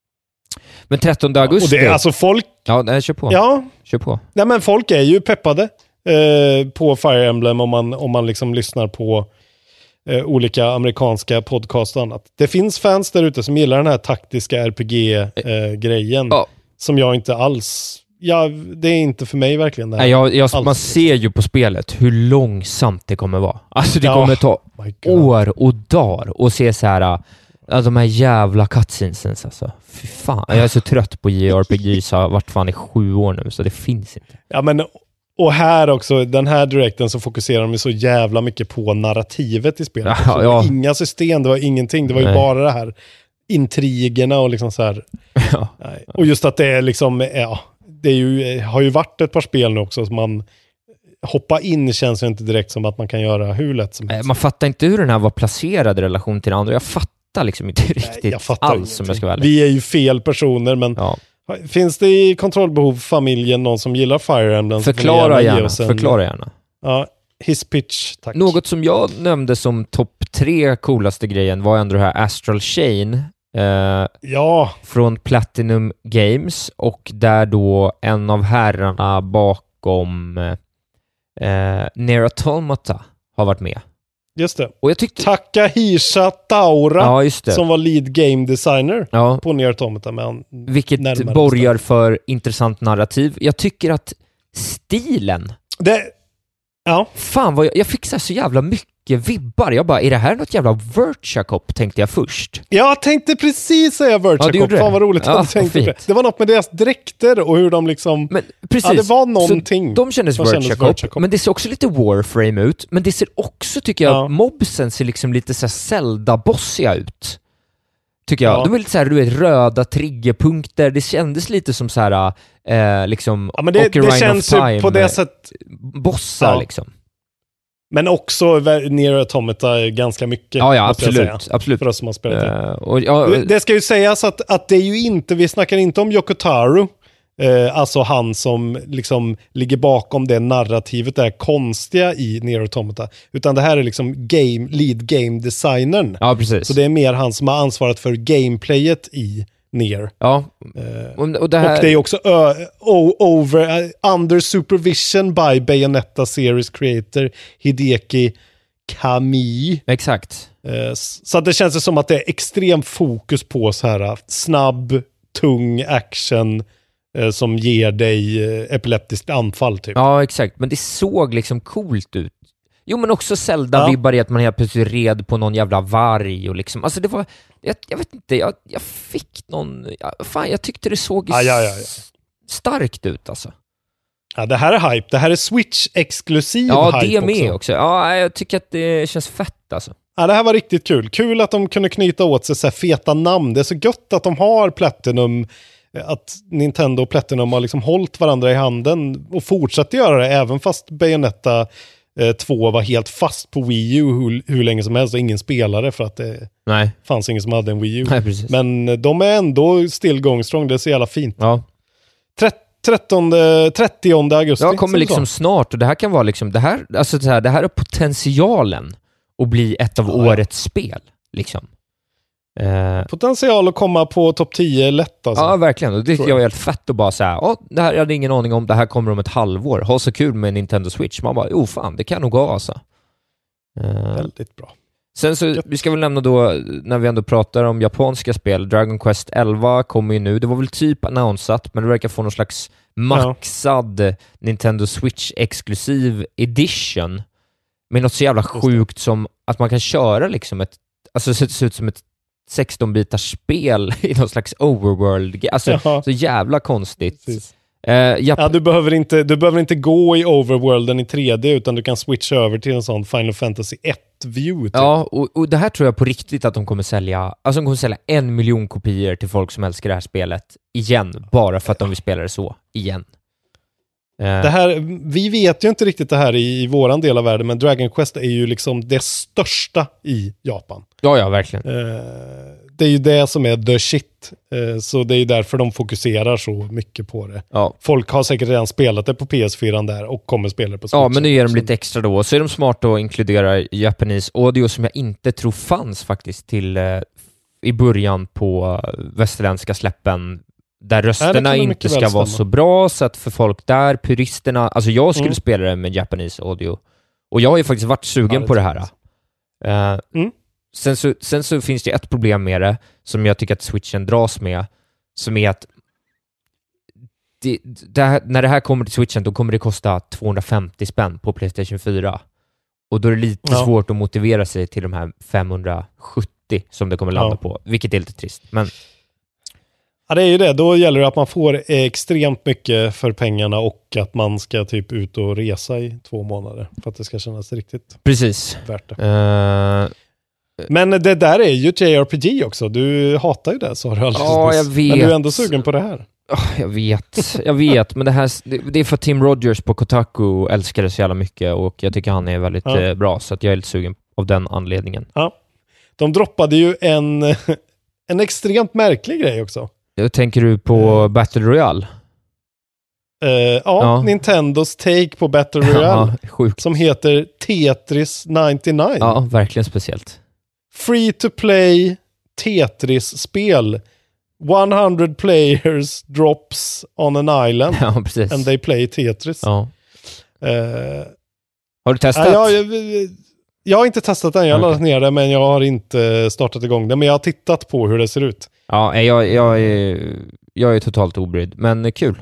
Men trettonde augusti. Och det är alltså folk... Ja, nej, kör på. Ja. Kör på. Nej, men folk är ju peppade eh, på Fire Emblem om man, om man liksom lyssnar på eh, olika amerikanska podcast och annat. Det finns fans där ute som gillar den här taktiska R P G-grejen. Eh, ja. Som jag inte alls... Ja, det är inte för mig verkligen. Det här. Nej, jag, jag, man ser ju på spelet hur långsamt det kommer vara. Alltså det ja. kommer ta år och dagar och se så här... Ja, de här jävla cutscenes alltså. Fy fan. Jag är så trött på J R P G så har varit fan i sju år nu så det finns inte. Ja, men och här också, den här direkten så fokuserar de så jävla mycket på narrativet i spelet. Ja, ja. Det var inga system, det var ingenting. Det var ju Nej. bara det här intrigerna och liksom så här. Ja. Nej. Och just att det är liksom, ja, det är ju, har ju varit ett par spel nu också som man hoppa in känns ju inte direkt som att man kan göra hur lätt som helst. Man fattar inte hur den här var placerad i relation till den andra. Jag fattar liksom inte riktigt Nej, jag alls som jag ska välja. Vi är ju fel personer, men ja. finns det i kontrollbehov familjen någon som gillar Fire Emblem? Förklara gärna, en, förklara gärna. Ja, his pitch, tack. Något som jag nämnde som topp tre coolaste grejen var ändå det här Astral Chain eh, ja. från Platinum Games, och där då en av herrarna bakom eh, Nier Automata har varit med. Just det. Och jag tyckte... Takahisa Taura, ja, just det. som var lead game designer ja. på Nier Automata. Med Vilket borgar för intressant narrativ. Jag tycker att stilen... Det... Ja. Fan, vad jag, jag fick så, så jävla mycket vibbar. Jag bara, är det här något jävla Virtua Cop, tänkte jag först. Jag tänkte precis säga Virtua ja, Cop. Fan vad roligt ja, att du tänkte det. Det var något med deras dräkter och hur de liksom... Men, precis. Ja, det var någonting. Så de kändes Virtua Cop, Cop, men det ser också lite Warframe ut. Men det ser också, tycker jag, ja. mobsen ser liksom lite så här Zelda-bossiga ut. Tycker jag. Ja. De är lite så här, du vet, röda triggerpunkter. Det kändes lite som så här, eh, liksom... Ja, men det, det känns ju på det sättet... Bossar, ja. liksom. Men också Nier Automata ganska mycket. Ja, ja, absolut. absolut. För oss som har spelat det. Uh, och, ja, det. Det ska ju sägas att, att det är ju inte, vi snackar inte om Yoko Taro, eh, alltså han som liksom ligger bakom det narrativet, det här konstiga i Nier Automata, utan det här är liksom game, lead game designern. Ja, precis. Så det är mer han som har ansvarat för gameplayet i Nier. Ja. Uh, och, och, det här... och det är också uh, over, uh, under supervision by Bayonetta series creator Hideki Kamiya. Exakt. Uh, så att det känns som att det är extrem fokus på så här snabb, tung action uh, som ger dig uh, epileptiskt anfall typ. Ja, exakt. Men det såg liksom coolt ut. Jo, men också Zelda-vibbar i att man helt plötsligt red på någon jävla varg och liksom, alltså det var, jag, jag vet inte, jag, jag fick någon, jag, fan, jag tyckte det såg ah, ja, ja, ja. starkt ut alltså. Ja, det här är hype, det här är Switch-exklusiv ja, hype det med också. också. Ja, jag tycker att det känns fett alltså. Ja, det här var riktigt kul. Kul att de kunde knyta åt sig så här feta namn. Det är så gött att de har Platinum, att Nintendo och Platinum har liksom hållit varandra i handen och fortsätter göra det även fast Bayonetta två var helt fast på Wii U hur, hur länge som helst och ingen spelare för att det Nej. fanns ingen som hade en Wii U. Nej, precis. Men de är ändå still going strong, det är så jävla fint. Ja. trettonde, trettionde augusti. Jag kommer liksom snart och det här kan vara liksom, det här, alltså det här, det här är potentialen att bli ett av ja, årets ja. spel liksom. Eh, Potential att komma på topp tio lätt alltså. Ja, verkligen. Och det är helt fett att bara säga, åh, det här, jag hade ingen aning om, det här kommer om ett halvår. Ha så kul med Nintendo Switch. Man bara, oh fan, det kan nog gå alltså. Eh, Väldigt bra. Sen så, vi ska väl nämna då, när vi ändå pratar om japanska spel, Dragon Quest elva kommer ju nu. Det var väl typ annonsat, men det verkar få någon slags maxad ja. Nintendo Switch exklusiv edition. Med något så jävla sjukt som att man kan köra liksom ett, alltså det ser ut som ett sexton-bitars spel i någon slags overworld. Alltså Jaha. så jävla konstigt. Uh, Jap- ja, du behöver inte du behöver inte gå i overworlden i tre D utan du kan switcha över till en sån Final Fantasy ett-view. Typ. Ja, och, och det här tror jag på riktigt att de kommer sälja, alltså de kommer sälja en miljon kopior till folk som älskar det här spelet igen, bara för att de vill spela det så igen. Uh. Det här, vi vet ju inte riktigt det här i, i våran del av världen, men Dragon Quest är ju liksom det största i Japan. Ja, ja, verkligen. Uh, det är ju det som är the shit. Uh, så det är ju därför de fokuserar så mycket på det. Ja. Folk har säkert redan spelat det på P S fyra där och kommer spela det på Switch. Ja, men nu ger de lite extra då. Så är de smarta att inkludera Japanese audio som jag inte tror fanns faktiskt till uh, i början på västerländska släppen. Där rösterna Nej, inte ska vara så bra, så att för folk där, puristerna, alltså jag skulle mm. spela det med Japanese audio. Och jag har ju faktiskt varit sugen ja, det på det här. Uh, mm. sen, så, sen så finns det ett problem med det, som jag tycker att Switchen dras med, som är att det, det här, när det här kommer till Switchen, då kommer det kosta tvåhundrafemtio spänn på PlayStation fyra. Och då är det lite ja. svårt att motivera sig till de här femhundrasjuttio som det kommer landa ja. på, vilket är lite trist. Men ja, det är ju det. Då gäller det att man får extremt mycket för pengarna och att man ska typ ut och resa i två månader för att det ska kännas riktigt Precis. värt det. Uh, Men det där är ju J R P G också. Du hatar ju det, sa du alldeles Ja, jag vet. Men du är ändå sugen på det här. Oh, jag vet. Jag vet, men det här det är för Tim Rogers på Kotaku älskar det så jävla mycket och jag tycker han är väldigt ja. bra, så att jag är lite sugen av den anledningen. Ja. De droppade ju en, en extremt märklig grej också. Tänker du på mm. Battle Royale? Uh, ja, ja, Nintendos take på Battle Royale. Ja, som heter Tetris nittionio. Ja, verkligen speciellt. Free to play Tetris-spel. hundra players drops on an island. Ja, precis. And they play Tetris. Ja. Uh, Har du testat? Ja, jag, jag har inte testat den, jag har okay. laddat ner det, men jag har inte startat igång det. Men jag har tittat på hur det ser ut. Ja, jag, jag, är, jag är totalt obrydd, men kul.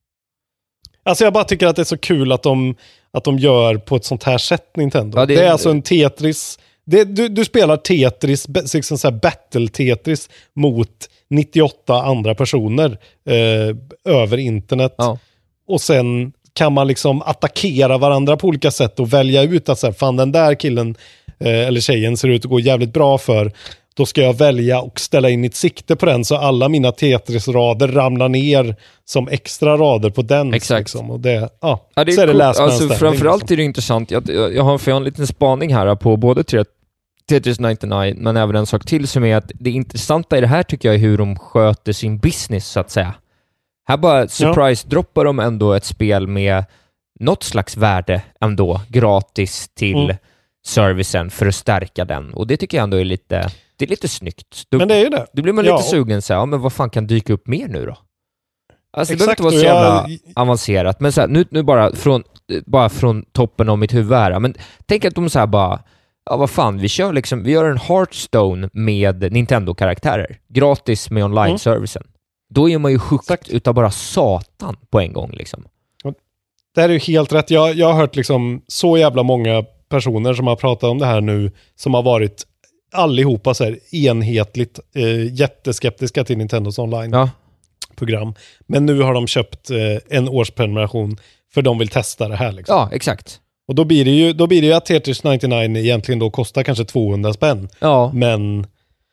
Alltså jag bara tycker att det är så kul att de, att de gör på ett sånt här sätt, Nintendo. Ja, det, det är alltså en Tetris... Det, du, du spelar Tetris, liksom så här battle Tetris mot nittioåtta andra personer eh, över internet. Ja. Och sen kan man liksom attackera varandra på olika sätt och välja ut att så här, fan den där killen eh, eller tjejen ser ut att gå jävligt bra för. Då ska jag välja och ställa in mitt sikte på den så alla mina Tetris-rader ramlar ner som extra rader på den. Exakt. Liksom. Och det, ja, ja, det är så är det cool. läsmän alltså, framförallt liksom. är det intressant. Jag, jag, har för en liten spaning här på både Tetris nittionio men även en sak till som är att det intressanta i det här tycker jag är hur de sköter sin business så att säga. Här bara surprise-droppar de ändå ett spel med något slags värde ändå gratis till mm. servicen för att stärka den. Och det tycker jag ändå är lite, det är lite snyggt. Då, men det är ju det. Då blir man ja. lite sugen så här, ja men vad fan kan dyka upp mer nu då? Alltså det Exakt, behöver inte vara så jävla jag... avancerat. Men så här, nu, nu bara, från, bara från toppen av mitt huvud här. Men tänk att de så här bara, ja vad fan, vi kör liksom, vi gör en Hearthstone med Nintendo-karaktärer. Gratis med online-servicen. Mm. Då är man ju sjukt utav bara satan på en gång liksom. Det här är ju helt rätt. Jag, jag har hört liksom så jävla många personer som har pratat om det här nu som har varit allihopa så här enhetligt eh, jätteskeptiska till Nintendos online-program. Ja. Men nu har de köpt eh, en årsprenumeration för de vill testa det här liksom. Ja, exakt. Och då blir det ju, då blir det ju att Tetris nittionio egentligen då kostar kanske tvåhundra spänn. Ja. Men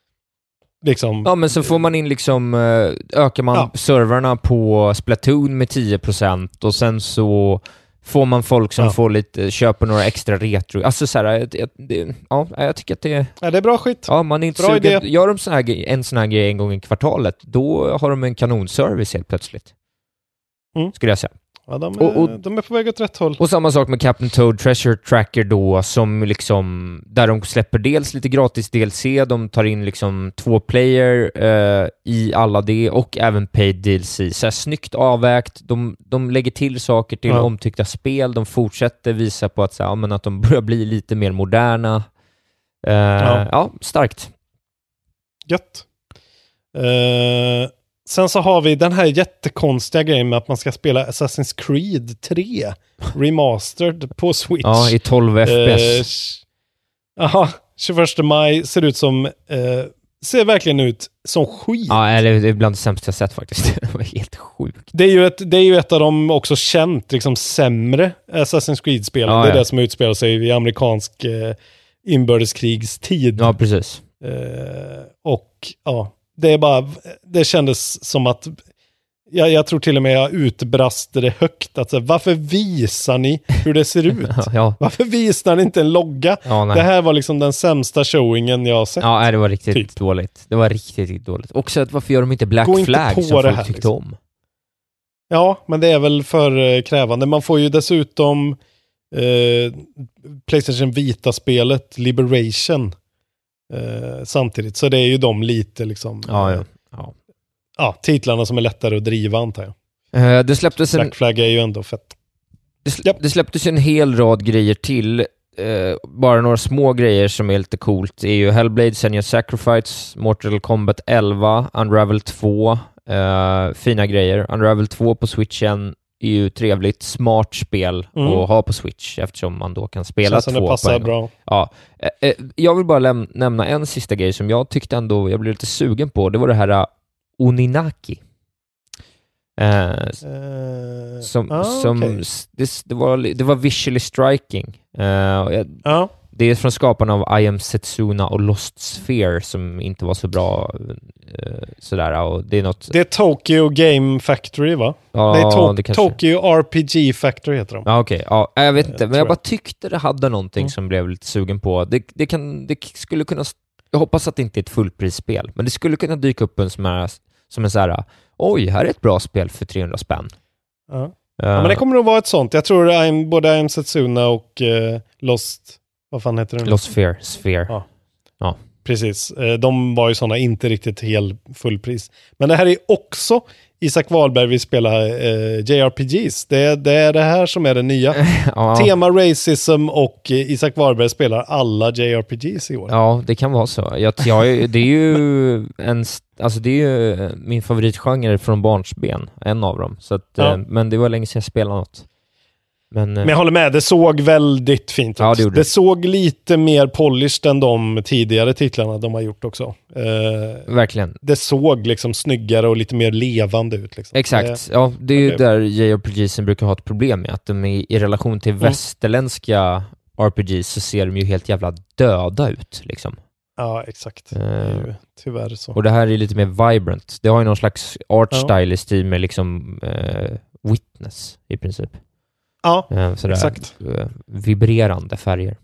liksom... Ja, men så får man in liksom, ökar man ja. serverna på Splatoon med tio procent och sen så får man folk som ja. får lite, köper några extra retro. Alltså så här, det, det, ja, jag tycker att det... Ja, det är bra skit. Ja, man är inte bra sugen. Idé. Gör de så här, en sån här grej en gång i kvartalet, då har de en kanonservice helt plötsligt. Mm. Skulle jag säga. Ja, de är, och, och, de är på väg åt rätt håll. Och samma sak med Captain Toad Treasure Tracker då, som liksom, där de släpper dels lite gratis D L C, de tar in liksom två player eh, i alla det och även paid D L C. Så här snyggt avvägt, de, de lägger till saker till ja. omtyckta spel, de fortsätter visa på att, så här, ja, men att de börjar bli lite mer moderna. Eh, ja. ja, starkt. Gött. Eh... Sen så har vi den här jättekonstiga grejen med att man ska spela Assassin's Creed tre Remastered på Switch. Ja, i tolv F P S. Jaha, eh, tjugoförsta maj ser ut som, eh, ser verkligen ut som skit. Ja, eller det är bland det sämsta jag sett faktiskt. Det var helt sjukt. Det är ju ett, det är ju ett av de också känt, liksom sämre Assassin's Creed-spelen. Ja, det är ja. det som utspelar sig i amerikansk eh, inbördeskrigstid. Ja, precis. Eh, och ja... Det är bara, det kändes som att jag, jag tror till och med jag utbrast det högt. Att, varför visar ni hur det ser ut? ja. Varför visar ni inte en logga? Ja, det här var liksom den sämsta showingen jag har sett. Ja, det var riktigt typ. dåligt. Det var riktigt, riktigt dåligt. Också att varför gör de inte Black Gå Flag inte som folk här, tyckte liksom. om? Ja, men det är väl för krävande. Man får ju dessutom eh, PlayStation Vita-spelet Liberation Uh, samtidigt, så det är ju de lite liksom ja, ja. Ja. ja, titlarna som är lättare att driva antar jag. Uh, det släpptes Black Flag är ju ändå fett. Det, sl- yep. det släpptes en hel rad grejer till. Uh, bara några små grejer som är lite coolt. Det är ju Hellblade, Senua's Sacrifice, Mortal Kombat elva, Unravel två. Uh, fina grejer. Unravel två på Switchen är ju trevligt, smart spel mm. att ha på Switch eftersom man då kan spela två det passar på bra. Ja. Eh, eh, jag vill bara läm- nämna en sista grej som jag tyckte ändå jag blev lite sugen på. Det var det här uh, Oninaki. Eh, uh, som, ah, som okay. det, det, var, det var visually striking. Eh, jag, ah. Det är från skaparna av I Am Setsuna och Lost Sphere som inte var så bra eh, sådär. Och det är något... Det är Tokyo Game Factory, va? Ja, det är to- det kanske... Tokyo R P G Factory heter de. Ja, okej. Okay. Ja, jag vet inte, jag men jag bara tyckte det hade någonting mm. som blev lite sugen på. Det, det, kan, det skulle kunna... Jag hoppas att det inte är ett fullprisspel, men det skulle kunna dyka upp en som, är, som en så här, oj, här är ett bra spel för trehundra spänn. Ja, uh. ja men det kommer nog vara ett sånt. Jag tror I'm, både I Am Setsuna och uh, Lost... Vad fan heter den? Lost Sphere. Sphere. Ja. ja. precis. De var ju sådana inte riktigt hel fullpris. Men det här är också Isak Wahlberg vill spela eh, J R P Gs. Det, det är det här som är det nya. Ja. Tema racism och eh, Isak Wahlberg spelar alla J R P Gs i år. Ja, det kan vara så. Jag, jag, det är ju en, alltså det är ju min favoritgenre från barnsben, en av dem. Så att, ja. eh, men det var länge sedan jag spelade något. Men, men jag håller med, det såg väldigt fint ut. Ja, det, det. det såg lite mer polished än de tidigare titlarna de har gjort också. Eh, Verkligen. Det såg liksom snyggare och lite mer levande ut. Liksom. Exakt, det, ja, det är ju okay. Där J R P Gs brukar ha ett problem med. Att de är, i relation till mm. västerländska R P Gs så ser de ju helt jävla döda ut. Liksom. Ja, exakt. Uh, det är ju tyvärr så. Och det här är lite mer vibrant. Det har ju någon slags art style ja. I stil med liksom uh, Witness i princip. Ja, sådär, exakt. Vibrerande färger.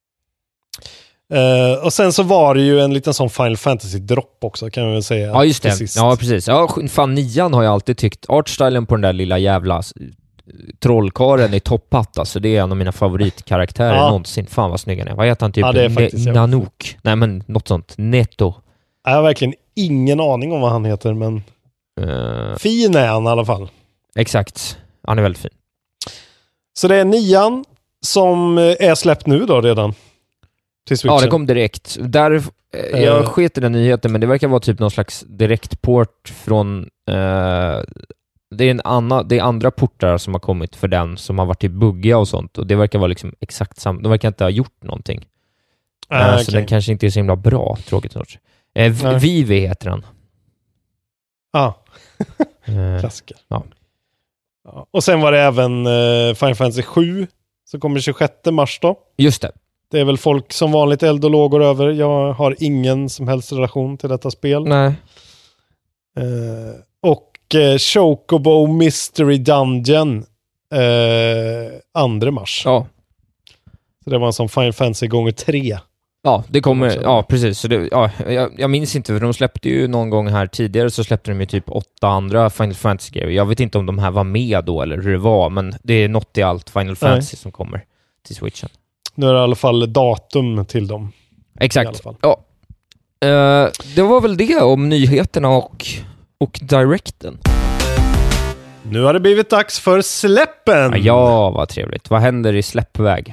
Uh, och sen så var det ju en liten sån Final Fantasy-dropp också, kan man väl säga. Ja, just det. Precis. Ja, precis. Ja, fan, nian har jag alltid tyckt. Artstylen på den där lilla jävla trollkaren är toppat. Alltså, det är en av mina favoritkaraktärer ja. Någonsin. Fan vad snygg han är. Vad heter han? Typ ja, det är faktiskt, ne- Nanook. Nej, men något sånt. Neto. Jag har verkligen ingen aning om vad han heter, men uh... fin är han i alla fall. Exakt. Han är väldigt fin. Så det är nian som är släppt nu då redan till Switchen. Ja, det kom direkt. Där, eh, jag sket i den nyheten, men det verkar vara typ någon slags direktport från... Eh, det, är en anna, det är andra portar som har kommit för den som har varit typ buggiga och sånt. Och det verkar vara liksom exakt samma. De verkar inte ha gjort någonting. Ah, eh, okay. Så den kanske inte är så himla bra, tråkigt nog. Eh, v- Vivi heter den. Ja, ah. Klassiker. Ja. Ja. Och sen var det även uh, Final Fantasy sju som kommer tjugosjätte mars då. Just det. Det är väl folk som vanligt eld och lågor över. Jag har ingen som helst relation till detta spel. Nej. Uh, och uh, Chocobo Mystery Dungeon uh, andra mars. Ja. Så det var en sån Final Fantasy gånger tre. Ja, det kommer, ja precis. Så det, ja, jag, jag minns inte, för de släppte ju någon gång här tidigare så släppte de ju typ åtta andra Final Fantasy-grejer. Jag vet inte om de här var med då eller hur det var, men det är något i allt Final Fantasy Nej. Som kommer till Switchen. Nu är det i alla fall datum till dem. Exakt. Ja. Uh, det var väl det om nyheterna och, och directen. Nu har det blivit dags för släppen! Ja, ja vad trevligt. Vad händer i släppväg?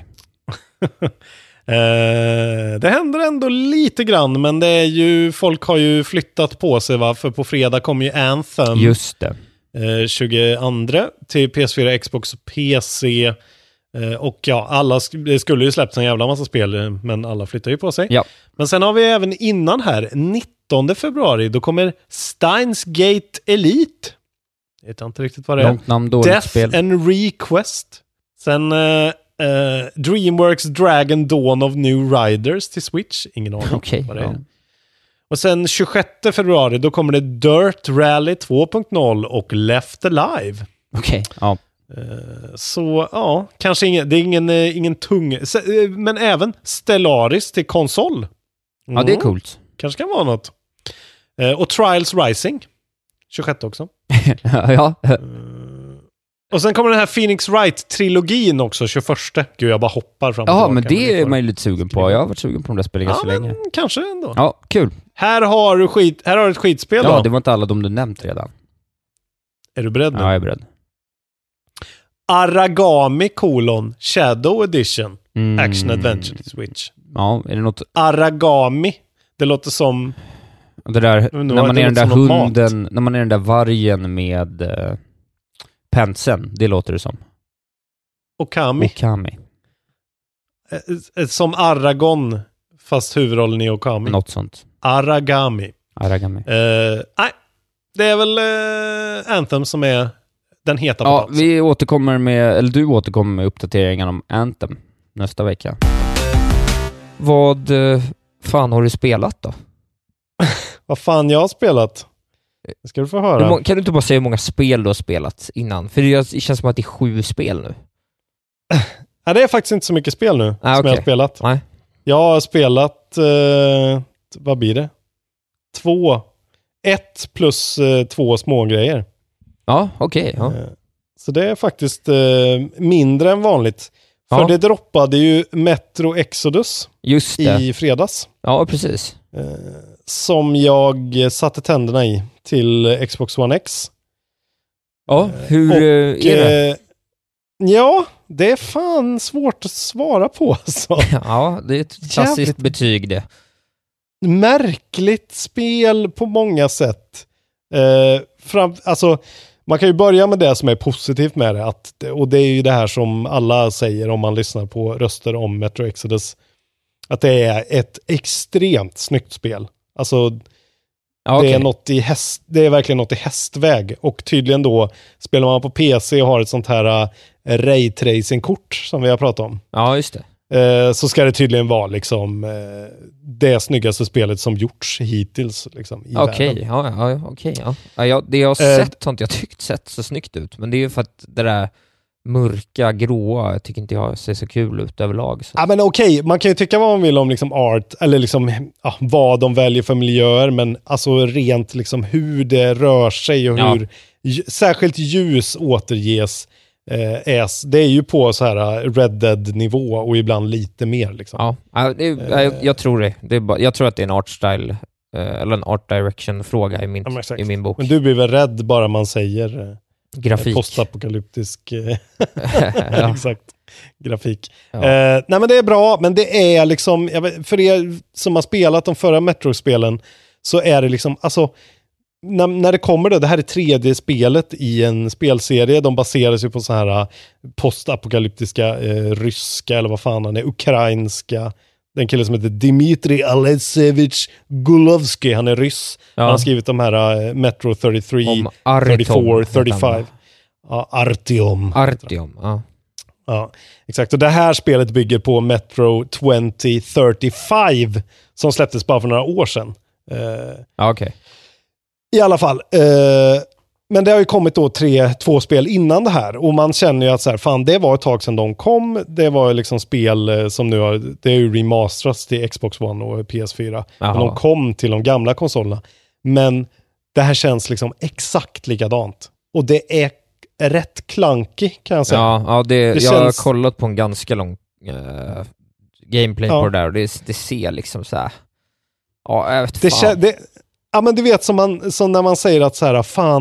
Eh, det händer ändå lite grann, men det är ju, folk har ju flyttat på sig, va? För på fredag kommer ju Anthem. Just det. Eh, tjugoandra till P S fyra, Xbox och P C. Eh, och ja, alla sk- det skulle ju släppts en jävla massa spel, men alla flyttar ju på sig. Ja. Men sen har vi även innan här, nittonde februari, då kommer Steins Gate Elite. Jag vet inte riktigt vad det är. Långt namn, dåligt Death spel. and Request. Sen... Eh, Uh, DreamWorks Dragon Dawn of New Riders till Switch. Ingen aning okay, vad det är. Ja. Och sen tjugosjätte februari då kommer det Dirt Rally två punkt noll och Left Alive. Okej, okay, ja. Uh, så ja, kanske ingen, det är ingen, uh, ingen tung... Uh, men även Stellaris till konsol. Mm. Ja, det är coolt. Kanske kan vara något. Uh, och Trials Rising. tjugosjätte också. ja. Uh, Och sen kommer den här Phoenix Wright-trilogin också, tjugoförsta. Gud, jag bara hoppar fram och Ja, tillbaka. men det är man ju lite sugen på. Jag har varit sugen på de där spelen ja, så länge. Kanske ändå. Ja, kul. Här har du skit, här har du ett skitspel ja, då. Det var inte alla de du nämnt redan. Är du beredd nu? Ja, jag är beredd. Aragami colon Shadow Edition. Mm. Action Adventure till Switch. Ja, är det något... Aragami. Det låter som... Det där, när man är den där hunden, mat. När man är den där vargen med... Uh... penseln, det låter det som. Okami. Okami. Som Aragon, fast huvudrollen i Okami. Något sånt. Aragami. Aragami. Uh, nej, det är väl uh, Anthem som är den heta Ja, potatsen. vi återkommer med, eller du återkommer med uppdateringar om Anthem nästa vecka. Vad uh, fan har du spelat då? Vad fan jag har spelat? Det ska du få höra. Må- kan du inte bara säga hur många spel du har spelat innan? För det känns som att det är sju spel nu. Nej, det är faktiskt inte så mycket spel nu ah, som okay. jag har spelat. Nej. Jag har spelat, eh, vad blir det? Två. Ett plus eh, två små grejer. Ja, okej. Okay, ja. eh, så det är faktiskt eh, mindre än vanligt. För ja. det droppade ju Metro Exodus Just det. i fredags. Ja, precis. Eh, som jag satte tänderna i till Xbox One X. Ja, hur och, är det? Eh, ja, det är fan svårt att svara på. Alltså. Ja, det är ett klassiskt Jävligt betyg det. Märkligt spel på många sätt. Eh, fram, alltså, man kan ju börja med det som är positivt med det. Att, och det är ju det här som alla säger om man lyssnar på röster om Metro Exodus. Att det är ett extremt snyggt spel. Alltså, ja, okay. det, är något i häst, det är verkligen något i hästväg. Och tydligen då, spelar man på P C och har ett sånt här uh, raytracing-kort som vi har pratat om. Ja, just det. Eh, så ska det tydligen vara liksom eh, det snyggaste spelet som gjorts hittills liksom, i Okej, världen. ja, ja, okej, ja. ja jag, det jag har sett har inte jag tyckt sett så snyggt ut, men det är ju för att det där mörka, gråa, jag tycker inte jag ser så kul ut överlag. Så. Ja, men okej, man kan ju tycka vad man vill om liksom art, eller liksom ja, vad de väljer för miljöer, men alltså rent liksom hur det rör sig och hur ja. särskilt ljus återges. Eh, är, det är ju på så här Red Dead-nivå och ibland lite mer. Liksom. Ja, det är, jag, jag tror det. det är bara, jag tror att det är en art style eh, eller en art direction-fråga i min, ja, i min bok. Men du blir väl rädd bara man säger eh, grafik. Postapokalyptisk eh, ja. exakt, grafik. Ja. Eh, nej men det är bra, men det är liksom, jag vet, för er som har spelat de förra Metro-spelen så är det liksom, alltså När, när det kommer då, det här är tredje spelet i en spelserie, de baseras ju på så här postapokalyptiska eh, ryska, eller vad fan han är, ukrainska, den killen som heter Dmitri Alexevich Gulovsky, han är ryss, ja. Han har skrivit de här eh, Metro trettiotre, fyrtiofyra, trettiofem. Ja, Artyom. Artyom, ja. Ja, exakt. Och det här spelet bygger på Metro tjugo trettiofem som släpptes bara för några år sedan. Eh, ja, okej. Okay. I alla fall. Eh, men det har ju kommit då tre, två spel innan det här. Och man känner ju att så här, fan, det var ett tag sedan de kom. Det var liksom spel eh, som nu har, det är ju remasterats till Xbox One och P S fyra. Men de kom till de gamla konsolerna. Men det här känns liksom exakt likadant. Och det är rätt clunky, kan jag säga. Ja, ja det, det jag känns... har kollat på en ganska lång uh, gameplay ja. på det där. Och det, det ser liksom så här. Ja, jag vet det fan. Kä- det, ja, men du vet som, man, som när man säger att så här, fan,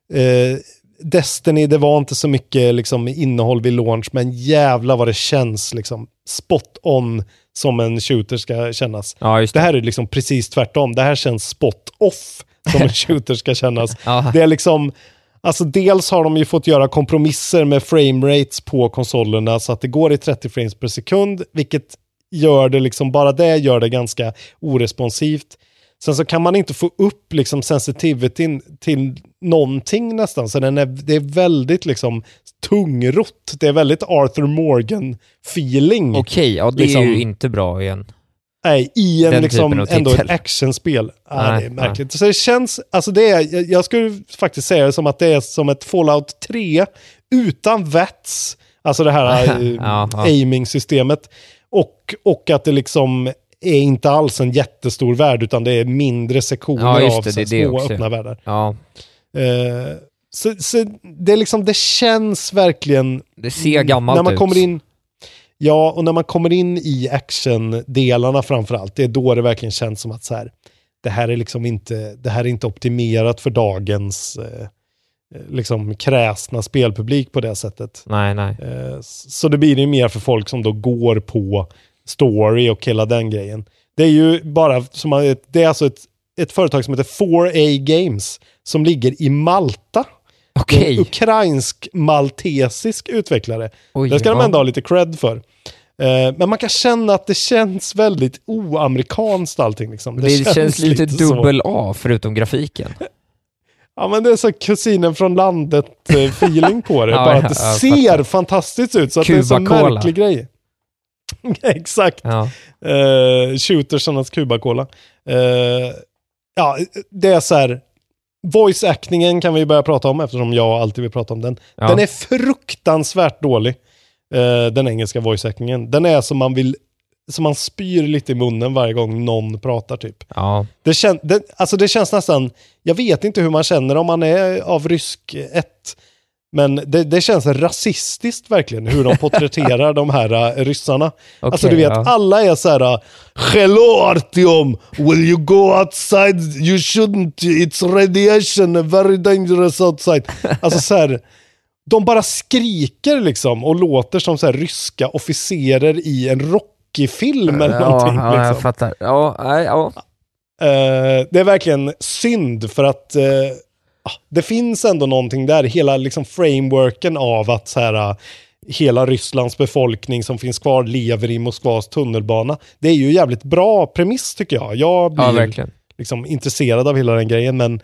eh, Destiny, det var inte så mycket liksom, innehåll vid launch, men jävla vad det känns liksom, spot on som en shooter ska kännas. Ja, just det. Det här är liksom precis tvärtom. Det här känns spot off som en shooter ska kännas. Ja. Det är liksom, alltså dels har de ju fått göra kompromisser med frame rates på konsolerna så att det går i trettio frames per sekund, vilket gör det liksom, bara det gör det ganska oresponsivt. Sen så kan man inte få upp liksom sensitivityn till någonting nästan, så den är, det är väldigt liksom tungrott. Det är väldigt Arthur Morgan-feeling. Okej, ja det liksom, är ju inte bra igen. Nej, i en liksom ändå ett actionspel. Ja, det är märkligt. Nej. Så det känns, alltså det är, jag skulle faktiskt säga det som att det är som ett Fallout tre utan V A T S. Alltså det här ja, ja. aiming-systemet. Och, och att det liksom är inte alls en jättestor värld, utan det är mindre sektioner ja, av det, så det, det små också. öppna världar. Ja. Uh, så, så det är liksom, det känns verkligen... Det ser gammalt när man ut. Kommer in, ja, och när man kommer in i action-delarna framförallt, det är då det verkligen känns som att så här, det här är liksom inte, det här är inte optimerat för dagens eh, liksom kräsna spelpublik på det sättet. Nej, nej. Eh, så det blir det mer för folk som då går på story och hela den grejen. Det är ju bara som man, det är alltså ett, ett företag som heter four A Games som ligger i Malta. Okej. En ukrainsk-maltesisk utvecklare. Oj, det ska ja. de ändå ha lite cred för. Uh, men man kan känna att det känns väldigt oamerikanskt allting. Liksom. Det, det känns, känns lite, lite dubbel A förutom grafiken. Ja, men det är så kusinen från landet-feeling på det. ja, bara att det ja, ser fantastiskt ut. Så att det är en så märklig grej. Exakt. Ja. Uh, Shootersarnas Cuba-Cola. Uh, ja, det är så här. Voice-actingen kan vi börja prata om, eftersom jag alltid vill prata om den. Ja. Den är fruktansvärt dålig. Uh, den engelska voice-actingen. Den är som man vill, som man spyr lite i munnen varje gång någon pratar typ. Ja. Det, kän, det, alltså det känns nästan, jag vet inte hur man känner om man är av rysk ett. Men det, det känns rasistiskt verkligen hur de porträtterar de här uh, ryssarna. Okay, alltså du vet, ja. Alla är så här: hello Artyom, will you go outside? You shouldn't, it's radiation, very dangerous outside. Alltså så här, de bara skriker liksom och låter som så här ryska officerer i en Rocky-film eller ja, någonting. Ja, liksom. jag fattar. Ja, ja, ja. Uh, det är verkligen synd för att uh, det finns ändå någonting där, hela liksom frameworken av att så här, hela Rysslands befolkning som finns kvar lever i Moskvas tunnelbana. Det är ju jävligt bra premiss tycker jag. Jag blir ja, liksom intresserad av hela den grejen, men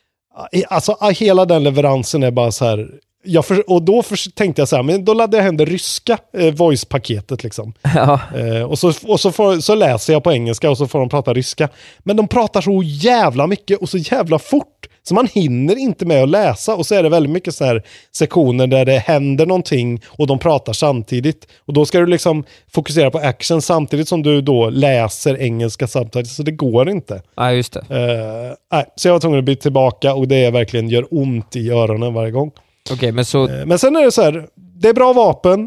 alltså hela den leveransen är bara så här. Jag för, och då för, tänkte jag så här, men då laddade jag hem det ryska eh, voice-paketet liksom. Ja. Eh, och så, och så, får, så läser jag på engelska och så får de prata ryska. Men de pratar så jävla mycket och så jävla fort så man hinner inte med att läsa. Och så är det väldigt mycket så här sektioner där det händer någonting och de pratar samtidigt. Och då ska du liksom fokusera på action samtidigt som du då läser engelska subtitles. Så det går inte. Ja, just det. Eh, nej, så jag var tvungen att byta tillbaka och det verkligen gör ont i öronen varje gång. Okay, men, så... men sen är det så här, det är bra vapen,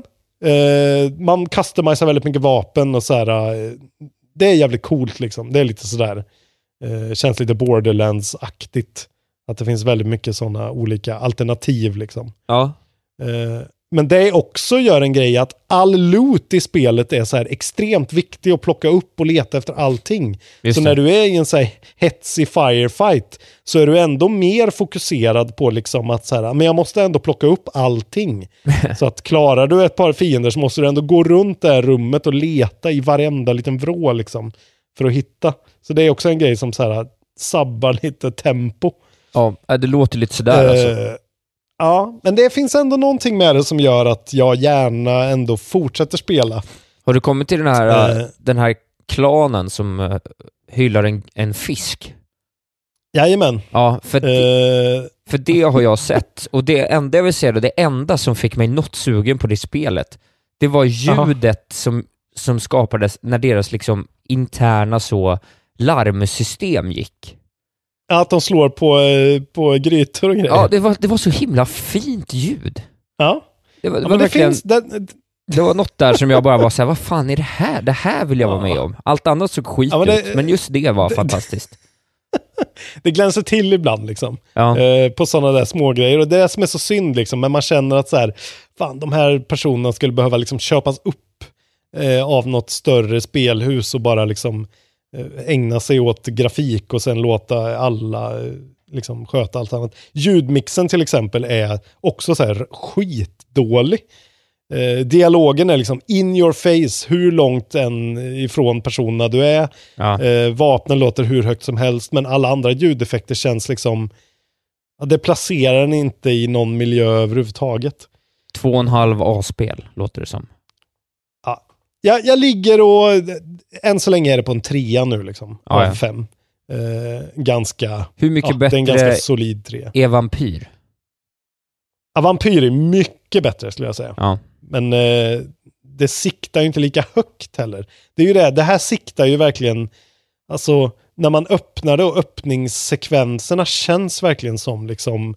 eh, man customiserar väldigt mycket vapen och så här, eh, det är jävligt coolt liksom, det är lite sådär, eh, känns lite Borderlands-aktigt, att det finns väldigt mycket sådana olika alternativ liksom. Ja. Eh, men det också gör en grej att all loot i spelet är så här extremt viktig att plocka upp och leta efter allting. Just så det. När du är i en så här hetsig firefight så är du ändå mer fokuserad på liksom att så här, men jag måste ändå plocka upp allting. Så att klarar du ett par fiender så måste du ändå gå runt det här rummet och leta i varenda liten vrå liksom för att hitta. Så det är också en grej som så här sabbar lite tempo. Ja, det låter lite sådär uh, alltså. Ja, men det finns ändå någonting med det som gör att jag gärna ändå fortsätter spela. Har du kommit till den här, uh, den här klanen som uh, hyllar en, en fisk? Jajamän. Ja, för, uh, det, för det har jag sett. Och det enda jag vill säga, det enda som fick mig något sugen på det spelet, det var ljudet som, som skapades när deras liksom interna så larmsystem gick. Att de slår på, på grytor och grejer. Ja, det var, det var så himla fint ljud. Ja. Det var, det ja, var men verkligen... Det, finns, det... det var något där som jag bara var så här, vad fan är det här? Det här vill jag ja. vara med om. Allt annat såg skit ja, men det, ut, men just det var det, fantastiskt. Det glänser till ibland liksom. Ja. Eh, på sådana där små grejer. Och det är det som är så synd liksom. Men man känner att så här, fan, de här personerna skulle behöva liksom köpas upp eh, av något större spelhus och bara liksom ägna sig åt grafik och sen låta alla liksom sköta allt annat. Ljudmixen till exempel är också så här skitdålig. Eh, dialogen är liksom in your face, hur långt än ifrån personerna du är. Ja. Eh, vapnen låter hur högt som helst, men alla andra ljudeffekter känns liksom, ja, det placerar den inte i någon miljö överhuvudtaget. Två och en halv A-spel låter det som. Ja. Jag, jag ligger och än så länge är det på en trea nu liksom. Ja, av ja. fem. Eh, ganska, hur mycket ja, bättre det är en ganska solid tre. Är Vampyr? Ja, Vampyr är mycket bättre skulle jag säga. Ja. Men eh, det siktar ju inte lika högt heller. Det är ju det, det här siktar ju verkligen, alltså när man öppnar det och öppningssekvenserna känns verkligen som liksom,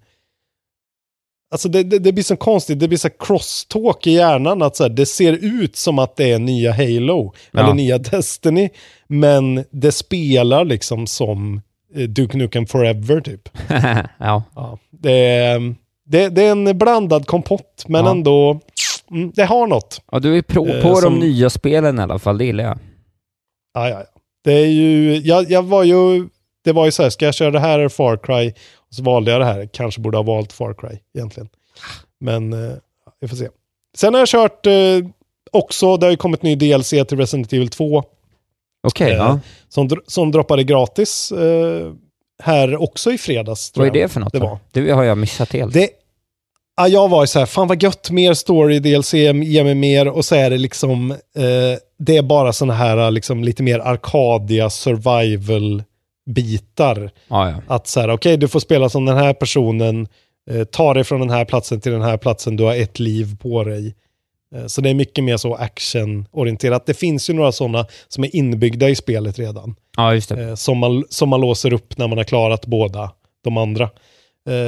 alltså det, det, det blir så konstigt, det blir så crosstalk i hjärnan att så här, det ser ut som att det är nya Halo ja. eller nya Destiny, men det spelar liksom som eh, Duke Nukem Forever typ. ja. ja. Det är det, det är en blandad kompott, men ja. ändå mm, det har något. Ja, du är pro på eh, som, de nya spelen i alla fall, det gillar jag. Ja, ja, ja. Det är ju, jag, jag var ju, det var ju så här, ska jag köra det här eller Far Cry? Och så valde jag det här. Kanske borde ha valt Far Cry egentligen. Men eh, vi får se. Sen har jag kört eh, också, det har ju kommit ny D L C till Resident Evil två. Okej, okay, eh, ja. Som, som droppade gratis eh, här också i fredags. Vad är det för något? Det, var. det har jag missat helt. Det, ja, jag var ju så här, fan vad gött, mer story, D L C, ge mig mer. Och så är det liksom, eh, det är bara såna här liksom lite mer arkadia survival bitar. Ah, ja. Att så här, okej, okay, du får spela som den här personen, eh, ta dig från den här platsen till den här platsen, du har ett liv på dig. Eh, så det är mycket mer så actionorienterat. Det finns ju några sådana som är inbyggda i spelet redan. Ja, just det. Eh, som, man, som man låser upp när man har klarat båda de andra. Eh,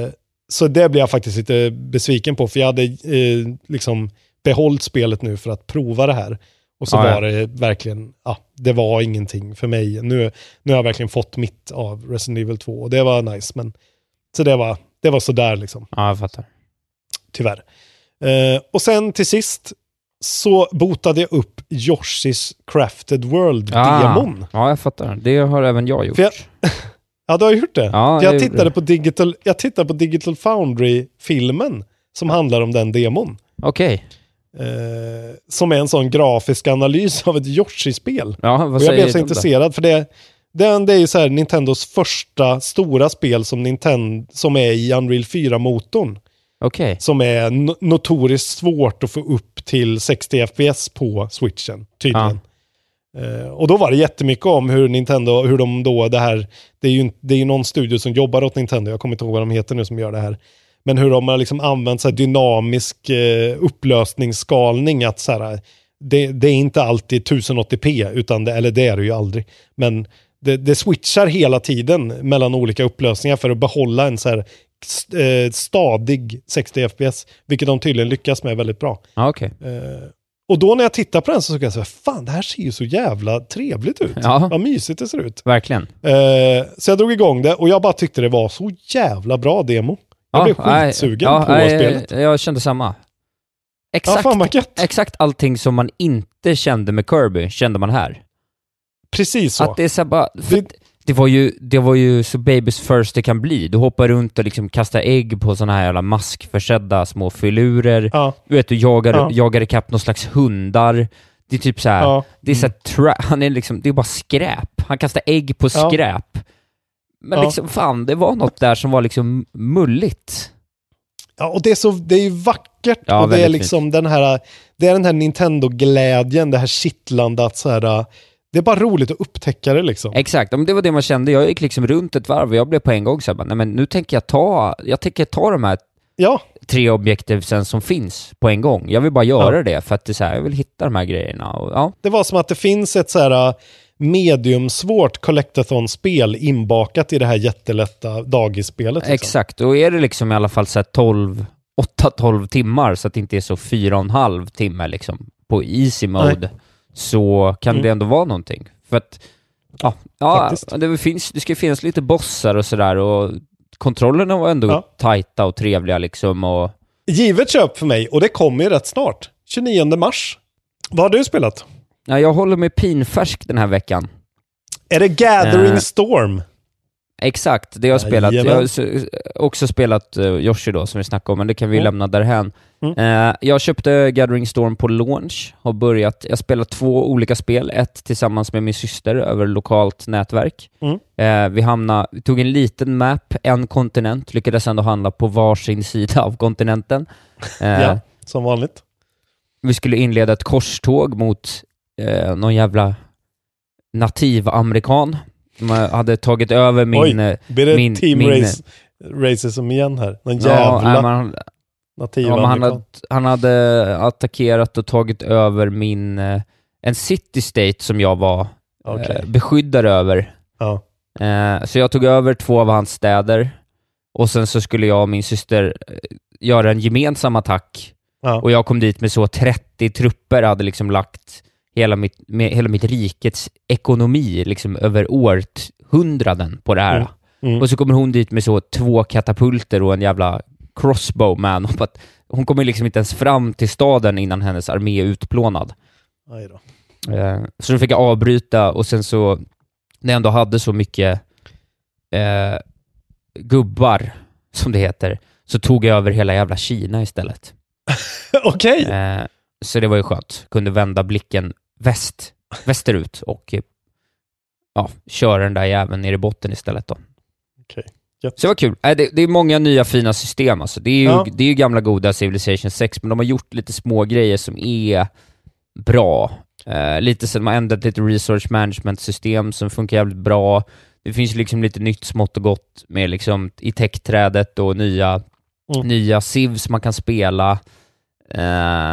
så det blir jag faktiskt lite besviken på, för jag hade eh, liksom behållit spelet nu för att prova det här. Och så ja, var det verkligen, ja, det var ingenting för mig. Nu, nu har jag verkligen fått mitt av Resident Evil två och det var nice, men så det var, det var så där liksom. Ja, jag fattar. Tyvärr. Eh, och sen till sist så botade jag upp Yoshi's Crafted World-demon. Ah, ja, jag fattar. Det har även jag gjort. Jag, ja, du har gjort det. Ja, jag, jag tittade på Digital, jag tittade på Digital Foundry-filmen som handlar om den demon. Okej. Okay. Eh, som är en sån grafisk analys av ett Yoshi-spel. Ja, vad och jag blev så intresserad, för det, det, det är ju så här Nintendos första stora spel som, Nintendo, som är i Unreal fyra-motorn. Okay. Som är no- notoriskt svårt att få upp till sextio F P S på Switchen, tydligen. Ja. Uh, och då var det jättemycket om hur Nintendo, hur de då, det här, det är ju det är ju någon studio som jobbar åt Nintendo, jag kommer inte ihåg vad de heter nu som gör det här. Men hur de har liksom använt så här dynamisk uh, upplösningsskalning, att så här, det, det är inte alltid tusen åttio p, utan det, eller det är det ju aldrig. Men det, det switchar hela tiden mellan olika upplösningar för att behålla en så här stadig sextio F P S, vilket de tydligen lyckas med väldigt bra. Ah, okay. eh, och då när jag tittar på den så kan jag säga, fan, det här ser ju så jävla trevligt ut. Ja. Vad mysigt det ser ut. Verkligen. Eh, så jag drog igång det och jag bara tyckte det var så jävla bra demo. Jag ja, blev skitsugen ja, på ja, spelet. Jag, jag kände samma. Exakt, ja, fan vad gött. Exakt allting som man inte kände med Kirby kände man här. Precis så. Att det är så bara... Det, Det var, ju, det var ju så babies first det kan bli. Du hoppar runt och liksom kastar ägg på såna här jävla maskförsedda små filurer. Ja. Du vet, du jagar, ja. jagar ikapp någon slags hundar. Det är typ så här, ja. det är så här tra- han är liksom, det är bara skräp. Han kastar ägg på ja. skräp. Men ja. liksom, fan, det var något där som var liksom mulligt. Ja, och det är så, det är ju vackert. Ja, och det är liksom fint. den här, det är den här Nintendo-glädjen, det här kittlande att så här, det är bara roligt att upptäcka det liksom. Exakt, det var det man kände. Jag gick liksom runt ett varv och jag blev på en gång så här, nej men nu tänker jag ta, jag tänker ta de här ja. tre objektiv sen som finns på en gång. Jag vill bara göra ja. det för att det är så här, jag vill hitta de här grejerna. Och, ja. Det var som att det finns ett så här medium-svårt collectathon-spel inbakat i det här jättelätta dagisspelet. Liksom. Exakt, och är det liksom i alla fall så här tolv, åtta tolv timmar så att det inte är så fyra och en halv timme liksom på easy mode. Nej. Så kan mm. det ändå vara någonting. För att ja, ja det, finns, det ska finnas lite bossar och sådär, och kontrollerna var ändå ja. tajta och trevliga liksom. Och... Givet köp för mig, och det kommer ju rätt snart. tjugonionde mars. Vad har du spelat? Ja, jag håller mig pinfärsk den här veckan. Är det Gathering eh, Storm? Exakt, det jag har spelat. Jag har också spelat uh, Yoshi då, som vi snackade om, men det kan vi mm. lämna därhän. Mm. Uh, jag köpte Gathering Storm på launch, har börjat, jag spelar två olika spel, ett tillsammans med min syster över lokalt nätverk. Mm. Uh, vi hamnade, vi tog en liten map, en kontinent, lyckades ändå handla på varsin sida av kontinenten. Uh, ja, som vanligt. Vi skulle inleda ett korståg mot uh, någon jävla nativ-amerikan. De hade tagit över min... Oj, blir det min, team min, race, racism igen här? Någon jävla ja, man, nativ ja, amerikan. han, hade, han hade attackerat och tagit över min... En city-state som jag var okay. eh, beskyddare över. Ja. Eh, så jag tog över två av hans städer. Och sen så skulle jag och min syster göra en gemensam attack. Ja. Och jag kom dit med så trettio trupper, hade liksom lagt... Hela mitt, med hela mitt rikets ekonomi liksom över århundraden på det här. Mm. Mm. Och så kommer hon dit med så två katapulter och en jävla crossbowman. Och att hon kommer liksom inte ens fram till staden innan hennes armé är utplånad. Aj då. Eh, så då fick jag avbryta, och sen så när jag ändå hade så mycket eh, gubbar, som det heter, så tog jag över hela jävla Kina istället. Okej. Okay. Eh, så det var ju skönt. Kunde vända blicken väst, västerut och ja, köra den där jäveln ner i botten istället då. Okay. Yep. Så det var kul. Äh, det, det är många nya fina system alltså. Det är ju, ja. det är ju gamla goda Civilization sex, men de har gjort lite små grejer som är bra. Eh, lite så de har ändrat lite resource management system som funkar jävligt bra. Det finns liksom lite nytt smått och gott med liksom i tech-trädet och nya, mm. nya civs man kan spela. Eh,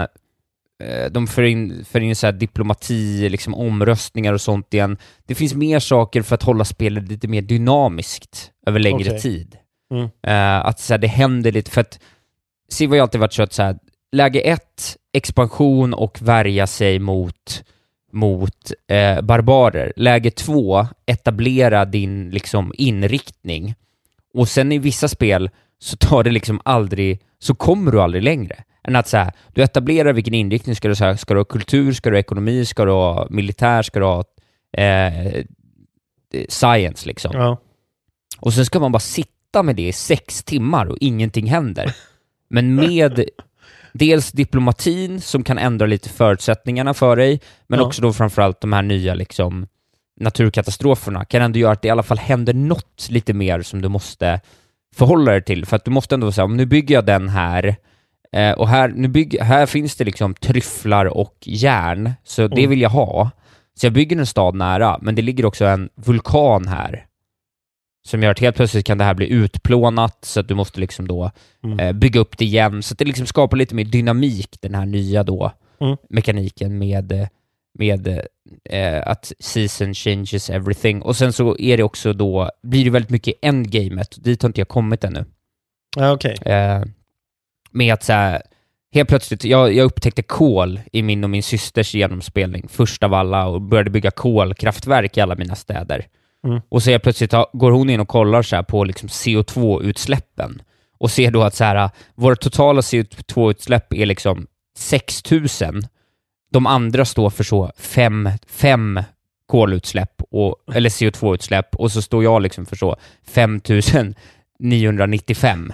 de för in, för in så här diplomati, liksom omröstningar och sånt igen. Det finns mer saker för att hålla spelet lite mer dynamiskt över längre okay. tid. Mm. Uh, att så här, det händer lite, för att Civ har ju alltid varit så att så här, läge ett, expansion och värja sig mot mot eh, barbarer. Läge två, etablera din liksom inriktning. Och sen i vissa spel så tar det liksom aldrig, så kommer du aldrig längre. Än att så här, du etablerar vilken inriktning ska du ha. Ska du ha kultur, ska du ha ekonomi, ska du ha militär, ska du ha eh, science liksom. Ja. Och sen ska man bara sitta med det i sex timmar och ingenting händer. Men med dels diplomatin som kan ändra lite förutsättningarna för dig, men ja. också då framförallt de här nya liksom naturkatastroferna kan ändå göra att det i alla fall händer något lite mer som du måste förhålla dig till. För att du måste ändå säga, om nu bygger jag den här eh, och här, nu bygger, här finns det liksom tryfflar och järn, så mm. det vill jag ha. Så jag bygger en stad nära, men det ligger också en vulkan här som gör att helt plötsligt kan det här bli utplånat, så att du måste liksom då mm. eh, bygga upp det igen. Så att det liksom skapar lite mer dynamik, den här nya då mm. mekaniken med, med eh, att season changes everything. Och sen så är det också då, blir det väldigt mycket endgamet. Dit har inte jag kommit ännu. Ja, okej. Okay. Eh, med att så här, helt plötsligt, jag, jag upptäckte kol i min och min systers genomspelning först av alla och började bygga kolkraftverk i alla mina städer. Mm. Och så är plötsligt går hon in och kollar så här på liksom C O två-utsläppen och ser då att så här, våra totala C O två-utsläpp är liksom sex tusen. De andra står för så fem, fem kolutsläpp och, eller C O två-utsläpp, och så står jag liksom för så fem tusen niohundranittiofem.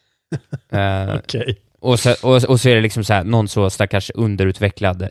uh, okay. och, så, och, och så är det liksom så här, någon så stackars underutvecklad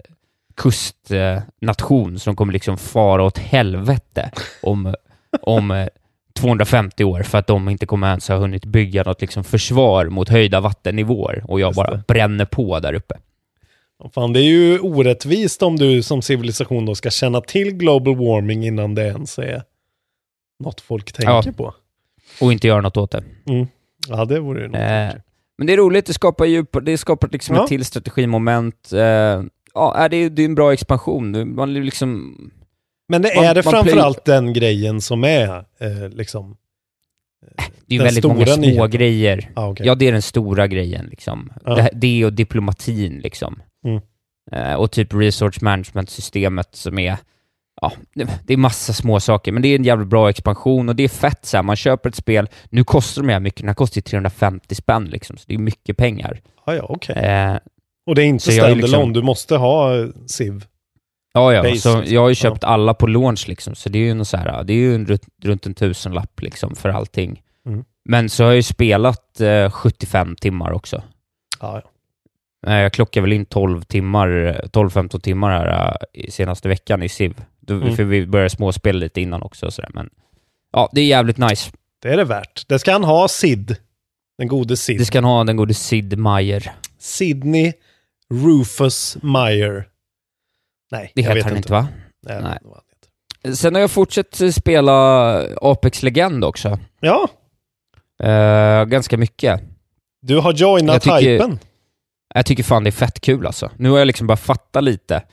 kustnation som kommer liksom fara åt helvete om, om tvåhundrafemtio år för att de inte kommer ens ha hunnit bygga något liksom försvar mot höjda vattennivåer, och jag bara bränner på där uppe. Fan, det är ju orättvist om du som civilisation då ska känna till global warming innan det ens är något folk tänker ja. på. Och inte göra något åt det. Mm. Ja, det vore ju något. Eh, men det är roligt, det skapar ju det skapar liksom ja. ett till strategimoment. Eh, Ja, det är ju en bra expansion. Man liksom, men det man, är det framförallt play... den grejen som är eh, liksom eh, det är ju väldigt många små nyheten. grejer. Ah, okay. Ja, det är den stora grejen liksom. Ah. Det, det och diplomatin liksom. Mm. Eh, och typ resource management-systemet som är, ja, det, det är massa små saker, men det är en jävligt bra expansion och det är fett så här. Man köper ett spel, nu kostar de här mycket, den här kostar trehundrafemtio spänn liksom, så det är mycket pengar. Ah, ja, okej. Okay. Eh, Och det är inte standalone, liksom, du måste ha Civ. Ja, ja. Base, så jag har ju köpt ja. alla på launch liksom, så det är ju en så här, det är ju en, runt en tusenlapp liksom för allting. Mm. Men så har jag ju spelat eh, sjuttiofem timmar också. Ja, ja. Eh, jag klockar väl in tolv timmar, tolv femton timmar här eh, senaste veckan i Civ. Då, mm. För vi började småspela lite innan också och så där, men ja, det är jävligt nice. Det är det värt. Det ska han ha, Sid. Den gode Sid. Det ska han ha, den gode Sid Meier. Sydney Rufus Meyer. Nej, det jag heter vet han inte, inte, va? Nej. Nej. Sen har jag fortsatt spela Apex Legend också. Ja. Uh, ganska mycket. Du har joinat jag tycker, hypen. Jag tycker fan det är fett kul alltså. Nu har jag liksom bara fattat lite.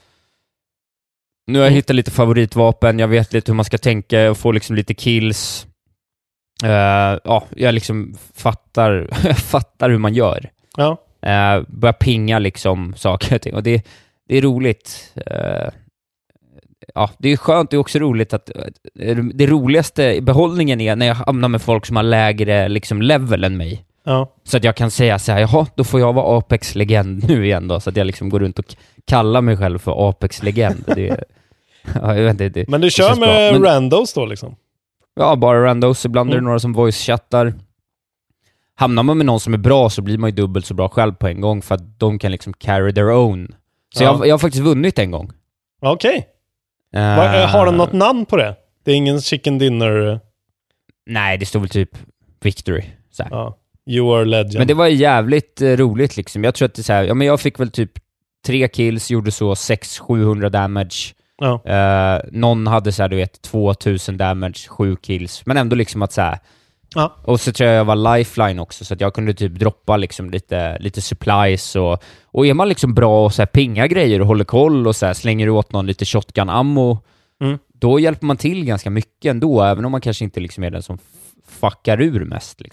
Nu har jag mm. hittat lite favoritvapen. Jag vet lite hur man ska tänka och få liksom lite kills. Uh, ja, jag liksom fattar, fattar hur man gör. Ja. Uh, börjar pinga liksom saker och ting. Och det, det är roligt. Uh, ja, det är skönt. Det är också roligt att uh, det roligaste i behållningen är när jag hamnar med folk som har lägre liksom level än mig. Ja. Så att jag kan säga så här, jaha, då får jag vara Apex Legend nu igen då. Så att jag liksom går runt och k- kallar mig själv för Apex Legend. Det, ja, jag vet inte, det, Men du kör med Men, randos då liksom? Ja, bara randos. Ibland mm. är det några som voice-chattar. Hamnar man med någon som är bra så blir man ju dubbelt så bra själv på en gång för att de kan liksom carry their own. Så ja. jag, jag har faktiskt vunnit en gång. Okej. Okay. Uh, har de något namn på det? Det är ingen chicken dinner? Nej, det står väl typ Victory. Så här. Ja. You are legend. Men det var jävligt uh, roligt liksom. Jag tror att det är så här, ja men jag fick väl typ tre kills, gjorde så sex sjuhundra damage. Ja. Uh, någon hade så här, du vet, tvåtusen damage, sju kills. Men ändå liksom att så här. Ja. Och så tror jag jag var lifeline också, så att jag kunde typ droppa liksom lite, lite supplies och, och är man liksom bra och så här pinga grejer och håller koll och så här slänger åt någon lite shotgun ammo, mm. då hjälper man till ganska mycket ändå, även om man kanske inte liksom är den som f- fuckar ur mest liksom.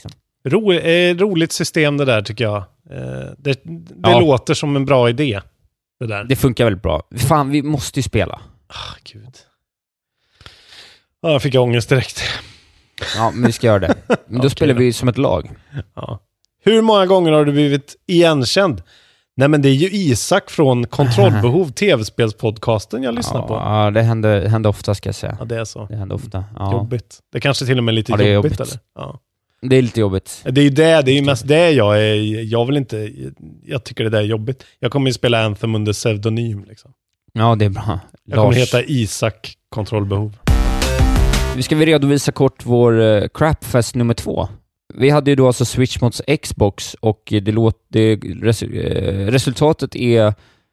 Ro, eh, roligt system det där tycker jag. Eh, det det ja. låter som en bra idé. Det där. Det funkar väldigt bra. Fan, vi måste ju spela. Ah, gud. Ja, jag fick ångest direkt. Ja, men vi ska göra det. Men då okay, spelar vi som ett lag. Ja. Hur många gånger har du blivit igenkänd? Nej, men det är ju Isak från Kontrollbehov, tv-spelspodcasten jag lyssnar ja, på. Ja, det händer, händer ofta ska jag säga. Ja, det är så. Det händer ofta. Ja. Jobbigt. Det kanske till och med är lite ja, är jobbigt, jobbigt. eller? Ja. Det är lite jobbigt. Det är ju det, det är ju mest det jag är, jag vill inte, jag tycker det där är jobbigt. Jag kommer ju spela Anthem under pseudonym liksom. Ja, det är bra. Jag kommer heta Isak Kontrollbehov. Vi ska vi redovisa kort vår uh, Crapfest nummer två. Vi hade ju då alltså Switch mot Xbox och det låt, det, res, uh, resultatet är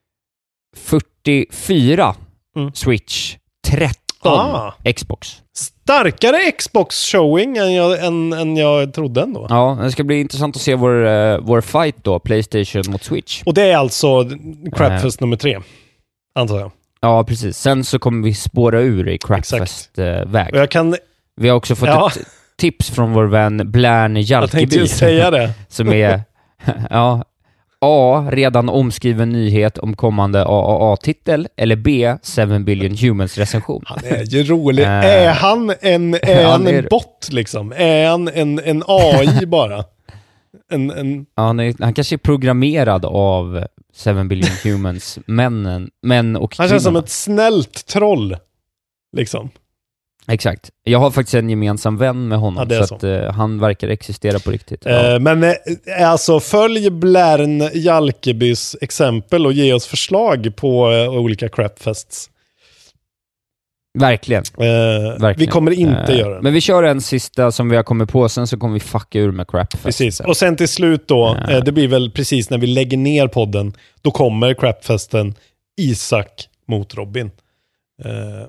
fyrtiofyra mm. Switch, tretton ah. Xbox. Starkare Xbox-showing än jag, än, än jag trodde ändå. Ja, det ska bli intressant att se vår, uh, vår fight då, PlayStation mot Switch. Och det är alltså Crapfest uh. nummer tre, antar jag. Ja, precis. Sen så kommer vi spåra ur i Crapfest-väg. Uh, jag kan... Vi har också fått ja. ett tips från vår vän Blärn Jalkeby. Jag tänkte säga det. Som är ja, A. Redan omskriven nyhet om kommande A A A-titel eller B. seven billion humans recension. Han är ju rolig. Uh, är han en, är han en är... bot liksom? Är han en, en A I bara? En, en... Ja, han, är, han kanske är programmerad av seven billion humans männen, män och han kvinnor. känns som ett snällt troll liksom. Exakt. Jag har faktiskt en gemensam vän med honom ja, så, så att uh, han verkar existera på riktigt. Uh, ja. Men uh, alltså följ Blärn Jalkebys exempel och ge oss förslag på uh, olika crapfests. Verkligen. Uh, Verkligen. Vi kommer inte uh, göra det. Men vi kör en sista som vi har kommit på, sen så kommer vi fucka ur med crapfest. Precis. Och sen till slut då, uh. uh, det blir väl precis när vi lägger ner podden, då kommer crapfesten Isak mot Robin. Uh,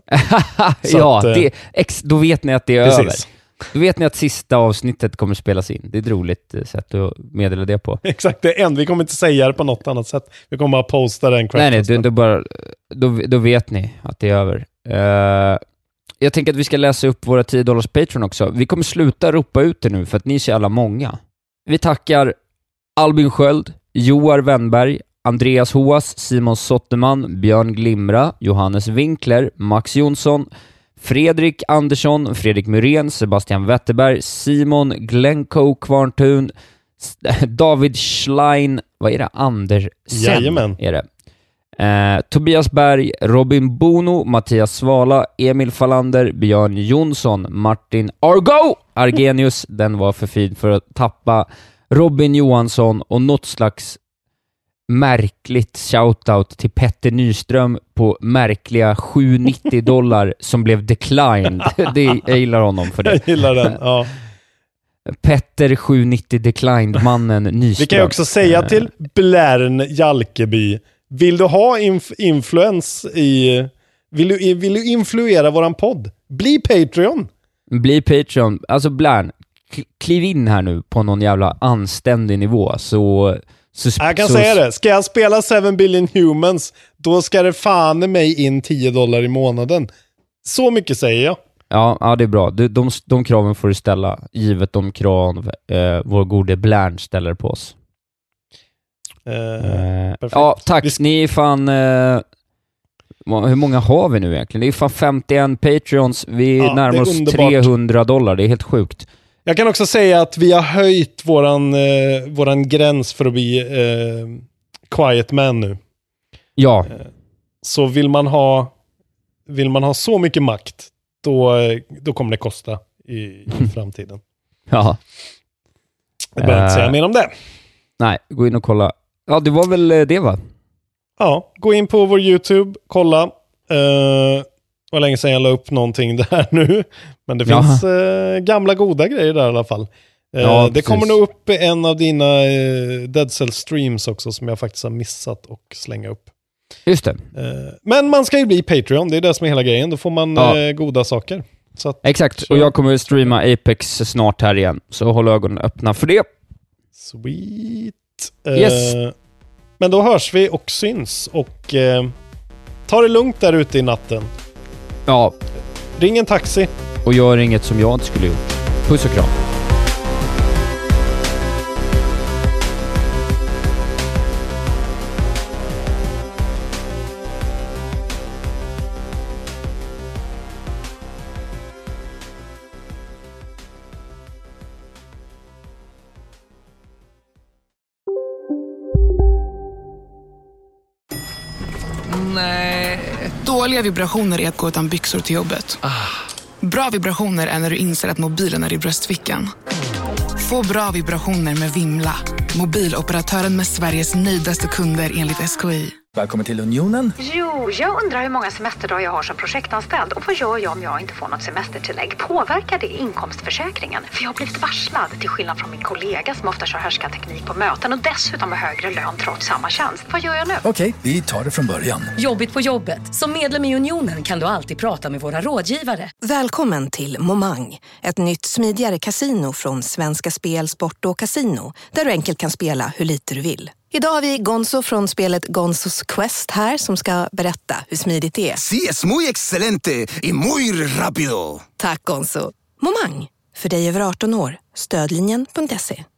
ja, att, uh, det, ex, då vet ni att det är precis. över. Då vet ni att sista avsnittet kommer spelas in. Det är ett roligt sätt att meddela det på. Exakt, det är en. Vi kommer inte säga det på något annat sätt. Vi kommer bara posta den. Nej, nej, då, då, bara, då, då vet ni att det är över. Uh, jag tänker att vi ska läsa upp våra tio dollars Patreon också. Vi kommer sluta ropa ut det nu för att ni är så alla många. Vi tackar Albin Sköld, Joar Wennberg, Andreas Hoas, Simon Sotterman, Björn Glimra, Johannes Winkler, Max Jonsson, Fredrik Andersson, Fredrik Myrén, Sebastian Wetterberg, Simon Glencoe Kvarntun, David Schlein, vad är det? Andersen Jajamän. är det. Eh, Tobias Berg, Robin Bono, Mattias Svala, Emil Fallander, Björn Jonsson, Martin Argo, Argenius, den var för fin för att tappa, Robin Johansson och något slags märkligt shoutout till Petter Nyström på märkliga sjuhundranittio dollar som blev declined. Det, jag gillar honom för det. Jag gillar den, ja. Petter sjuhundranittio declined, mannen Nyström. Vi kan ju också säga till Blärn Jalkeby, vill du ha inf- influens i... Vill du, vill du influera våran podd? Bli Patreon. Bli Patreon. Alltså Blärn, kliv in här nu på någon jävla anständig nivå så... Så, jag kan så, säga det. Ska jag spela seven billion humans, då ska det fan mig in tio dollar i månaden. Så mycket säger jag. Ja, ja det är bra. De, de, de kraven får du ställa, givet de krav eh, vår gode Blärn ställer på oss. Eh, eh, ja, tack. Vi... Ni är fan... Eh, hur många har vi nu egentligen? Det är fan femtioen Patreons. Vi ja, närmar oss underbart. trehundra dollar. Det är helt sjukt. Jag kan också säga att vi har höjt våran, eh, våran gräns för att bli eh, quiet man nu. Ja. Eh, så vill man ha vill man ha så mycket makt, då, då kommer det kosta i, i framtiden. Ja. Jag behöver inte säga mer om det. Nej, gå in och kolla. Ja, det var väl det, va? Ja, gå in på vår YouTube, kolla. Eh, det var länge sedan jag la upp någonting där nu. Men det finns eh, gamla goda grejer där i alla fall. Eh, ja, det precis. kommer nog upp en av dina eh, Dead Cell streams också som jag faktiskt har missat och slänga upp. Just det. Eh, men man ska ju bli Patreon, det är det som är hela grejen. Då får man ja. eh, goda saker. Så att, exakt, så... och jag kommer att streama Apex snart här igen. Så håll ögonen öppna för det. Sweet. Eh, yes. Men då hörs vi och syns. Och eh, ta det lugnt där ute i natten. Ja. Ring en taxi. Och gör inget som jag inte skulle gjort. Puss och kram. Dåliga vibrationer är att gå utan byxor till jobbet. Bra vibrationer är när du inser att mobilen är i bröstfickan. Få bra vibrationer med Vimla. Mobiloperatören med Sveriges nöjdaste kunder enligt S K I. Välkommen till Unionen. Jo, jag undrar hur många semesterdagar jag har som projektanställd. Och vad gör jag om jag inte får något semestertillägg? Påverkar det inkomstförsäkringen? För jag har blivit varslad, till skillnad från min kollega som ofta kör härskarteknik på möten och dessutom har högre lön trots samma tjänst. Vad gör jag nu? Okej, vi tar det från början. Jobbigt på jobbet. Som medlem i Unionen kan du alltid prata med våra rådgivare. Välkommen till Momang, ett nytt smidigare kasino från Svenska Spel, Sport och Casino, där du enkelt kan spela hur lite du vill. Idag har vi Gonzo från spelet Gonzos Quest här som ska berätta hur smidigt det är. Sí, es muy excelente y muy rápido. Tack Gonzo. Momang, för dig över arton år. Stödlinjen punkt se.